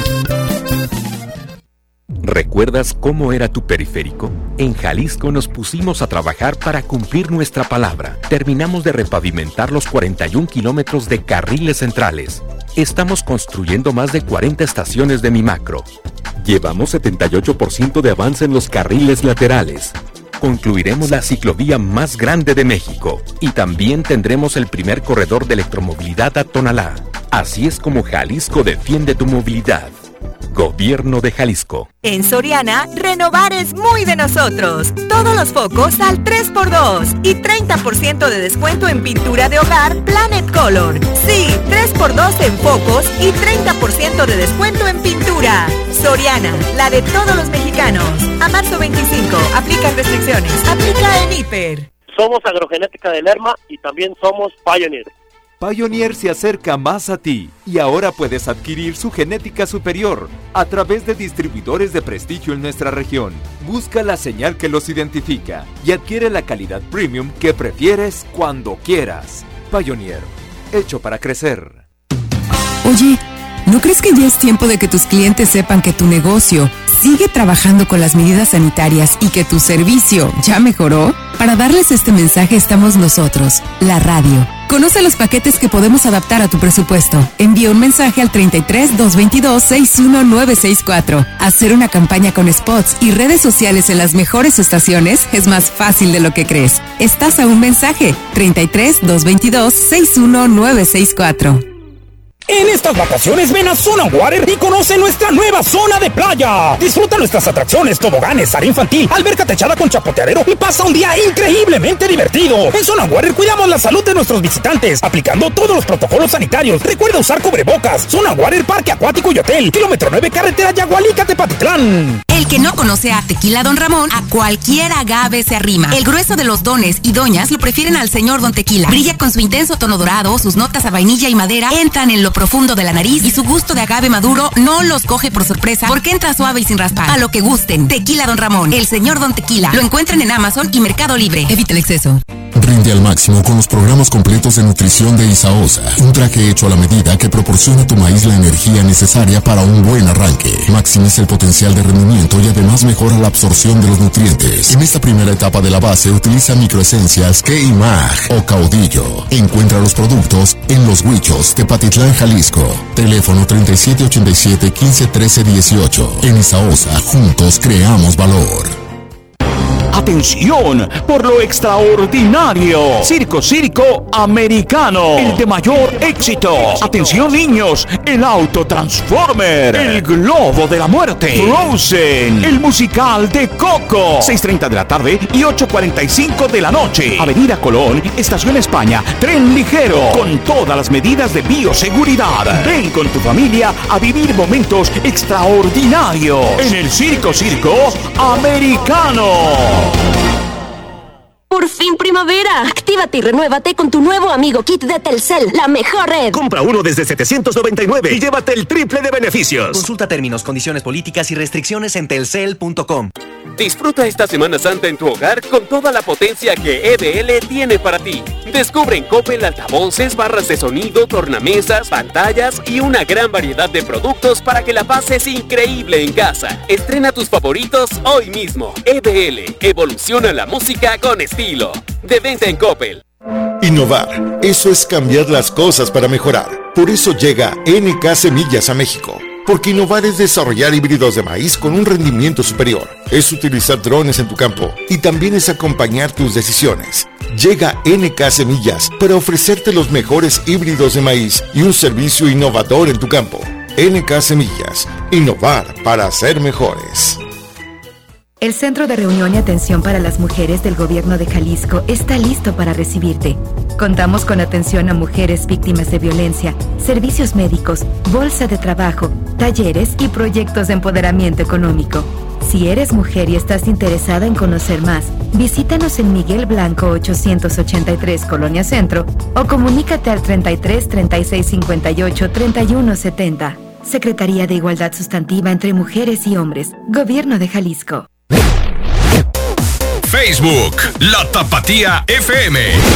¿Recuerdas cómo era tu periférico? En Jalisco nos pusimos a trabajar para cumplir nuestra palabra. Terminamos de repavimentar los cuarenta y un kilómetros de carriles centrales. Estamos construyendo más de cuarenta estaciones de Mi Macro. Llevamos setenta y ocho por ciento de avance en los carriles laterales. Concluiremos la ciclovía más grande de México y también tendremos el primer corredor de electromovilidad a Tonalá. Así es como Jalisco defiende tu movilidad. Gobierno de Jalisco. En Soriana, renovar es muy de nosotros. Todos los focos al tres por dos y treinta por ciento de descuento en pintura de hogar Planet Color. Sí, tres por dos en focos y treinta por ciento de descuento en pintura. Soriana, la de todos los mexicanos. A marzo veinticinco, aplican restricciones. Aplica en Hiper. Somos Agrogenética de Lerma y también somos Pioneer. Pioneer se acerca más a ti y ahora puedes adquirir su genética superior a través de distribuidores de prestigio en nuestra región. Busca la señal que los identifica y adquiere la calidad premium que prefieres cuando quieras. Pioneer, hecho para crecer. Oye, ¿no crees que ya es tiempo de que tus clientes sepan que tu negocio sigue trabajando con las medidas sanitarias y que tu servicio ya mejoró? Para darles este mensaje estamos nosotros, la radio. Conoce los paquetes que podemos adaptar a tu presupuesto. Envía un mensaje al treinta y tres, doscientos veintidós, sesenta y uno nueve sesenta y cuatro. Hacer una campaña con spots y redes sociales en las mejores estaciones es más fácil de lo que crees. Estás a un mensaje. treinta y tres, doscientos veintidós, sesenta y uno nueve sesenta y cuatro. En estas vacaciones ven a Zona Water y conoce nuestra nueva zona de playa. Disfruta nuestras atracciones, toboganes, área infantil, alberca techada con chapoteadero y pasa un día increíblemente divertido. En Zona Water cuidamos la salud de nuestros visitantes, aplicando todos los protocolos sanitarios. Recuerda usar cubrebocas. Zona Water, Parque Acuático y Hotel, kilómetro nueve, carretera Yagualica, Tepatitlán. El que no conoce a Tequila Don Ramón, a cualquier agave se arrima. El grueso de los dones y doñas lo prefieren al señor Don Tequila. Brilla con su intenso tono dorado, sus notas a vainilla y madera entran en lo profundo de la nariz y su gusto de agave maduro no los coge por sorpresa porque entra suave y sin raspar. A lo que gusten. Tequila Don Ramón, el señor Don Tequila. Lo encuentran en Amazon y Mercado Libre. Evita el exceso. Rinde al máximo con los programas completos de nutrición de Isaosa. Un traje hecho a la medida que proporciona a tu maíz la energía necesaria para un buen arranque. Maximiza el potencial de rendimiento y además mejora la absorción de los nutrientes. En esta primera etapa de la base utiliza microesencias K-Mag o Caudillo. Encuentra los productos en Los Huichos, Tepatitlán, Jalisco. Teléfono treinta y siete ochenta y siete, quince trece dieciocho. En Isaosa, juntos creamos valor. ¡Atención! Por lo extraordinario. Circo Circo Americano. El de mayor éxito. ¡Atención, niños! El Auto Transformer. El Globo de la Muerte. Frozen. El musical de Coco. seis treinta de la tarde y ocho cuarenta y cinco de la noche. Avenida Colón, Estación España. Tren ligero. Con todas las medidas de bioseguridad. Ven con tu familia a vivir momentos extraordinarios. En el Circo Circo Americano. ¡Por fin primavera! Actívate y renuévate con tu nuevo amigo kit de Telcel, la mejor red. Compra uno desde setecientos noventa y nueve y llévate el triple de beneficios. Consulta términos, condiciones, políticas y restricciones en telcel punto com. Disfruta esta Semana Santa en tu hogar con toda la potencia que E B L tiene para ti. Descubre en Coppel altavoces, barras de sonido, tornamesas, pantallas y una gran variedad de productos para que la pases increíble en casa. Estrena tus favoritos hoy mismo. E B L, evoluciona la música con estilo. estilo. De venta en Coppel. Innovar, eso es cambiar las cosas para mejorar. Por eso llega N K Semillas a México. Porque innovar es desarrollar híbridos de maíz con un rendimiento superior. Es utilizar drones en tu campo y también es acompañar tus decisiones. Llega N K Semillas para ofrecerte los mejores híbridos de maíz y un servicio innovador en tu campo. N K Semillas, innovar para ser mejores. El Centro de Reunión y Atención para las Mujeres del Gobierno de Jalisco está listo para recibirte. Contamos con atención a mujeres víctimas de violencia, servicios médicos, bolsa de trabajo, talleres y proyectos de empoderamiento económico. Si eres mujer y estás interesada en conocer más, visítanos en Miguel Blanco ochocientos ochenta y tres, Colonia Centro, o comunícate al treinta y tres, treinta y seis, cincuenta y ocho, treinta y uno, setenta. Secretaría de Igualdad Sustantiva entre Mujeres y Hombres, Gobierno de Jalisco. Facebook, La Tapatía F M.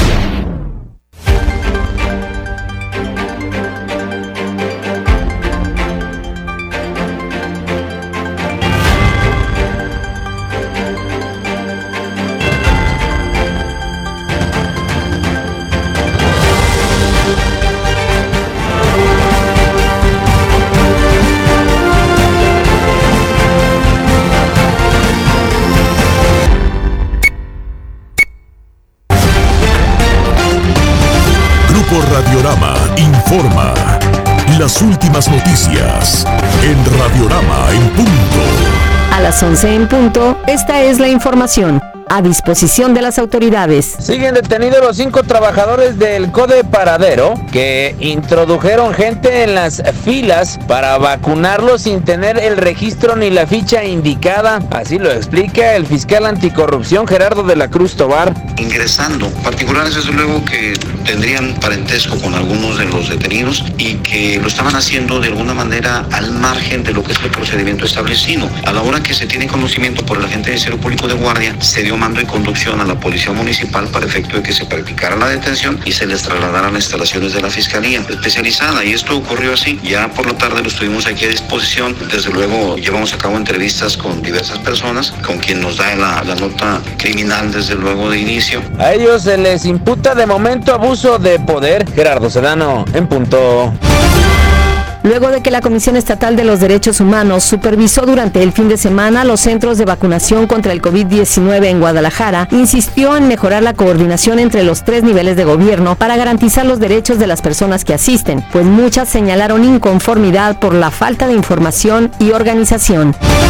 Radiorama informa. Las últimas noticias en Radiorama en punto. A las once en punto, esta es la información a disposición de las autoridades. Siguen detenidos los cinco trabajadores del Code Paradero que introdujeron gente en las filas para vacunarlos sin tener el registro ni la ficha indicada. Así lo explica el fiscal anticorrupción Gerardo de la Cruz Tobar. Ingresando, particulares desde luego que tendrían parentesco con algunos de los detenidos y que lo estaban haciendo de alguna manera al margen de lo que es el procedimiento establecido. A la hora que se tiene conocimiento por el agente de Ministerio Público de Guardia, se dio mando y conducción a la Policía Municipal para efecto de que se practicara la detención y se les trasladara a las instalaciones de la Fiscalía especializada. Y esto ocurrió así. Ya por la tarde lo estuvimos aquí a disposición. Desde luego llevamos a cabo entrevistas con diversas personas, con quien nos da la, la nota criminal desde luego de inicio. A ellos se les imputa de momento abuso de poder. Gerardo Sedano, en punto. Luego de que la Comisión Estatal de los Derechos Humanos supervisó durante el fin de semana los centros de vacunación contra el COVID diecinueve en Guadalajara, insistió en mejorar la coordinación entre los tres niveles de gobierno para garantizar los derechos de las personas que asisten, pues muchas señalaron inconformidad por la falta de información y organización.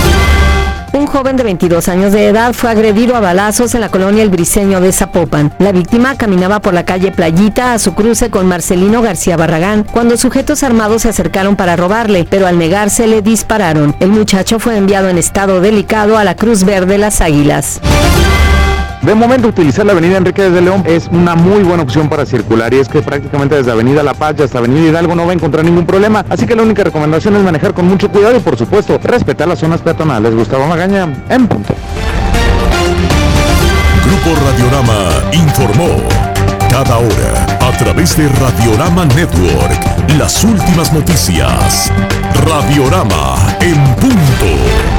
Un joven de veintidós años de edad fue agredido a balazos en la colonia El Briceño de Zapopan. La víctima caminaba por la calle Playita a su cruce con Marcelino García Barragán cuando sujetos armados se acercaron para robarle, pero al negarse le dispararon. El muchacho fue enviado en estado delicado a la Cruz Verde Las Águilas. De momento, utilizar la avenida Enrique de León es una muy buena opción para circular, y es que prácticamente desde avenida La Paz hasta avenida Hidalgo no va a encontrar ningún problema, así que la única recomendación es manejar con mucho cuidado y, por supuesto, respetar las zonas peatonales. Gustavo Magaña, en punto. Grupo Radiorama informó. Cada hora, a través de Radiorama Network, las últimas noticias. Radiorama en punto.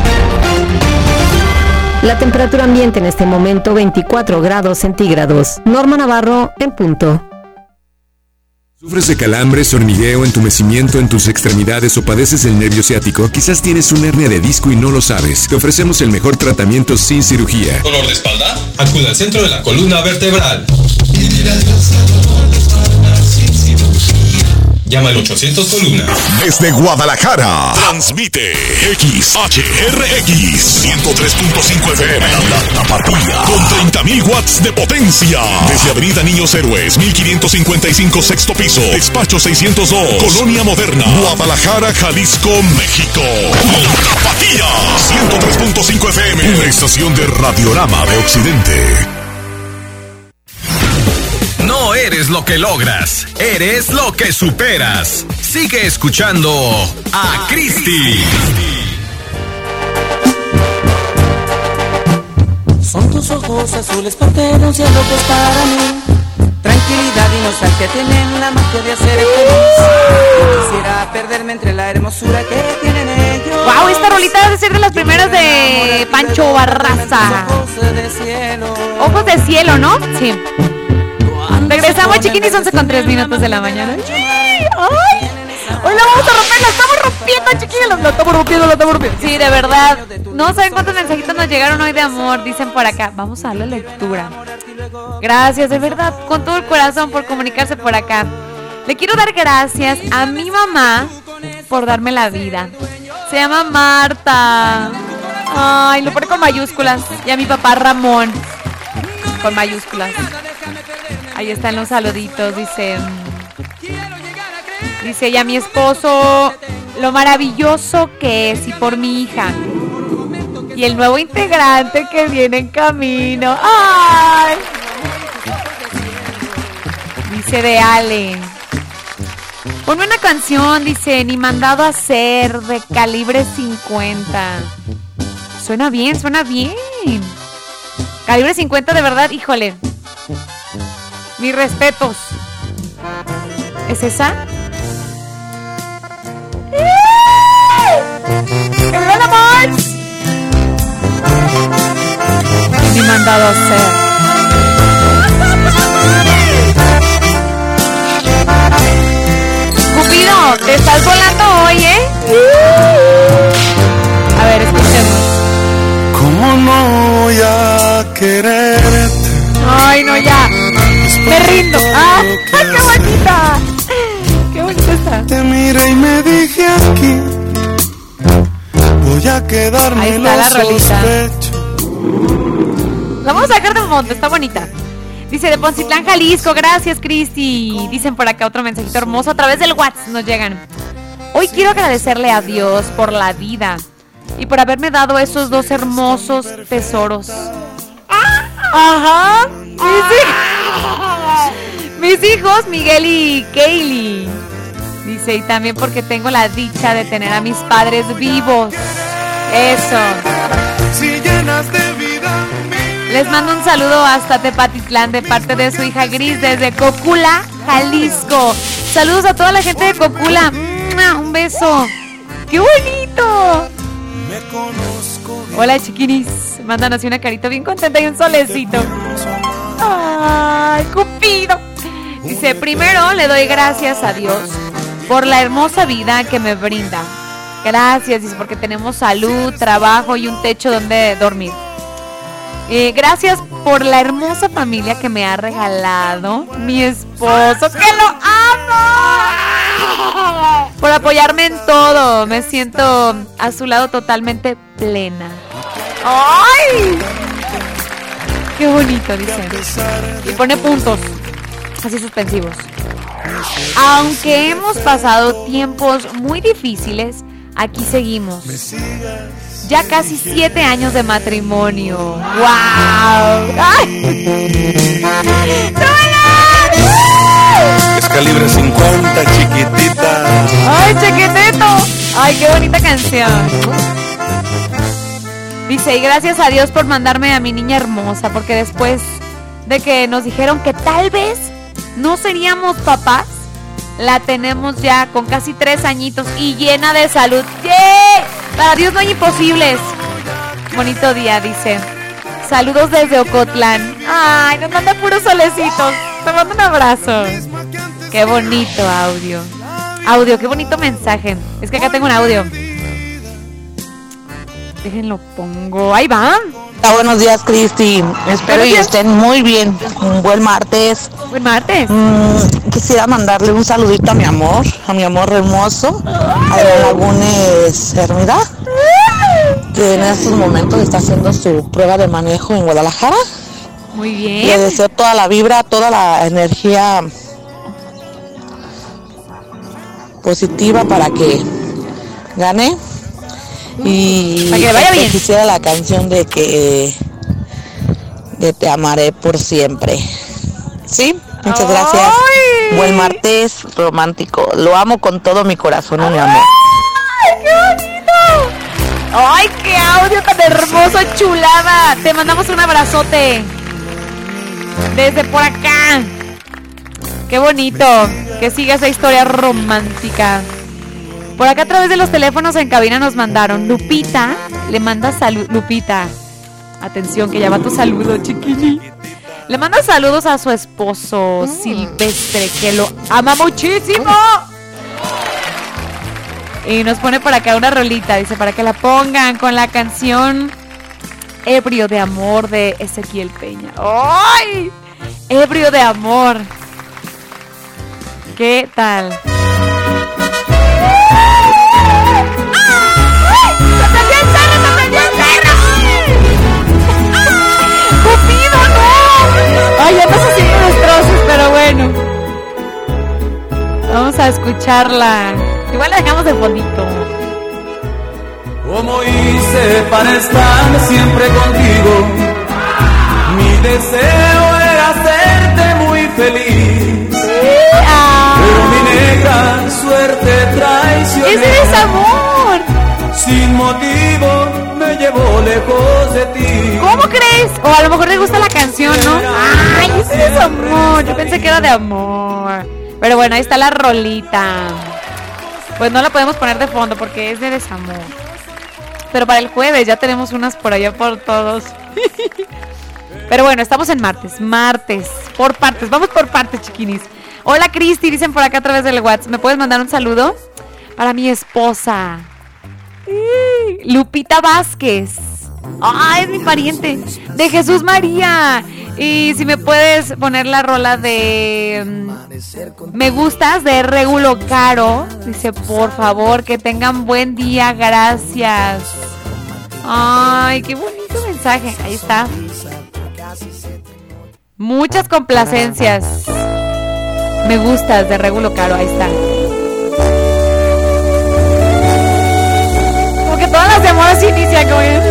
La temperatura ambiente en este momento veinticuatro grados centígrados. Norma Navarro, en punto. ¿Sufres de calambres, hormigueo, entumecimiento en tus extremidades o padeces el nervio ciático? Quizás tienes una hernia de disco y no lo sabes. Te ofrecemos el mejor tratamiento sin cirugía. ¿Dolor de espalda? Acude al centro de la columna vertebral. Llama al ochocientos columna. Desde Guadalajara, transmite X H R X ciento tres punto cinco F M. La Tapatía, con treinta mil watts de potencia. Desde Avenida Niños Héroes, mil quinientos cincuenta y cinco, sexto piso. Despacho seiscientos dos, Colonia Moderna, Guadalajara, Jalisco, México. La Tapatía, ciento tres punto cinco F M. Una estación de Radiorama de Occidente. No eres lo que logras, eres lo que superas. Sigue escuchando a Cristi. Son tus ojos azules para denunciar lo que es para mí. Tranquilidad y nostalgia tienen la magia de hacer feliz. Quisiera perderme entre la hermosura que tienen ellos. Wow, esta rolita debe ser de las primeras de Pancho Barraza. Ojos de cielo. Ojos de cielo, ¿no? Sí. Regresamos, chiquinis, once con tres minutos de la mañana. ¡Ay! Hoy la vamos a romper, la estamos rompiendo, chiquillos. La estamos rompiendo, la estamos rompiendo. Sí, de verdad. No saben cuántos mensajitos nos llegaron hoy de amor. Dicen por acá. Vamos a darle lectura. Gracias, de verdad, con todo el corazón por comunicarse por acá. Le quiero dar gracias a mi mamá por darme la vida. Se llama Marta. Ay, lo pone con mayúsculas. Y a mi papá Ramón con mayúsculas. Ahí están los saluditos. Dice Dice, y a mi esposo, lo maravilloso que es, y por mi hija. Y el nuevo integrante que viene en camino. ¡Ay! Dice de Ale. Ponme una canción, dice, ni mandado a hacer, de Calibre cincuenta. Suena bien, suena bien. Calibre cincuenta, de verdad, híjole. Mis respetos. ¿Es esa? ¡Que me el amor! Ni mandado a hacer. Cupido, te estás volando hoy, ¿eh? A ver, escuchemos. ¿Cómo no voy a quererte? Ay, no, ya. Me rindo. ¡Ah, qué bonita! ¡Qué bonita está! Te miré y me dije aquí. Voy a quedarme. Ahí está la rolita. La vamos a sacar de un monte, está bonita. Dice de Poncitlán, Jalisco. Gracias, Cristi. Dicen por acá otro mensajito hermoso. A través del WhatsApp nos llegan. Hoy quiero agradecerle a Dios por la vida y por haberme dado esos dos hermosos tesoros. Ajá. Mis hijos, Miguel y Kaylee. Dice, y también porque tengo la dicha de tener a mis padres vivos. Eso. Si llenas de vida. Les mando un saludo hasta Tepatitlán de parte de su hija Gris desde Cocula, Jalisco. Saludos a toda la gente de Cocula. Un beso. ¡Qué bonito! Me conozco. Hola, chiquinis. Mandan así una carita bien contenta y un solecito. ¡Ay, Cupido! Dice, primero le doy gracias a Dios por la hermosa vida que me brinda. Gracias, dice, porque tenemos salud, trabajo y un techo donde dormir. Eh, gracias por la hermosa familia que me ha regalado mi esposo, que lo amo. Por apoyarme en todo. Me siento a su lado totalmente plena. ¡Ay! ¡Qué bonito!, dice. Y pone puntos así suspensivos. Aunque hemos pasado tiempos muy difíciles, aquí seguimos. Ya casi siete años de matrimonio. ¡Wow! ¡Ay! Es Calibre cincuenta, chiquitita. ¡Ay, chiquitito! ¡Ay, qué bonita canción! Dice, y gracias a Dios por mandarme a mi niña hermosa, porque después de que nos dijeron que tal vez no seríamos papás, la tenemos ya con casi tres añitos y llena de salud. ¡Yeah! Para Dios no hay imposibles. Bonito día, dice. Saludos desde Ocotlán. Ay, nos manda puros solecitos. Te mando un abrazo. Qué bonito audio. Audio, qué bonito mensaje. Es que acá tengo un audio. Déjenlo pongo. Ahí va. Hola, buenos días, Cristi. Espero que estén muy bien. Un buen martes. Buen martes. Mm, quisiera mandarle un saludito a mi amor, a mi amor hermoso, a Lagunes Hermida, que en estos momentos está haciendo su prueba de manejo en Guadalajara. Muy bien. Le deseo toda la vibra, toda la energía positiva para que gane. Y para que le vaya bien. Quisiera la canción de que de Te amaré por siempre. ¿Sí? Muchas gracias. ¡Ay! Buen martes romántico. Lo amo con todo mi corazón, mi amor. ¡Ay, qué bonito! ¡Ay, qué audio tan hermoso, chulada! Te mandamos un abrazote desde por acá. Qué bonito, que siga esa historia romántica. Por acá a través de los teléfonos en cabina nos mandaron. Lupita, le manda salud. Lupita, atención que ya va tu saludo, chiquini. Le manda saludos a su esposo mm. Silvestre, que lo ama muchísimo. Y nos pone por acá una rolita, dice, para que la pongan con la canción Ebrio de Amor de Ezequiel Peña. ¡Ay! Ebrio de Amor. ¿Qué tal? Ay, ya nos haciendo destrozos, pero bueno. Vamos a escucharla. Igual la dejamos de fondito. ¿Cómo hice para estar siempre contigo? Mi deseo era hacerte muy feliz. Ah. Pero mi negra suerte traicionera. ¡Ese es amor! Sin motivo me llevó lejos de ti. ¿Cómo crees? O a lo mejor le gusta la canción, ¿no? ¡Ay, ese es amor! Yo pensé que era de amor. Pero bueno, ahí está la rolita. Pues no la podemos poner de fondo porque es de desamor. Pero para el jueves ya tenemos unas por allá por todos. Pero bueno, estamos en martes. Martes. Por partes. Vamos por partes, chiquinis. Hola, Cristi. Dicen por acá a través del WhatsApp. ¿Me puedes mandar un saludo? Para mi esposa. Lupita Vázquez. Ay, es mi pariente. De Jesús María. Y si me puedes poner la rola de um, Me Gustas de Regulo Caro. Dice, por favor, que tengan buen día. Gracias. Ay, qué bonito mensaje. Ahí está. Muchas complacencias. Me Gustas de Regulo Caro. Ahí está. Como que todas las de amor así inician como es.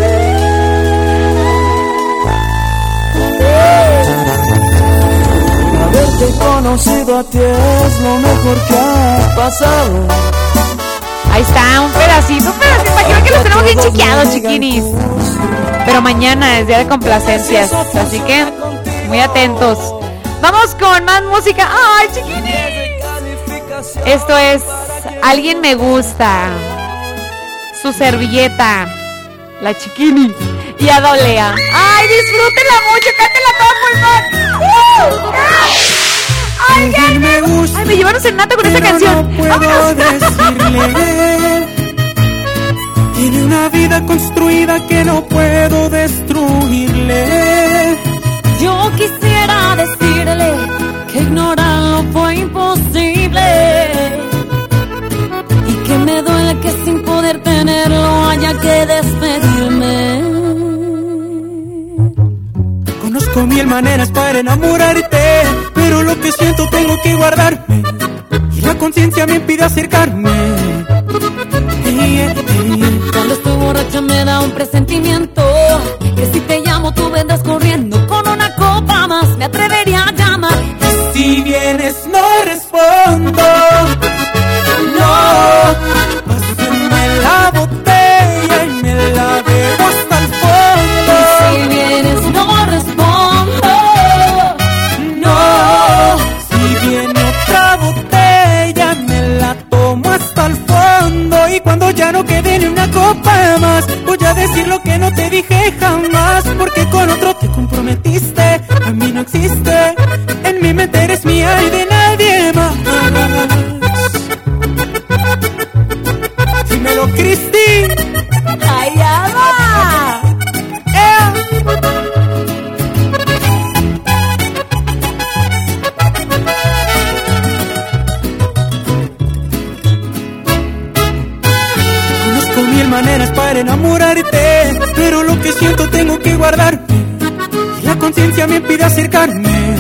Haberte conocido a ti es lo mejor que ha pasado. Ahí está, un pedacito, un pedacito. Imagino que los tenemos bien chequeados, chiquinis. Pero mañana es día de complacencias, así que muy atentos. Vamos con más música. ¡Ay, chiquinis! Esto es Alguien Me Gusta. Su servilleta, la Chiquini y Adolea. ¡Ay, disfrútenla mucho! ¡Cántela toda muy mal! ¡Uh! ¡Alguien me gusta! ¡Ay, me llevaron serenata con esta canción! No puedo decirle. Tiene una vida construida que no puedo destruirle. Yo quisiera decirle que ignorarlo fue imposible y que me duele que sin poder tenerlo haya que despedirme. Conozco mil maneras para enamorarte, pero lo que siento tengo que guardarme y la conciencia me impide acercarme. Cuando estoy borracha me da un presentimiento que si te llamo tú vendrás corriendo. Con una copa más me atrevería a llamar. Y si vienes no respondo. No, pásame la botella y me la bebo hasta el fondo. Y si vienes no respondo. No, si viene otra botella me la tomo hasta el fondo. Y cuando ya no quede ni una copa más, voy a decir lo que no te dije jamás. Porque con otro te comprometiste, a mí no existe. En mi mente eres mía y de nadie más. Dímelo, Cristi. Allá va. Eh. Conozco mil maneras para enamorarte, pero lo que siento tengo que guardarme y la conciencia me impide acercarme.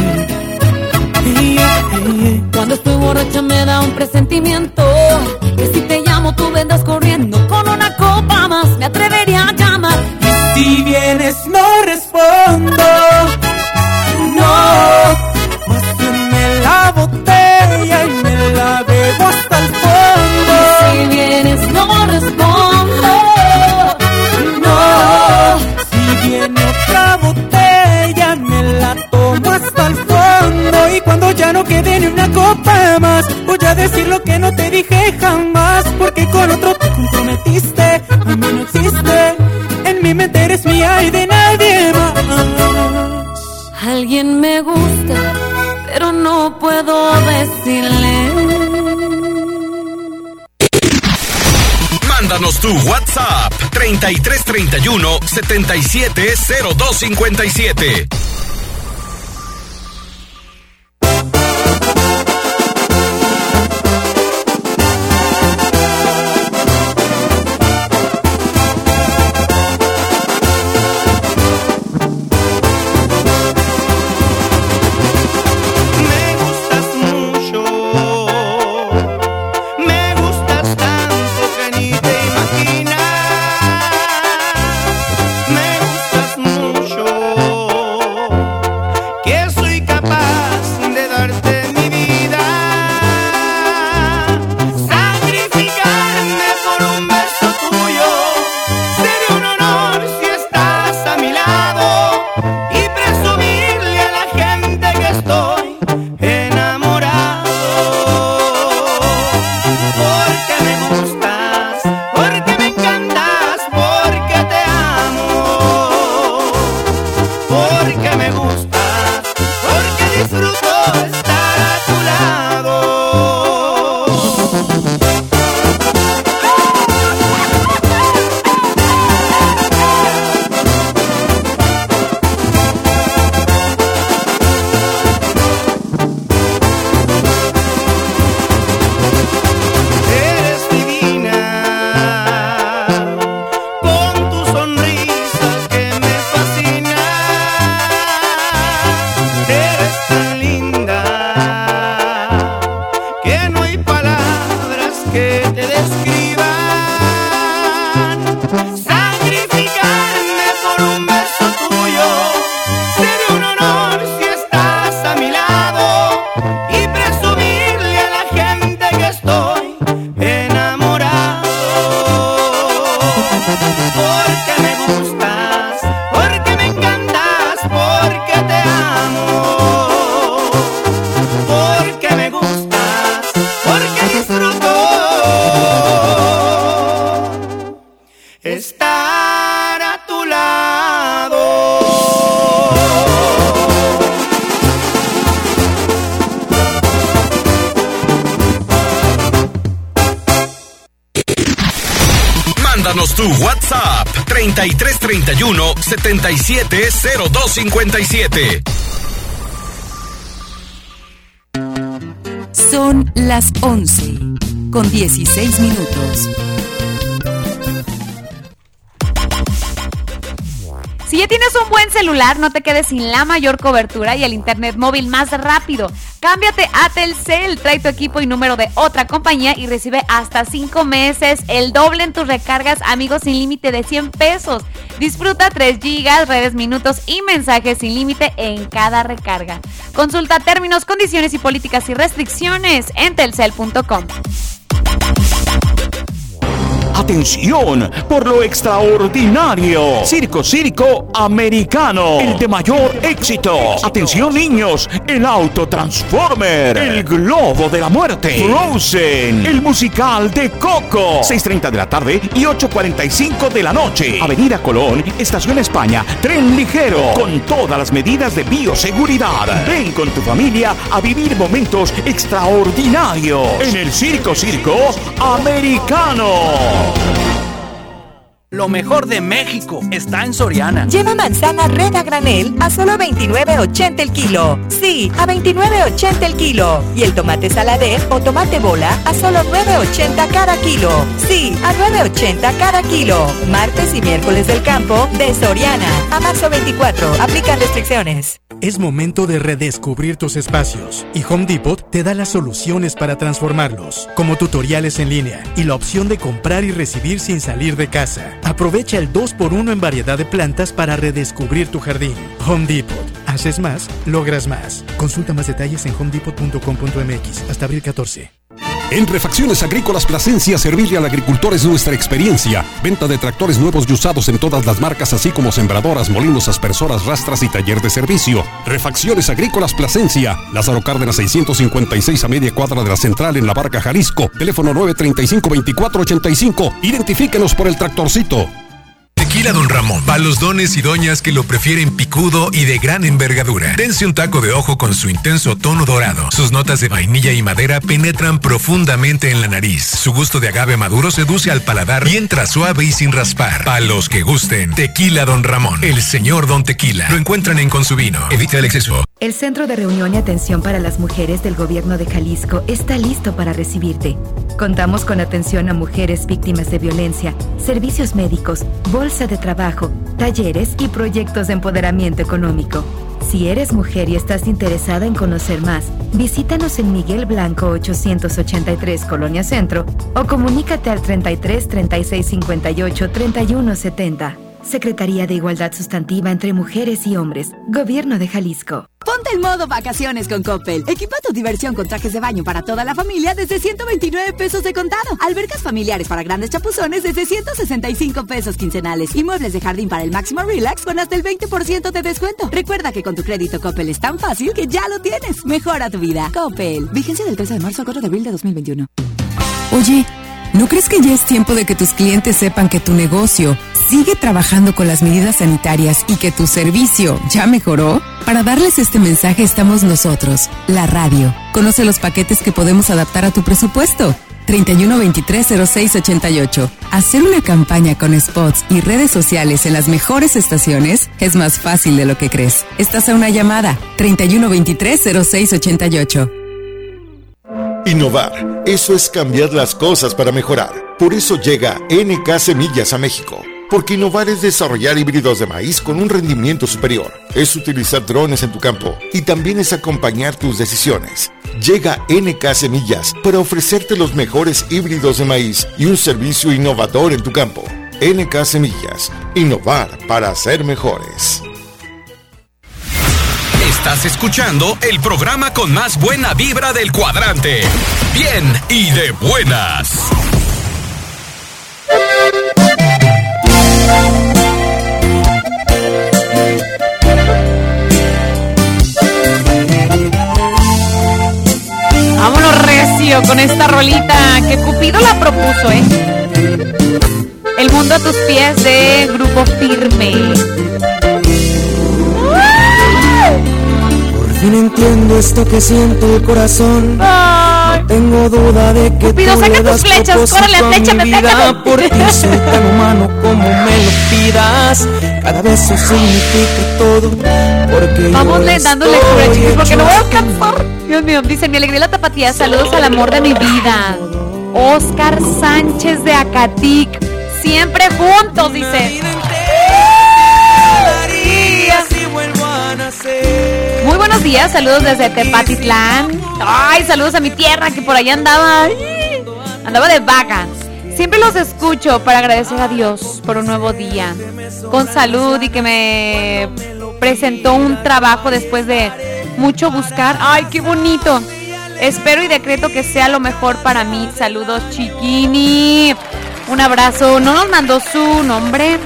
Cuando estoy borracha me da un presentimiento que si te llamo tú vendrás corriendo. Con una copa más me atrevería a llamar. Y si vienes no respondo. No, pásame la botella y me la bebo hasta el fondo. Y si vienes no respondo. No, si viene otra botella me la tomo hasta el fondo. Y cuando ya no quede ni una copa más, voy a decir lo que no te dije jamás. Porque con otro te comprometiste, a mí no existe. En mi mente eres mía y de nadie más. Alguien me gusta, pero no puedo decirle. Mándanos tu WhatsApp treinta y tres treinta y uno setenta y siete cero dos cincuenta y siete. Tu WhatsApp treinta y tres treinta y uno setenta y siete cero dos cincuenta y siete. Son las once con dieciséis minutos. Si ya tienes un buen celular, no te quedes sin la mayor cobertura y el internet móvil más rápido. Cámbiate a Telcel, trae tu equipo y número de otra compañía y recibe hasta cinco meses, el doble en tus recargas, amigos, sin límite de cien pesos. Disfruta tres gigas, redes, minutos y mensajes sin límite en cada recarga. Consulta términos, condiciones y políticas y restricciones en telcel punto com. Atención por lo extraordinario. Circo Círico Americano, el de mayor éxito. Atención niños, el auto Transformer, el globo de la muerte, Frozen, el musical de Coco. seis treinta de la tarde y ocho cuarenta y cinco de la noche. Avenida Colón, Estación España, tren ligero, con todas las medidas de bioseguridad. Ven con tu familia a vivir momentos extraordinarios en el Circo Círico Americano. Lo mejor de México está en Soriana. Lleva manzana Red a granel a solo veintinueve ochenta el kilo. Sí, a veintinueve ochenta el kilo. Y el tomate saladez o tomate bola a solo nueve ochenta cada kilo. Sí, a nueve ochenta cada kilo. Martes y miércoles del campo de Soriana. A marzo veinticuatro. Aplican restricciones. Es momento de redescubrir tus espacios y Home Depot te da las soluciones para transformarlos, como tutoriales en línea y la opción de comprar y recibir sin salir de casa. Aprovecha el dos por uno en variedad de plantas para redescubrir tu jardín. Home Depot. Haces más, logras más. Consulta más detalles en home depot punto com punto m x hasta abril catorce. En Refacciones Agrícolas Plasencia, servirle al agricultor es nuestra experiencia. Venta de tractores nuevos y usados en todas las marcas, así como sembradoras, molinos, aspersoras, rastras y taller de servicio. Refacciones Agrícolas Plasencia, Lázaro Cárdenas seiscientos cincuenta y seis, a media cuadra de la Central en La Barca, Jalisco. Teléfono nueve treinta y cinco, veinticuatro ochenta y cinco. Identifíquenos por el tractorcito. Tequila Don Ramón, para los dones y doñas que lo prefieren picudo y de gran envergadura. Dense un taco de ojo con su intenso tono dorado. Sus notas de vainilla y madera penetran profundamente en la nariz. Su gusto de agave maduro seduce al paladar y entra suave y sin raspar. Para los que gusten, Tequila Don Ramón, el señor Don Tequila. Lo encuentran en Consubino. Evita el exceso. El Centro de Reunión y Atención para las Mujeres del Gobierno de Jalisco está listo para recibirte. Contamos con atención a mujeres víctimas de violencia, servicios médicos, bolsa de trabajo, talleres y proyectos de empoderamiento económico. Si eres mujer y estás interesada en conocer más, visítanos en Miguel Blanco ochocientos ochenta y tres, Colonia Centro, o comunícate al treinta y tres, treinta y seis, cincuenta y ocho, treinta y uno, setenta. Secretaría de Igualdad Sustantiva entre Mujeres y Hombres, Gobierno de Jalisco. Ponte en modo vacaciones con Coppel. Equipa tu diversión con trajes de baño para toda la familia desde ciento veintinueve pesos de contado. Albercas familiares para grandes chapuzones desde ciento sesenta y cinco pesos quincenales. Y muebles de jardín para el máximo relax con hasta el veinte por ciento de descuento. Recuerda que con tu crédito Coppel es tan fácil que ya lo tienes. Mejora tu vida. Coppel. Vigencia del trece de marzo al cuatro de abril de dos mil veintiuno. Oye, ¿no crees que ya es tiempo de que tus clientes sepan que tu negocio sigue trabajando con las medidas sanitarias y que tu servicio ya mejoró? Para darles este mensaje estamos nosotros, la radio. Conoce los paquetes que podemos adaptar a tu presupuesto. treinta y uno veintitrés cero seis ochenta y ocho. Hacer una campaña con spots y redes sociales en las mejores estaciones es más fácil de lo que crees. Estás a una llamada. treinta y uno veintitrés cero seis ochenta y ocho. Innovar, eso es cambiar las cosas para mejorar. Por eso llega N K Semillas a México. Porque innovar es desarrollar híbridos de maíz con un rendimiento superior. Es utilizar drones en tu campo y también es acompañar tus decisiones. Llega N K Semillas para ofrecerte los mejores híbridos de maíz y un servicio innovador en tu campo. N K Semillas, innovar para ser mejores. Estás escuchando el programa con más buena vibra del cuadrante. Bien y de buenas. Vámonos recio con esta rolita que Cupido la propuso, ¿eh? El mundo a tus pies de Grupo Firme. Por fin entiendo esto que siente el corazón. Ay. No tengo duda de que Cupido, tú saca le tus das flechas, propósito córrele, a mi fléchame, vida. fléchame. Por ti soy tan humano como me lo pidas. Cada beso significa todo. Porque Vamos yo le dando lectura, estoy chicos, porque no voy a hecho alcanzar. Dios mío, dice mi alegría y la tapatía. Saludos al amor de mi vida, Oscar Sánchez de Acatic. Siempre juntos, dice. Muy buenos días, saludos desde Tepatitlán. Ay, saludos a mi tierra que por allá andaba. Ay, andaba de vaga. Siempre los escucho para agradecer a Dios por un nuevo día, con salud y que me presentó un trabajo después de mucho buscar. Ay, qué bonito. Espero y decreto que sea lo mejor para mí. Saludos, chiquini. Un abrazo. No nos mandó su nombre.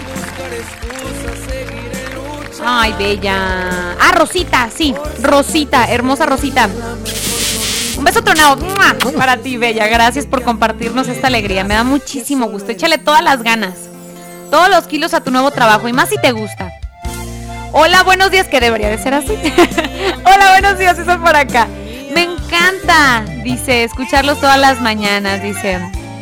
Ay, bella. Ah, Rosita, sí. Rosita, hermosa Rosita. Un beso tronado para ti, bella. Gracias por compartirnos esta alegría. Me da muchísimo gusto. Échale todas las ganas, todos los kilos a tu nuevo trabajo, y más si te gusta. Hola, buenos días, que debería de ser así. Hola, buenos días, eso por acá. Me encanta, dice, escucharlos todas las mañanas, dice.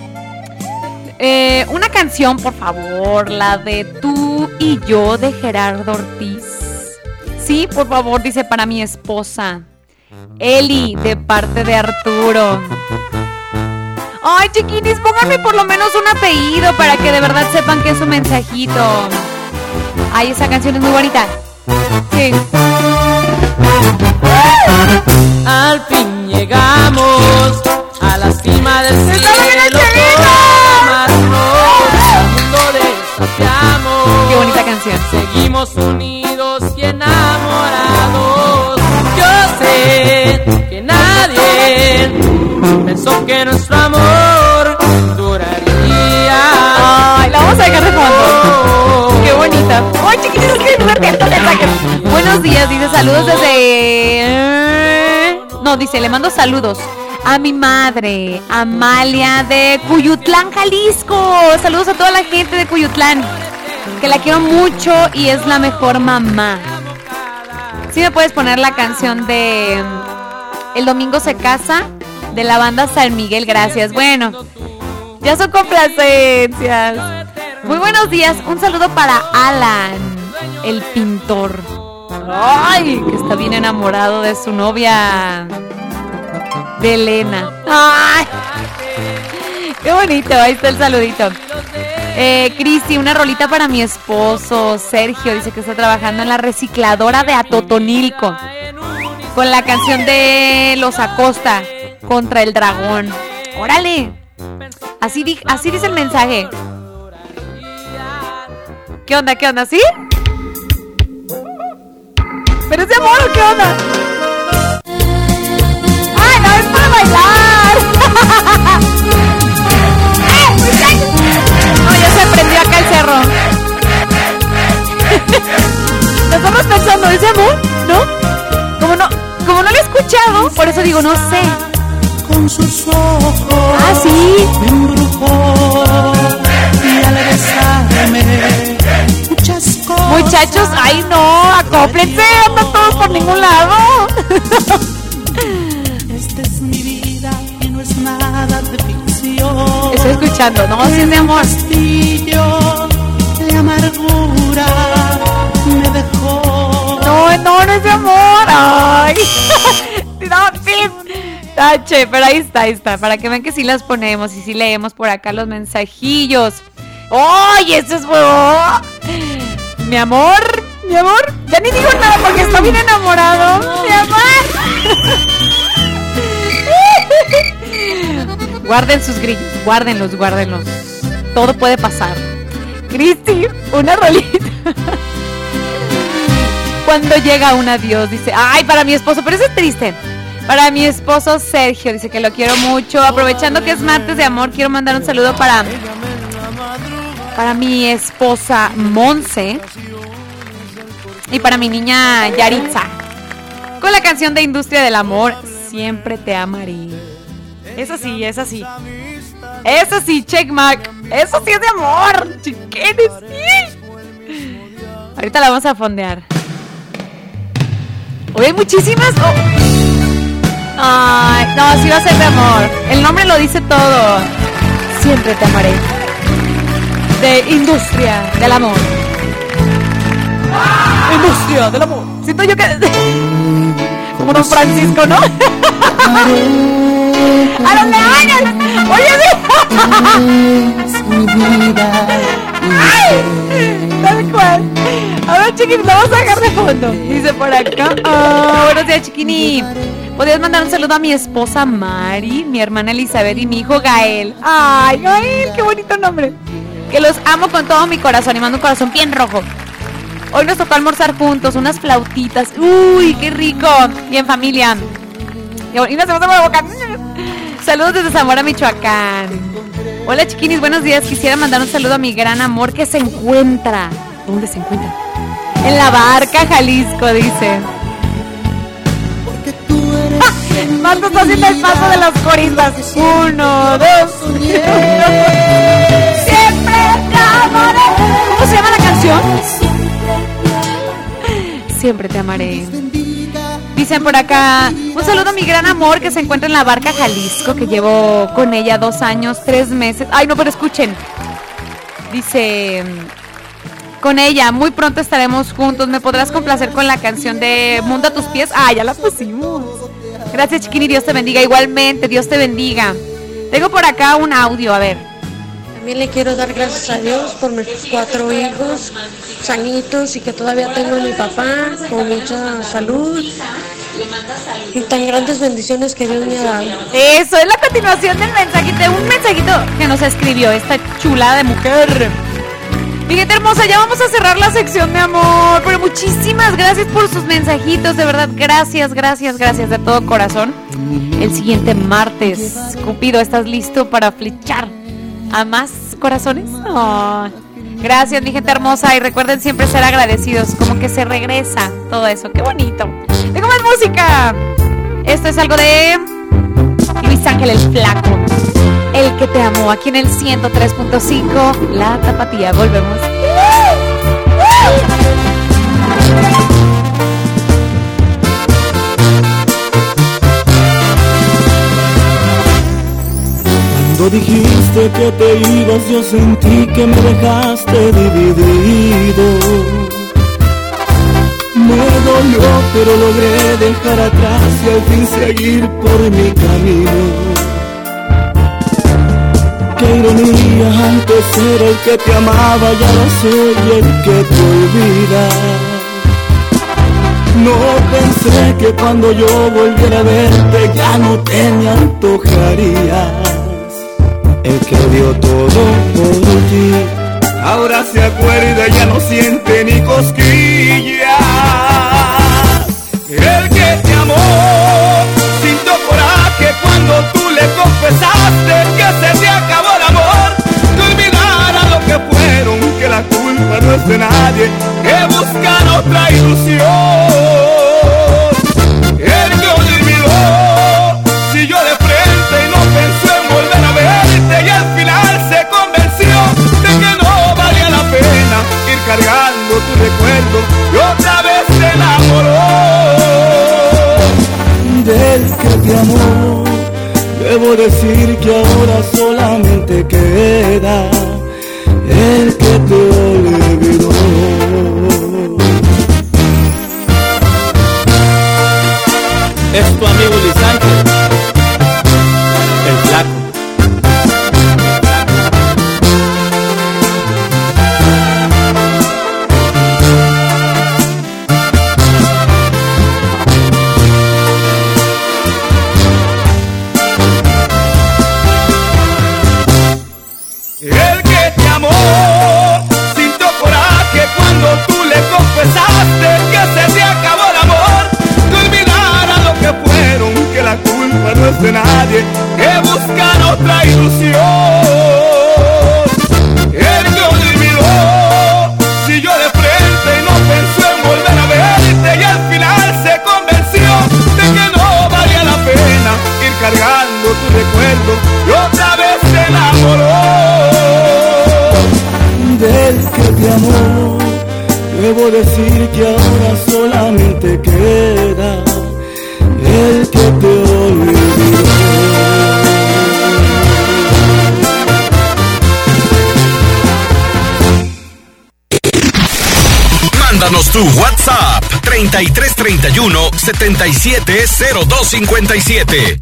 Eh, una canción, por favor, la de Tú y Yo de Gerardo Ortiz. Sí, por favor, dice, para mi esposa Eli, de parte de Arturo. Ay, chiquinis, pónganme por lo menos un apellido para que de verdad sepan que es un mensajito. Ay, esa canción es muy bonita. Sí. Al fin llegamos a la cima del cielo. Qué bonita canción. Seguimos unidos y enamorados. Yo sé que nadie pensó que nuestro buenos días, dice saludos desde... No, dice, le mando saludos a mi madre, Amalia de Cuyutlán, Jalisco. Saludos a toda la gente de Cuyutlán, que la quiero mucho y es la mejor mamá. ¿Sí me puedes poner la canción de El domingo se casa, de la banda San Miguel? Gracias. Bueno, ya son complacencias. Muy buenos días, un saludo para Alan, el pintor. Ay, que está bien enamorado de su novia, de Elena. Ay, qué bonito, ahí está el saludito. Eh, Cristi, una rolita para mi esposo Sergio, dice que está trabajando en la recicladora de Atotonilco, con la canción de Los Acosta, Contra el Dragón. ¡Órale! Así, di- así dice el mensaje. ¿Qué onda? ¿Qué onda? ¿Sí? ¿Pero es de amor o qué onda? ¡Ay, no! ¡Es para bailar! ¡Eh, muchachos! No, ya se prendió acá el cerro. Nosotros pensando, ¿es de amor? ¿No? Como no, como no lo he escuchado, por eso digo, no sé. Con sus ojos ah, sí. me embrujó y al besarme muchas cosas. Muchachos, ay no, acóplense, andan todos por ningún lado. Esta es mi vida y no es nada de ficción. Estoy escuchando, no, si es de amor. Castillo de amargura me dejó. No, no, no es de amor. Ay. No, sí. Tache, pero ahí está, ahí está, para que vean que sí las ponemos y sí leemos por acá los mensajillos. ¡Ay, eso es bueno! Mi amor, mi amor, ya ni digo nada porque está bien enamorado. Mi amor. Guarden sus grillos, guárdenlos, guárdenlos. Todo puede pasar. Cristi, una rolita. Cuando llega un adiós, dice, ay, para mi esposo, pero eso es triste. Para mi esposo Sergio, dice que lo quiero mucho. Aprovechando que es martes de amor, quiero mandar un saludo para Para mi esposa Monse y para mi niña Yaritza, con la canción de Industria del Amor, Siempre te amaré. Eso sí, eso sí. Eso sí, checkmark. Eso sí es de amor, chiquines, sí. Ahorita la vamos a fondear. Hoy hay muchísimas... Oh. Ay, no, sí va a ser de amor. El nombre lo dice todo. Siempre te amaré. De Industria del Amor. ¡Ah! Industria del Amor. Siento yo que... Como Don Francisco, ¿no? ¡A los leones! ¡Oye, sí! ¡Ay! Tal cual. A ver, chiquini, vamos a dejar de fondo. Dice por acá. Oh, buenos días, chiquini. ¿Podrías mandar un saludo a mi esposa Mari, mi hermana Elizabeth y mi hijo Gael? ¡Ay, Gael! ¡Qué bonito nombre! Que los amo con todo mi corazón y mando un corazón bien rojo. Hoy nos tocó almorzar juntos, unas flautitas. ¡Uy, qué rico! Y en familia. Y nos hacemos la boca. Saludos desde Zamora, Michoacán. Hola, chiquinis, buenos días. Quisiera mandar un saludo a mi gran amor que se encuentra. ¿Dónde se encuentra? En La Barca, Jalisco, dice. Marta está haciendo el paso de las coristas. Uno, dos. Siempre te amaré. ¿Cómo se llama la canción? Siempre te amaré. Dicen por acá, un saludo a mi gran amor que se encuentra en La Barca, Jalisco, que llevo con ella dos años, tres meses. Ay, no, pero escuchen. Dice, con ella, muy pronto estaremos juntos. ¿Me podrás complacer con la canción de Mundo a tus pies? Ah, ya la pusimos. Gracias, chiquini, Dios te bendiga. Igualmente, Dios te bendiga. Tengo por acá un audio, a ver. También le quiero dar gracias a Dios por mis cuatro hijos sanitos y que todavía tengo a mi papá con mucha salud y tan grandes bendiciones que Dios me ha dado. Eso es la continuación del mensajito, un mensajito que nos escribió esta chulada de mujer. Mi gente hermosa, ya vamos a cerrar la sección de amor, pero muchísimas gracias por sus mensajitos, de verdad, gracias, gracias, gracias de todo corazón. El siguiente martes, Cupido, ¿estás listo para flechar a más corazones? Oh. Gracias, mi gente hermosa. Y recuerden siempre ser agradecidos. Como que se regresa todo eso. ¡Qué bonito! ¡Tengo más música! Esto es algo de Luis Ángel el Flaco. El que te amó. Aquí en el ciento tres punto cinco. La Tapatía. Volvemos. Cuando dijiste que te ibas, yo sentí que me dejaste dividido. Me dolió, pero logré dejar atrás y al fin seguir por mi camino. Qué ironía, antes era el que te amaba y ahora soy el que te olvida. No pensé que cuando yo volviera a verte ya no te me antojarías. El que dio todo por ti ahora se acuerda y ya no siente ni cosquillas. El que te amó sintió coraje cuando tú le confesaste que se te acabó el amor. Que olvidara lo que fueron, que la culpa no es de nadie, que buscan otra ilusión. El que olvidó siguió de frente y no pensó en volver a verte, y al final se convenció de que no valía la pena ir cargando tu recuerdo y otra vez se enamoró. Del que te amó, debo decir que ahora solamente queda el que te olvidó. Es tu amigo Luis Ángel, el Flaco. El que te amó sintió coraje cuando tú le confesaste que se te acabó el amor. Que olvidara lo que fueron, que la culpa no es de nadie, que buscan otra ilusión. El que olvidó siguió de frente y no pensó en volver a verte, y al final se convenció de que no valía la pena ir cargando tu recuerdo y otra vez se enamoró. Del que te amó, debo decir que ahora solamente queda el que te olvidó. Mándanos tu WhatsApp treinta y tres treinta y uno setenta y siete cero dos cincuenta y siete.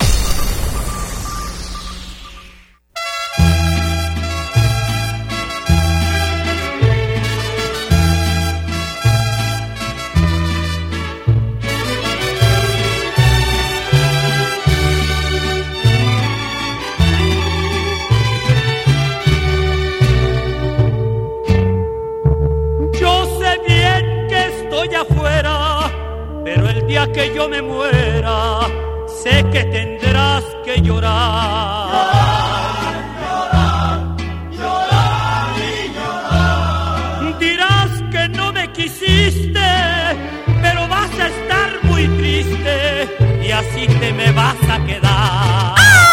Que yo me muera, sé que tendrás que llorar. Llorar, llorar, llorar y llorar. Dirás que no me quisiste, pero vas a estar muy triste y así te me vas a quedar.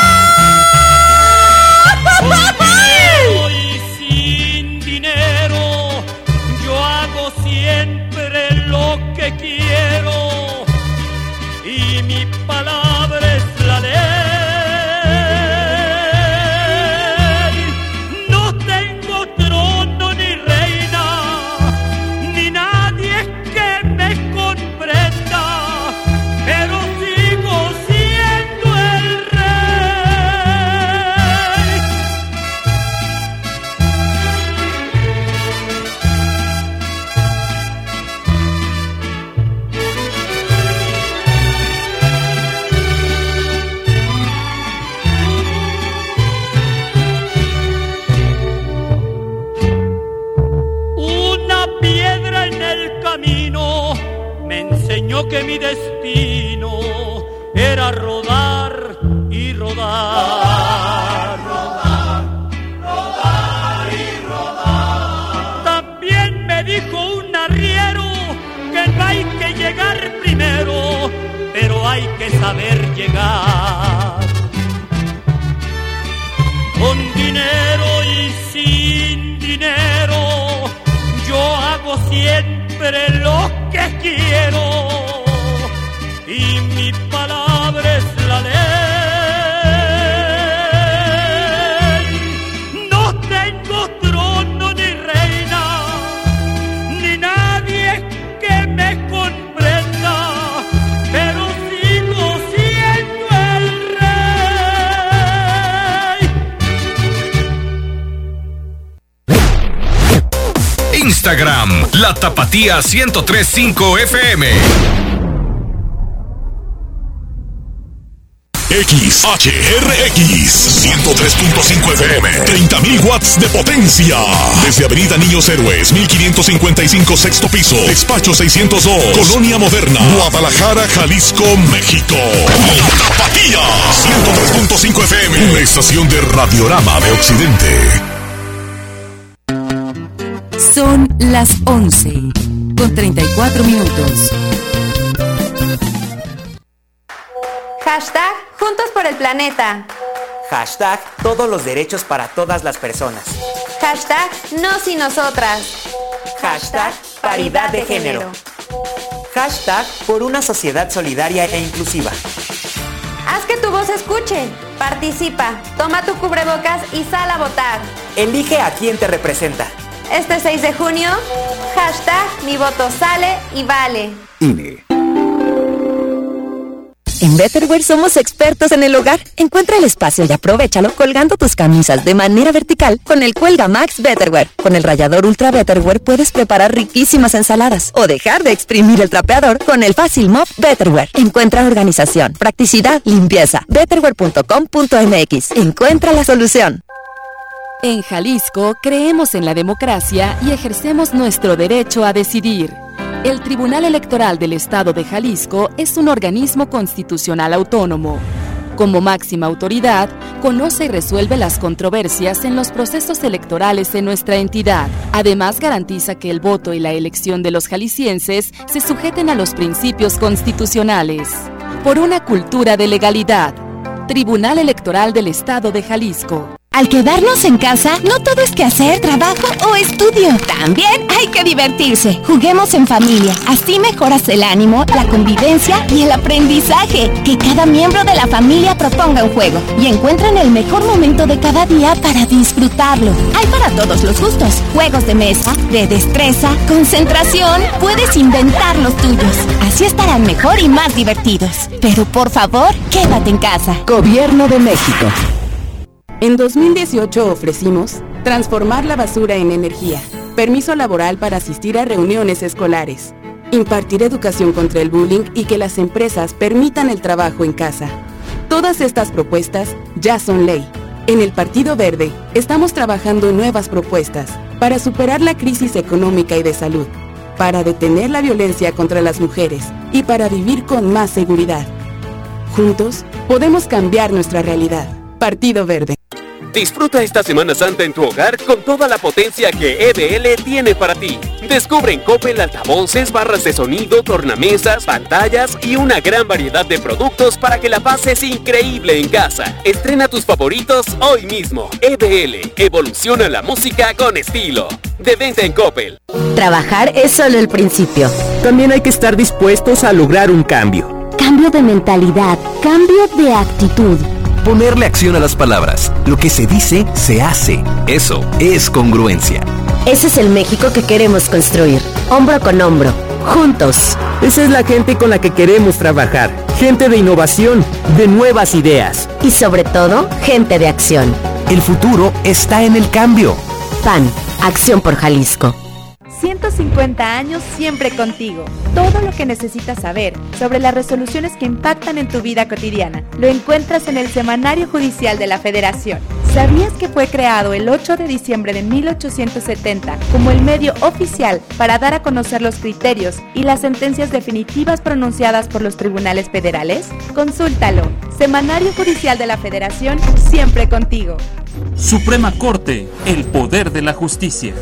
Con dinero y sin dinero, yo hago siempre lo que quiero. Y mi palabra es la ley. No tengo trono ni reina, ni nadie que me comprenda, pero sigo siendo el rey. Me enseñó que mi destino era rodar y rodar, rodar, rodar y rodar. que saber llegar. Con dinero y sin dinero, yo hago siempre lo que quiero. Y mi palabra es la ley. No tengo trono ni reina, ni nadie que me comprenda, pero sigo siendo el rey. Instagram, La Tapatía ciento tres punto cinco F M. X H R X ciento tres punto cinco F M, treinta mil watts de potencia. Desde Avenida Niños Héroes, mil quinientos cincuenta y cinco, sexto piso, despacho seiscientos dos, Colonia Moderna, Guadalajara, Jalisco, México. La Tapatía ciento tres punto cinco F M, una estación de Radiorama de Occidente. Son las once con treinta y cuatro minutos. Hashtag Juntos por el Planeta. Hashtag Todos los derechos para todas las personas. Hashtag Nos y Nosotras. Hashtag Paridad de género. Hashtag Por una sociedad solidaria e inclusiva. Haz que tu voz se escuche. Participa. Toma tu cubrebocas y sal a votar. Elige a quien te representa. Este seis de junio, hashtag Mi voto sale y vale. I N E. En Betterware somos expertos en el hogar. Encuentra el espacio y aprovéchalo colgando tus camisas de manera vertical con el Cuelga Max Betterware. Con el rallador Ultra Betterware puedes preparar riquísimas ensaladas o dejar de exprimir el trapeador con el Fácil Mop Betterware. Encuentra organización, practicidad, limpieza. Betterware punto com punto m x. Encuentra la solución. En Jalisco creemos en la democracia y ejercemos nuestro derecho a decidir. El Tribunal Electoral del Estado de Jalisco es un organismo constitucional autónomo. Como máxima autoridad, conoce y resuelve las controversias en los procesos electorales en nuestra entidad. Además, garantiza que el voto y la elección de los jaliscienses se sujeten a los principios constitucionales. Por una cultura de legalidad. Tribunal Electoral del Estado de Jalisco. Al quedarnos en casa, no todo es que hacer, trabajo o estudio. También hay que divertirse. Juguemos en familia. Así mejoras el ánimo, la convivencia y el aprendizaje. Que cada miembro de la familia proponga un juego y encuentren el mejor momento de cada día para disfrutarlo. Hay para todos los gustos. Juegos de mesa, de destreza, concentración. Puedes inventar los tuyos. Así estarán mejor y más divertidos. Pero por favor, quédate en casa. Gobierno de México. En dos mil dieciocho ofrecimos transformar la basura en energía, permiso laboral para asistir a reuniones escolares, impartir educación contra el bullying y que las empresas permitan el trabajo en casa. Todas estas propuestas ya son ley. En el Partido Verde estamos trabajando en nuevas propuestas para superar la crisis económica y de salud, para detener la violencia contra las mujeres y para vivir con más seguridad. Juntos podemos cambiar nuestra realidad. Partido Verde. Disfruta esta Semana Santa en tu hogar con toda la potencia que E B L tiene para ti. Descubre en Coppel altavoces, barras de sonido, tornamesas, pantallas y una gran variedad de productos para que la pases increíble en casa. Estrena tus favoritos hoy mismo. E B L, evoluciona la música con estilo. De venta en Coppel. Trabajar es solo el principio. También hay que estar dispuestos a lograr un cambio. Cambio de mentalidad, cambio de actitud. Ponerle acción a las palabras. Lo que se dice, se hace. Eso es congruencia. Ese es el México que queremos construir. Hombro con hombro. Juntos. Esa es la gente con la que queremos trabajar. Gente de innovación, de nuevas ideas. Y sobre todo, gente de acción. El futuro está en el cambio. P A N, Acción por Jalisco. ciento cincuenta años siempre contigo. Todo lo que necesitas saber sobre las resoluciones que impactan en tu vida cotidiana lo encuentras en el Semanario Judicial de la Federación. ¿Sabías que fue creado el ocho de diciembre de mil ochocientos setenta como el medio oficial para dar a conocer los criterios y las sentencias definitivas pronunciadas por los tribunales federales? Consúltalo. Semanario Judicial de la Federación, siempre contigo. Suprema Corte, el poder de la justicia.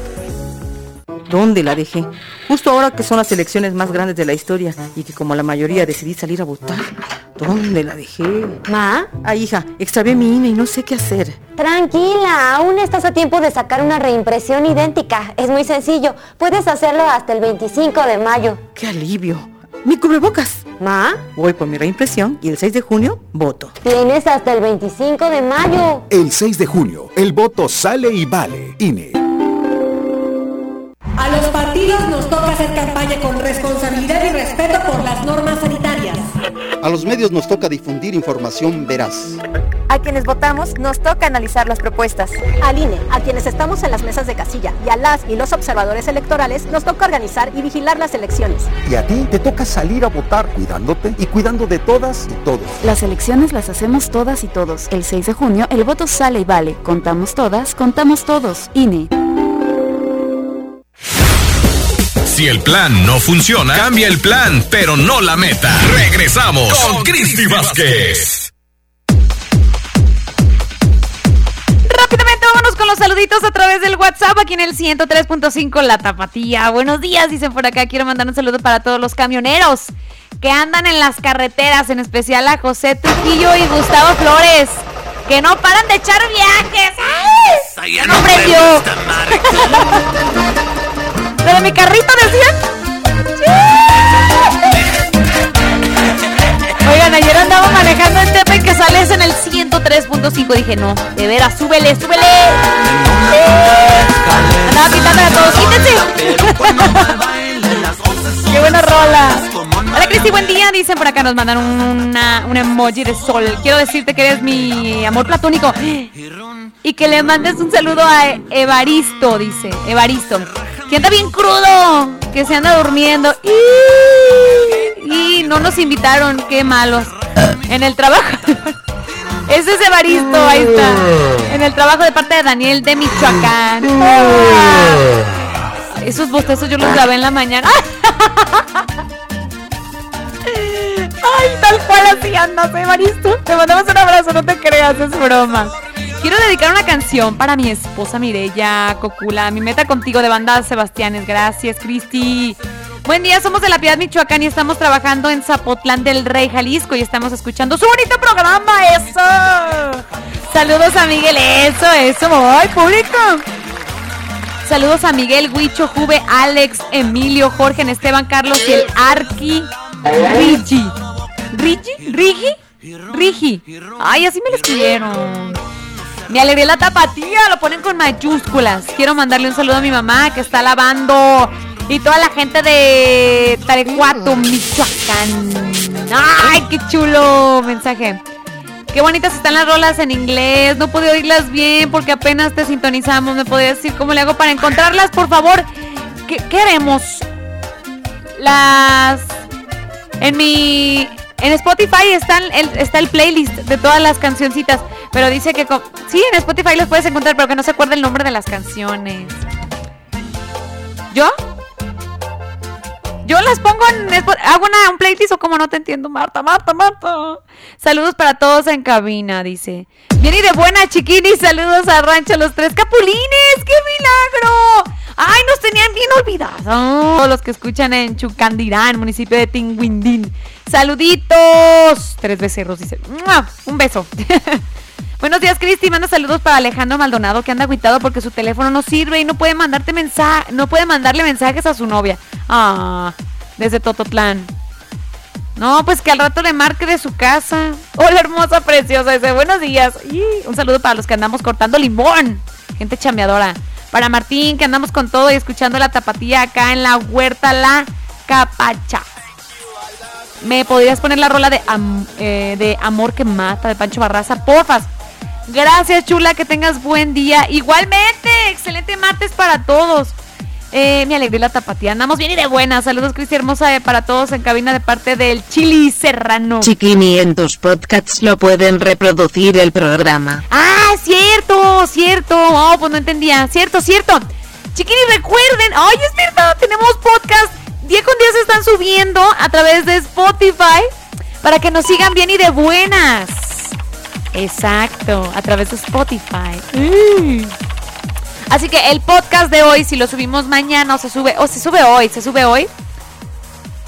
¿Dónde la dejé? Justo ahora que son las elecciones más grandes de la historia y que como la mayoría decidí salir a votar. ¿Dónde la dejé? ¿Ma? Ay, hija, extravié mi I N E y no sé qué hacer. Tranquila, aún estás a tiempo de sacar una reimpresión idéntica. Es muy sencillo. Puedes hacerlo hasta el veinticinco de mayo. ¡Qué alivio! ¡Mi cubrebocas! ¿Ma? Voy por mi reimpresión y el seis de junio voto. Tienes hasta el veinticinco de mayo. El seis de junio, el voto sale y vale. I N E. A los partidos nos toca hacer campaña con responsabilidad y respeto por las normas sanitarias. A los medios nos toca difundir información veraz. A quienes votamos nos toca analizar las propuestas. Al I N E, a quienes estamos en las mesas de casilla, y a las y los observadores electorales nos toca organizar y vigilar las elecciones. Y a ti te toca salir a votar cuidándote y cuidando de todas y todos. Las elecciones las hacemos todas y todos. El seis de junio el voto sale y vale. Contamos todas, contamos todos. I N E. Si el plan no funciona, cambia el plan, pero no la meta. Regresamos con Cristi Vázquez. Rápidamente vámonos con los saluditos a través del WhatsApp aquí en el ciento tres punto cinco La Tapatía. Buenos días, dicen por acá. Quiero mandar un saludo para todos los camioneros que andan en las carreteras, en especial a José Trujillo y Gustavo Flores, que no paran de echar viajes. ¡Ay! ¡No prendió! ¿Lo de mi carrito decían? Oigan, ayer andaba manejando en Tepa y que sales en el ciento tres punto cinco. Dije, no, de veras, súbele, súbele. Andaba pitando a todos, quítense. Qué buena rola. Hola Cristi, buen día. Dicen por acá, nos mandan una, un emoji de sol. Quiero decirte que eres mi amor platónico y que le mandes un saludo a Evaristo, dice Evaristo, que anda bien crudo, que se anda durmiendo y, y no nos invitaron, qué malos. En el trabajo. Ese es Evaristo, ahí está. En el trabajo de parte de Daniel de Michoacán. Esos bostezos yo los grabé en la mañana. Ay, tal cual así andas, Evaristo. Te mandamos un abrazo, no te creas, es broma. Quiero dedicar una canción para mi esposa Mireya Cocula. Mi meta contigo de banda Sebastianes. Gracias, Cristi. Buen día, somos de La Piedad, Michoacán y estamos trabajando en Zapotlán del Rey, Jalisco y estamos escuchando su bonito programa. ¡Eso! Saludos a Miguel. Eso, eso, voy, público. Saludos a Miguel, Huicho, Juve, Alex, Emilio, Jorge, Esteban, Carlos y el Arqui Rigi. ¿Rigi? ¿Rigi? Rigi. Ay, así me lo escribieron. Me alegré la tapatía, lo ponen con mayúsculas. Quiero mandarle un saludo a mi mamá que está lavando y toda la gente de Tarecuato, Michoacán. Ay, qué chulo mensaje. Qué bonitas están las rolas en inglés. No pude oírlas bien porque apenas te sintonizamos. ¿Me podrías decir cómo le hago para encontrarlas, por favor? ¿Qué, qué haremos? Las... En mi... En Spotify están el, está el playlist de todas las cancioncitas. Pero dice que... Con... Sí, en Spotify los puedes encontrar, pero que no se acuerda el nombre de las canciones. ¿Yo? Yo las pongo en... Hago una, un playlist o como no te entiendo, Marta, Marta, Marta. Saludos para todos en cabina, dice. Bien y de buena, chiquini. Saludos a Rancho Los Tres Capulines. ¡Qué milagro! ¡Ay, nos tenían bien olvidados! Todos los que escuchan en Chucandirán, municipio de Tinguindín. ¡Saluditos! Tres becerros, dice. ¡Mua! Un beso. Buenos días, Cristi. Manda saludos para Alejandro Maldonado, que anda agüitado porque su teléfono no sirve y no puede mandarte mensaje, no puede mandarle mensajes a su novia. Ah, desde Tototlán. No, pues que al rato le marque de su casa. Hola, hermosa, preciosa. Dice, buenos días. Y un saludo para los que andamos cortando limón. Gente chambeadora. Para Martín, que andamos con todo y escuchando la tapatía acá en la huerta La Capacha. ¿Me podrías poner la rola de, am, eh, de Amor que Mata de Pancho Barraza, porfas? Gracias, chula, que tengas buen día. Igualmente, excelente martes para todos. Eh, me alegré la tapatía. Andamos bien y de buena. Saludos, Cristi hermosa, eh, para todos en cabina de parte del Chili Serrano. Chiquini, en tus podcasts lo pueden reproducir el programa. Ah, cierto, cierto. Oh, pues no entendía. Cierto, cierto. Chiquini, recuerden. Ay, es verdad, tenemos podcast. Día con día se están subiendo a través de Spotify para que nos sigan bien y de buenas. Exacto, a través de Spotify. Mm. Así que el podcast de hoy, si lo subimos mañana o se sube, o se sube hoy, se sube hoy,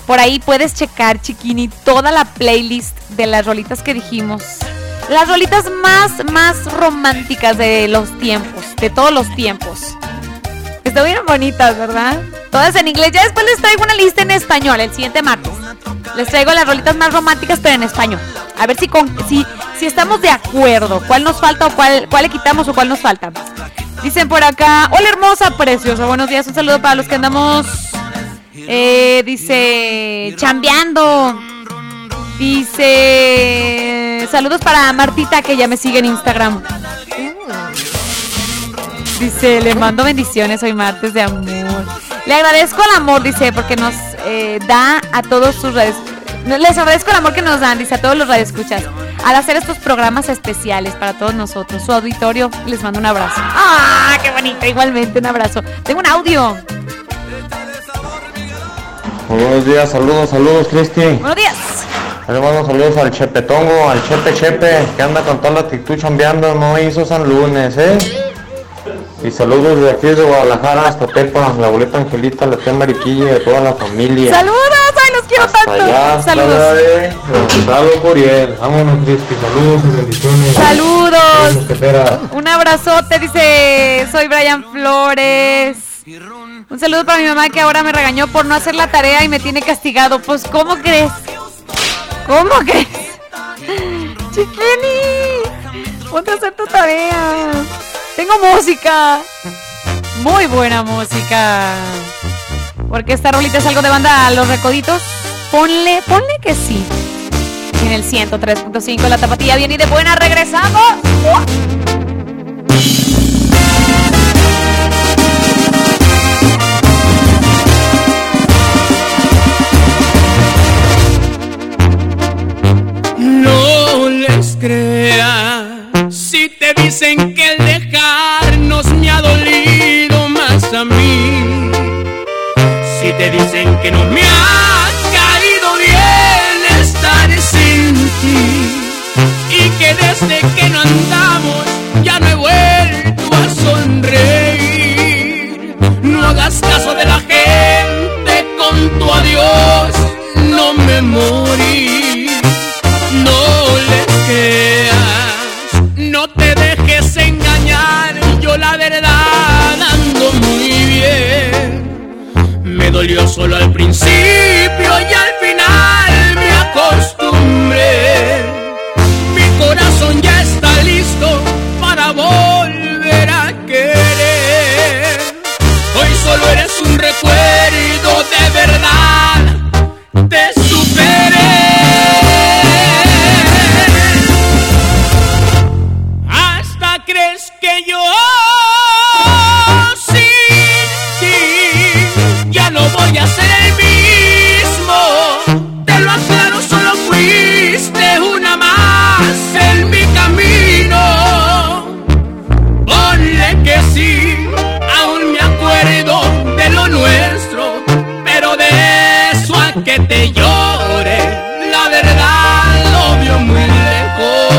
Por ahí puedes checar, chiquini, toda la playlist de las rolitas que dijimos. Las rolitas más, más románticas de los tiempos, de todos los tiempos. Están bien bonitas, ¿verdad? Todas en inglés. Ya después les traigo una lista en español el siguiente martes. Les traigo las rolitas más románticas, pero en español. A ver si con, si, si estamos de acuerdo. ¿Cuál nos falta o cuál, cuál le quitamos o cuál nos falta? Dicen por acá, hola hermosa, preciosa, buenos días. Un saludo para los que andamos, eh, dice, chambeando. Dice, saludos para Martita, que ya me sigue en Instagram. Dice, le mando bendiciones, hoy martes de amor. Le agradezco el amor, dice, porque nos eh, da a todos sus redes. Les agradezco el amor que nos dan, dice, a todos los radioescuchas, al hacer estos programas especiales para todos nosotros. Su auditorio, les mando un abrazo. ¡Ah, qué bonito! Igualmente, un abrazo. Tengo un audio. Buenos días, saludos, saludos, Cristi. Buenos días. Le mando saludos al Chepetongo, al Chepe Chepe, que anda con toda la actitud chambeando, no hizo San Lunes, ¿eh? Y saludos de aquí de Guadalajara hasta Tepa, la abuelita Angelita, la tía Mariquilla y de toda la familia. ¡Saludos! ¡Ay, los quiero hasta tanto! Allá, ¡Saludos! Gonzalo Curiel, vámonos, Cristi, saludos y bendiciones. ¡Saludos! Un abrazote, dice, soy Brian Flores. Un saludo para mi mamá, que ahora me regañó por no hacer la tarea y me tiene castigado. Pues, ¿cómo crees? ¿Cómo crees? Chiquini, ponte a hacer tu tarea. Tengo música, muy buena música, porque esta rolita es algo de banda Los Recoditos. Ponle, ponle que sí. En el ciento tres punto cinco la Tapatía, bien y de buena, regresamos. No les creas si te dicen que el dejarnos me ha dolido más a mí. Si te dicen que no me ha caído bien estar sin ti, y que desde que no andamos ya no he vuelto a sonreír. No hagas caso de la gente, con tu adiós no me morí. No les creas, no te dejes engañar, yo la verdad ando muy bien. Me dolió solo al principio y al final me acostumbré. Mi corazón ya está listo para volver a querer. Hoy solo eres un recuerdo, de verdad te superé. ¿Crees que yo sin ti ya no voy a ser el mismo? Te lo aclaro, solo fuiste una más en mi camino. Ponle que sí, aún me acuerdo de lo nuestro, pero de eso a que te llore, la verdad lo vio muy lejos.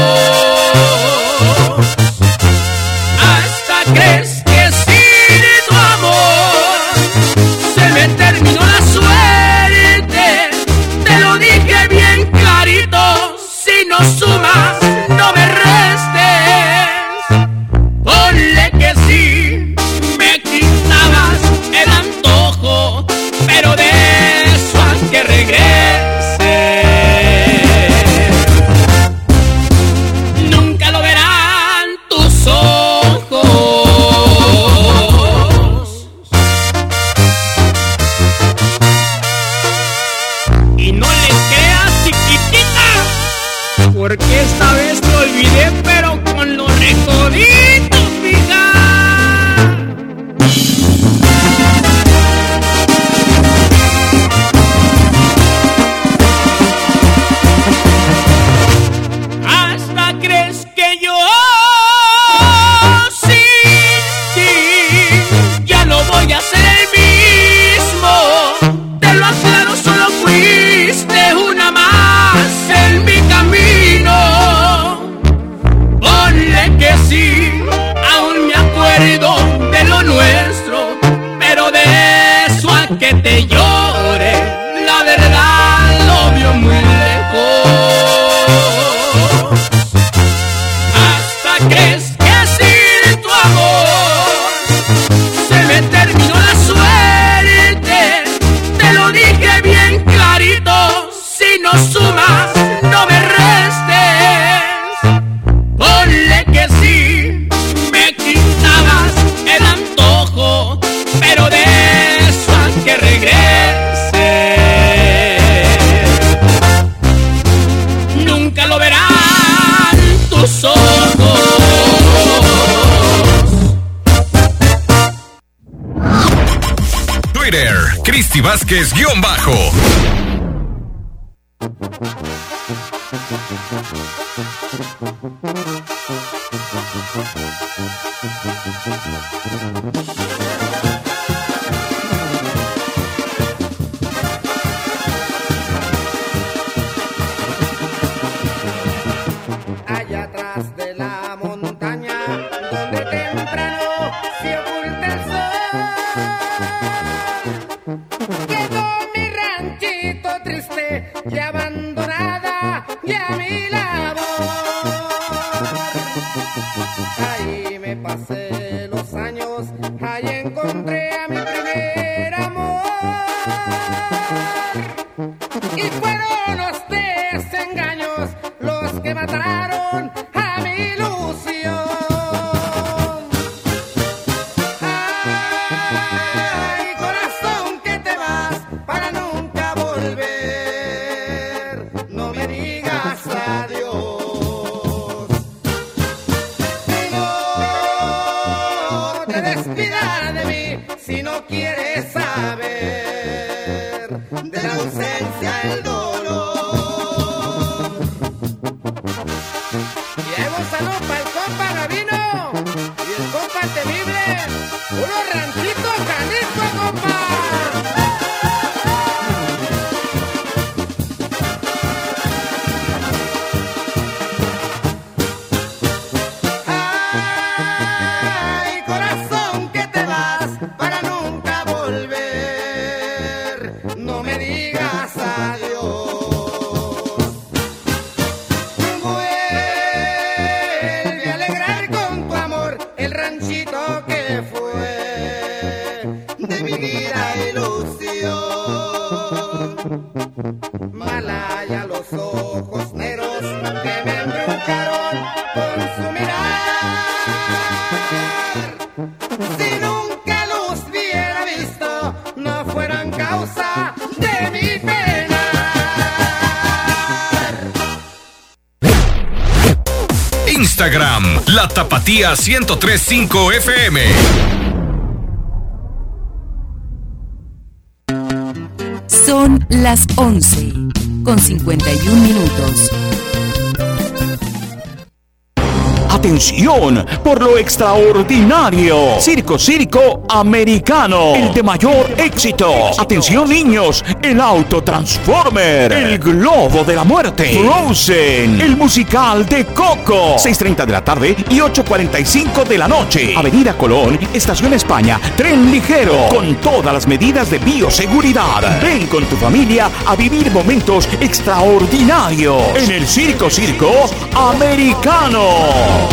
¿Crees que sin tu amor se me terminó la suerte? Te lo dije bien clarito, si no sumas, no me restes. Ponle que sí, me quitabas el antojo, pero de eso a que regrese, nunca lo verán tus ojos. Porque esta vez te olvidé, pero con los recoditos, mija. Hasta crees que yo sin ti ya no voy a ser el mismo. Te lo aclaro, solo fuiste una más en mi camino. Ponle que sí, aún me acuerdo de lo nuestro, pero de eso a que te llore, la verdad Cristi Vázquez guión bajo. Allá atrás de la montaña, donde temprano se oculta el sol, quedó mi ranchito triste y abandonada y a mi labor. Ahí me pasé los años, ahí encontré a mi primer amor. Y fueron los desengaños los que mataron a mi ilusión. Ay, corazón, que te vas para nunca volver. No me digas adiós. No te despidas de mí si no quieres saber de la ausencia, el dolor. Saludos para el compa Gavino y el compa Temible, puro ranchito Jalisco, compa. Ay, corazón, que te vas para nunca volver. No me digas adiós. Que fue de mi vida ilusión. Malaya los ojos negros que me embrujaron con su mirar. Si nunca los hubiera visto, no fueran causa de mi pena. Instagram, La Tapatía ciento tres punto cinco F M. Son las once con cincuenta y un minutos. Atención por lo extraordinario. Circo Circo Americano, el de mayor éxito. Atención niños, el auto Transformer, el globo de la muerte, Frozen, el musical de Coco. seis treinta de la tarde y ocho cuarenta y cinco de la noche. Avenida Colón, Estación España, tren ligero, con todas las medidas de bioseguridad. Ven con tu familia a vivir momentos extraordinarios en el Circo Circo Americano.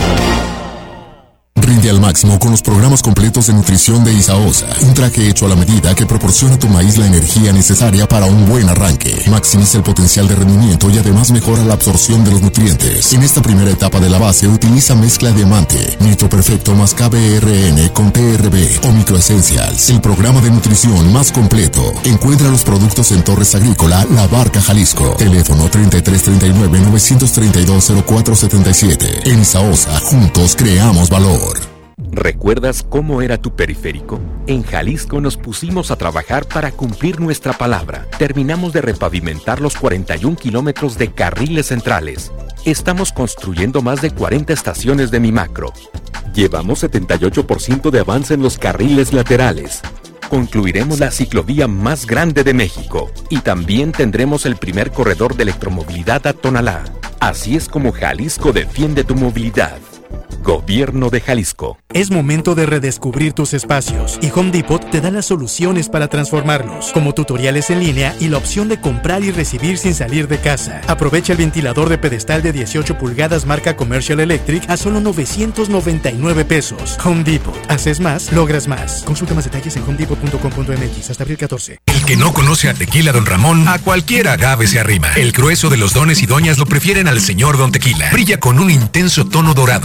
Rinde al máximo con los programas completos de nutrición de Isaosa. Un traje hecho a la medida que proporciona a tu maíz la energía necesaria para un buen arranque. Maximiza el potencial de rendimiento y además mejora la absorción de los nutrientes. En esta primera etapa de la base utiliza mezcla Diamante, Nitro Perfecto más K B R N con T R B o Micro Essentials. El programa de nutrición más completo. Encuentra los productos en Torres Agrícola, La Barca, Jalisco. Teléfono treinta y tres treinta y nueve, novecientos treinta y dos, cero cuatro setenta y siete. En Isaosa, juntos creamos valor. ¿Recuerdas cómo era tu periférico? En Jalisco nos pusimos a trabajar para cumplir nuestra palabra. Terminamos de repavimentar los cuarenta y un kilómetros de carriles centrales. Estamos construyendo más de cuarenta estaciones de Mi Macro. Llevamos setenta y ocho por ciento de avance en los carriles laterales. Concluiremos la ciclovía más grande de México y también tendremos el primer corredor de electromovilidad a Tonalá. Así es como Jalisco defiende tu movilidad. Gobierno de Jalisco. Es momento de redescubrir tus espacios y Home Depot te da las soluciones para transformarlos, como tutoriales en línea y la opción de comprar y recibir sin salir de casa. Aprovecha el ventilador de pedestal de dieciocho pulgadas marca Commercial Electric a solo novecientos noventa y nueve pesos. Home Depot. Haces más, logras más. Consulta más detalles en home depot punto com punto m x hasta abril catorce. El que no conoce a Tequila Don Ramón, a cualquier agave se arrima. El grueso de los dones y doñas lo prefieren al señor Don Tequila. Brilla con un intenso tono dorado. Sus notas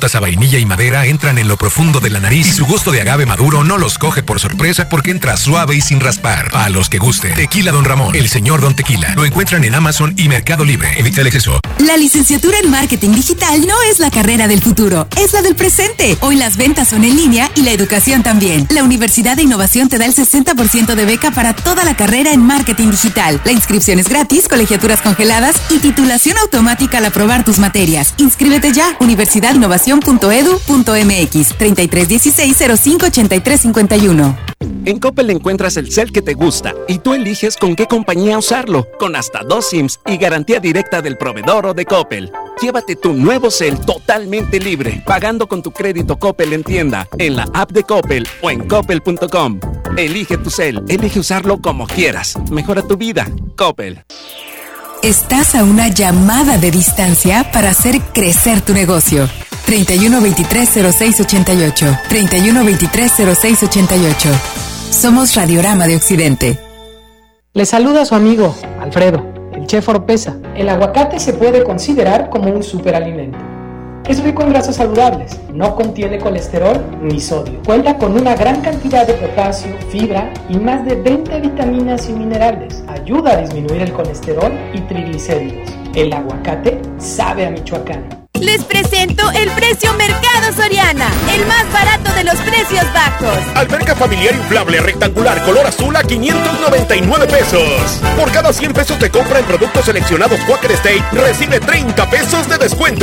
notas a vainilla y madera entran en lo profundo de la nariz y su gusto de agave maduro no los coge por sorpresa porque entra suave y sin raspar. A los que guste, Tequila Don Ramón, el señor Don Tequila. Lo encuentran en Amazon y Mercado Libre. Evita el exceso. La licenciatura en marketing digital no es la carrera del futuro, es la del presente. Hoy las ventas son en línea y la educación también. La Universidad de Innovación te da el sesenta por ciento de beca para toda la carrera en marketing digital. La inscripción es gratis, colegiaturas congeladas y titulación automática al aprobar tus materias. Inscríbete ya. universidad innovación punto edu punto m x treinta y tres dieciséis cero cinco ochenta y tres cincuenta y uno. En Coppel encuentras el cel que te gusta y tú eliges con qué compañía usarlo, con hasta dos SIMs y garantía directa del proveedor o de Coppel. Llévate tu nuevo cel totalmente libre, pagando con tu crédito Coppel en tienda, en la app de Coppel o en coppel punto com. Elige tu cel, elige usarlo como quieras. Mejora tu vida, Coppel. Estás a una llamada de distancia para hacer crecer tu negocio. treinta y uno veintitrés cero seis ochenta y ocho. treinta y uno veintitrés cero seis ochenta y ocho. Somos Radiorama de Occidente. Le saluda su amigo, Alfredo, el chef Oropesa. El aguacate se puede considerar como un superalimento. Es rico en grasas saludables, no contiene colesterol ni sodio. Cuenta con una gran cantidad de potasio, fibra y más de veinte vitaminas y minerales. Ayuda a disminuir el colesterol y triglicéridos. El aguacate sabe a Michoacán. Les presento el precio Mercado Soriana, el más barato de los precios bajos. Alberca familiar inflable rectangular color azul a quinientos noventa y nueve pesos. Por cada cien pesos de compra en productos seleccionados Quaker State, recibe treinta pesos de descuento.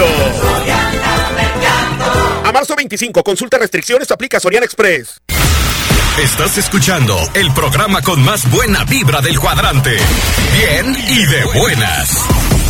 A marzo veinticinco, consulta restricciones, aplica Soriana Express. Estás escuchando el programa con más buena vibra del cuadrante. Bien y de buenas.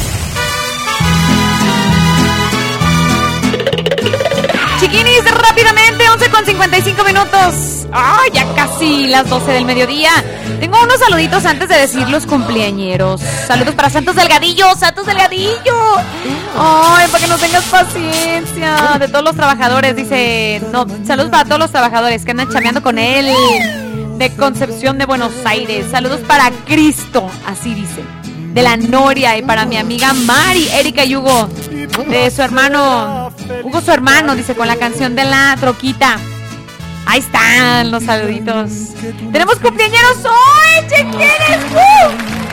Chiquinis, rápidamente, once con cincuenta y cinco minutos. ¡Ay, ya casi las doce del mediodía! Tengo unos saluditos antes de decir los cumpleañeros. Saludos para Santos Delgadillo, Santos Delgadillo. ¡Ay, para que no tengas paciencia! De todos los trabajadores, dice... No, saludos para todos los trabajadores que andan chameando con él. De Concepción de Buenos Aires. Saludos para Cristo, así dice. De la Noria y para mi amiga Mari, Erika y Hugo. De su hermano... Hugo, su hermano, dice, con la canción de la troquita. Ahí están los saluditos. Tenemos cumpleañeros hoy, chiquines. ¡Uh!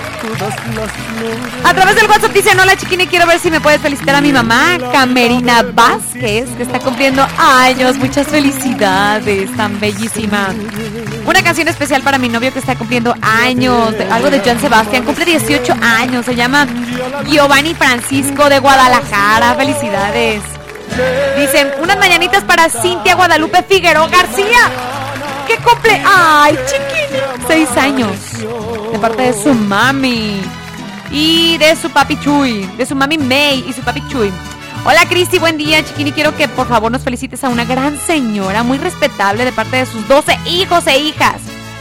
A través del WhatsApp dicen: hola, chiquini, quiero ver si me puedes felicitar a mi mamá, Camerina Vázquez, que está cumpliendo años. Muchas felicidades, tan bellísima. Una canción especial para mi novio que está cumpliendo años, algo de Joan Sebastián, cumple dieciocho años, se llama Giovanni Francisco de Guadalajara. Felicidades. Dicen, unas mañanitas para Cintia Guadalupe Figueroa García, que cumple, ay, chiquini, seis años, de parte de su mami y de su papi Chuy, de su mami May y su papi Chuy. Hola, Cristi, buen día, chiquini, quiero que por favor nos felicites a una gran señora, muy respetable, de parte de sus doce hijos e hijas.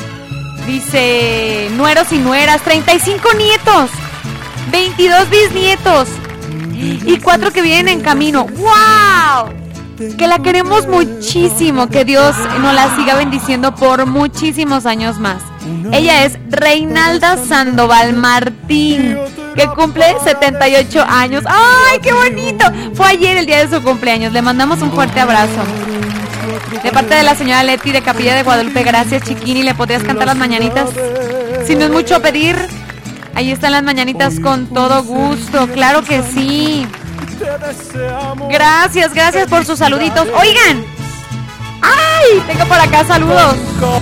Dice, nueros y nueras, treinta y cinco nietos, veintidós bisnietos y cuatro que vienen en camino. ¡Wow! Que la queremos muchísimo, que Dios nos la siga bendiciendo por muchísimos años más. Ella es Reinalda Sandoval Martín, que cumple setenta y ocho años. ¡Ay, qué bonito! Fue ayer el día de su cumpleaños. Le mandamos un fuerte abrazo. De parte de la señora Leti de Capilla de Guadalupe. Gracias, chiquini. ¿Le podrías cantar las mañanitas? Si no es mucho pedir. Ahí están las mañanitas con todo gusto. Claro que sí. Gracias, gracias por sus saluditos. Oigan. ¡Ay! Tengo por acá saludos.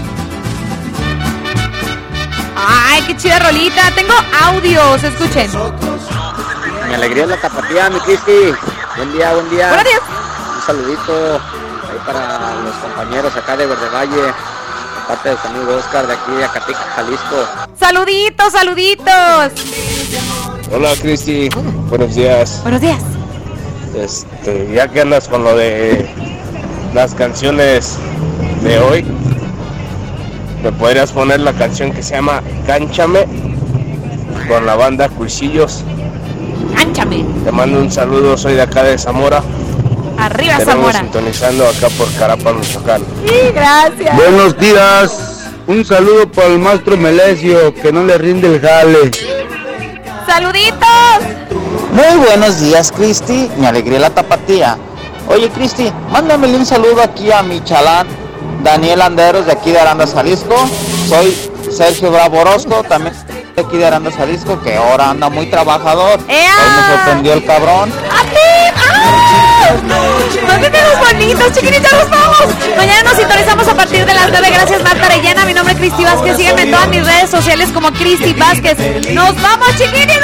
¡Ay, qué chida rolita! Tengo audios, escuchen. Mi alegría es la tapatía, mi Cristi. Buen día, buen día. Buenos días. Un saludito ahí para los compañeros acá de Verde Valle, de parte de su amigo Oscar de aquí de Acatica, Jalisco. ¡Saluditos, saluditos! Hola, Cristi. Buenos días. Buenos días. Este, ya que andas con lo de las canciones de hoy, ¿me podrías poner la canción que se llama Cánchame con la banda Cuisillos? Cánchame. Te mando un saludo, soy de acá de Zamora. Arriba, Tenemos Zamora. Sintonizando acá por Carapa, Michoacán. Sí, gracias. Buenos días. Un saludo para el maestro Melesio, que no le rinde el jale. ¡Saluditos! Muy buenos días, Cristi. Me alegría la tapatía. Oye, Cristi, mándamele un saludo aquí a mi chalán Daniel Anderos, de aquí de Arandas, Jalisco. Soy Sergio Bravo Orozco, también de aquí de Arandas, Jalisco, que ahora anda muy trabajador. ¡Ea! Hoy me sorprendió el cabrón. ¡A ti! ¡Ah! ¡Mándenme los bonitos, chiquinitos, nos vamos! Mañana nos sintonizamos a partir de las nueve. Gracias, Marta Arellana. Mi nombre es Cristi Vázquez. Sígueme en todas mis redes sociales como Cristi Vázquez. ¡Nos vamos, chiquinitos!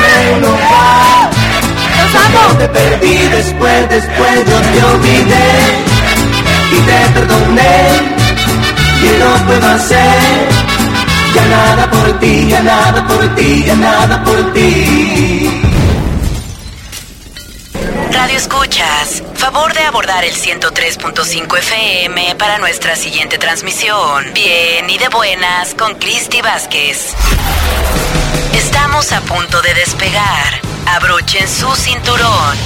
¡Nos vamos! Te perdí después, después yo te olvidé y te perdoné. Y no puedo hacer ya nada por ti, ya nada por ti, ya nada por ti. Radio Escuchas, favor de abordar el ciento tres punto cinco F M para nuestra siguiente transmisión. Bien y de buenas con Cristi Vázquez. Estamos a punto de despegar. Abrochen su cinturón.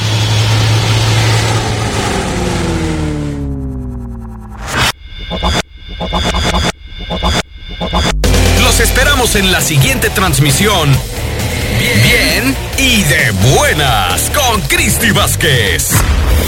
Los esperamos en la siguiente transmisión. Bien, bien y de buenas con Cristi Vázquez.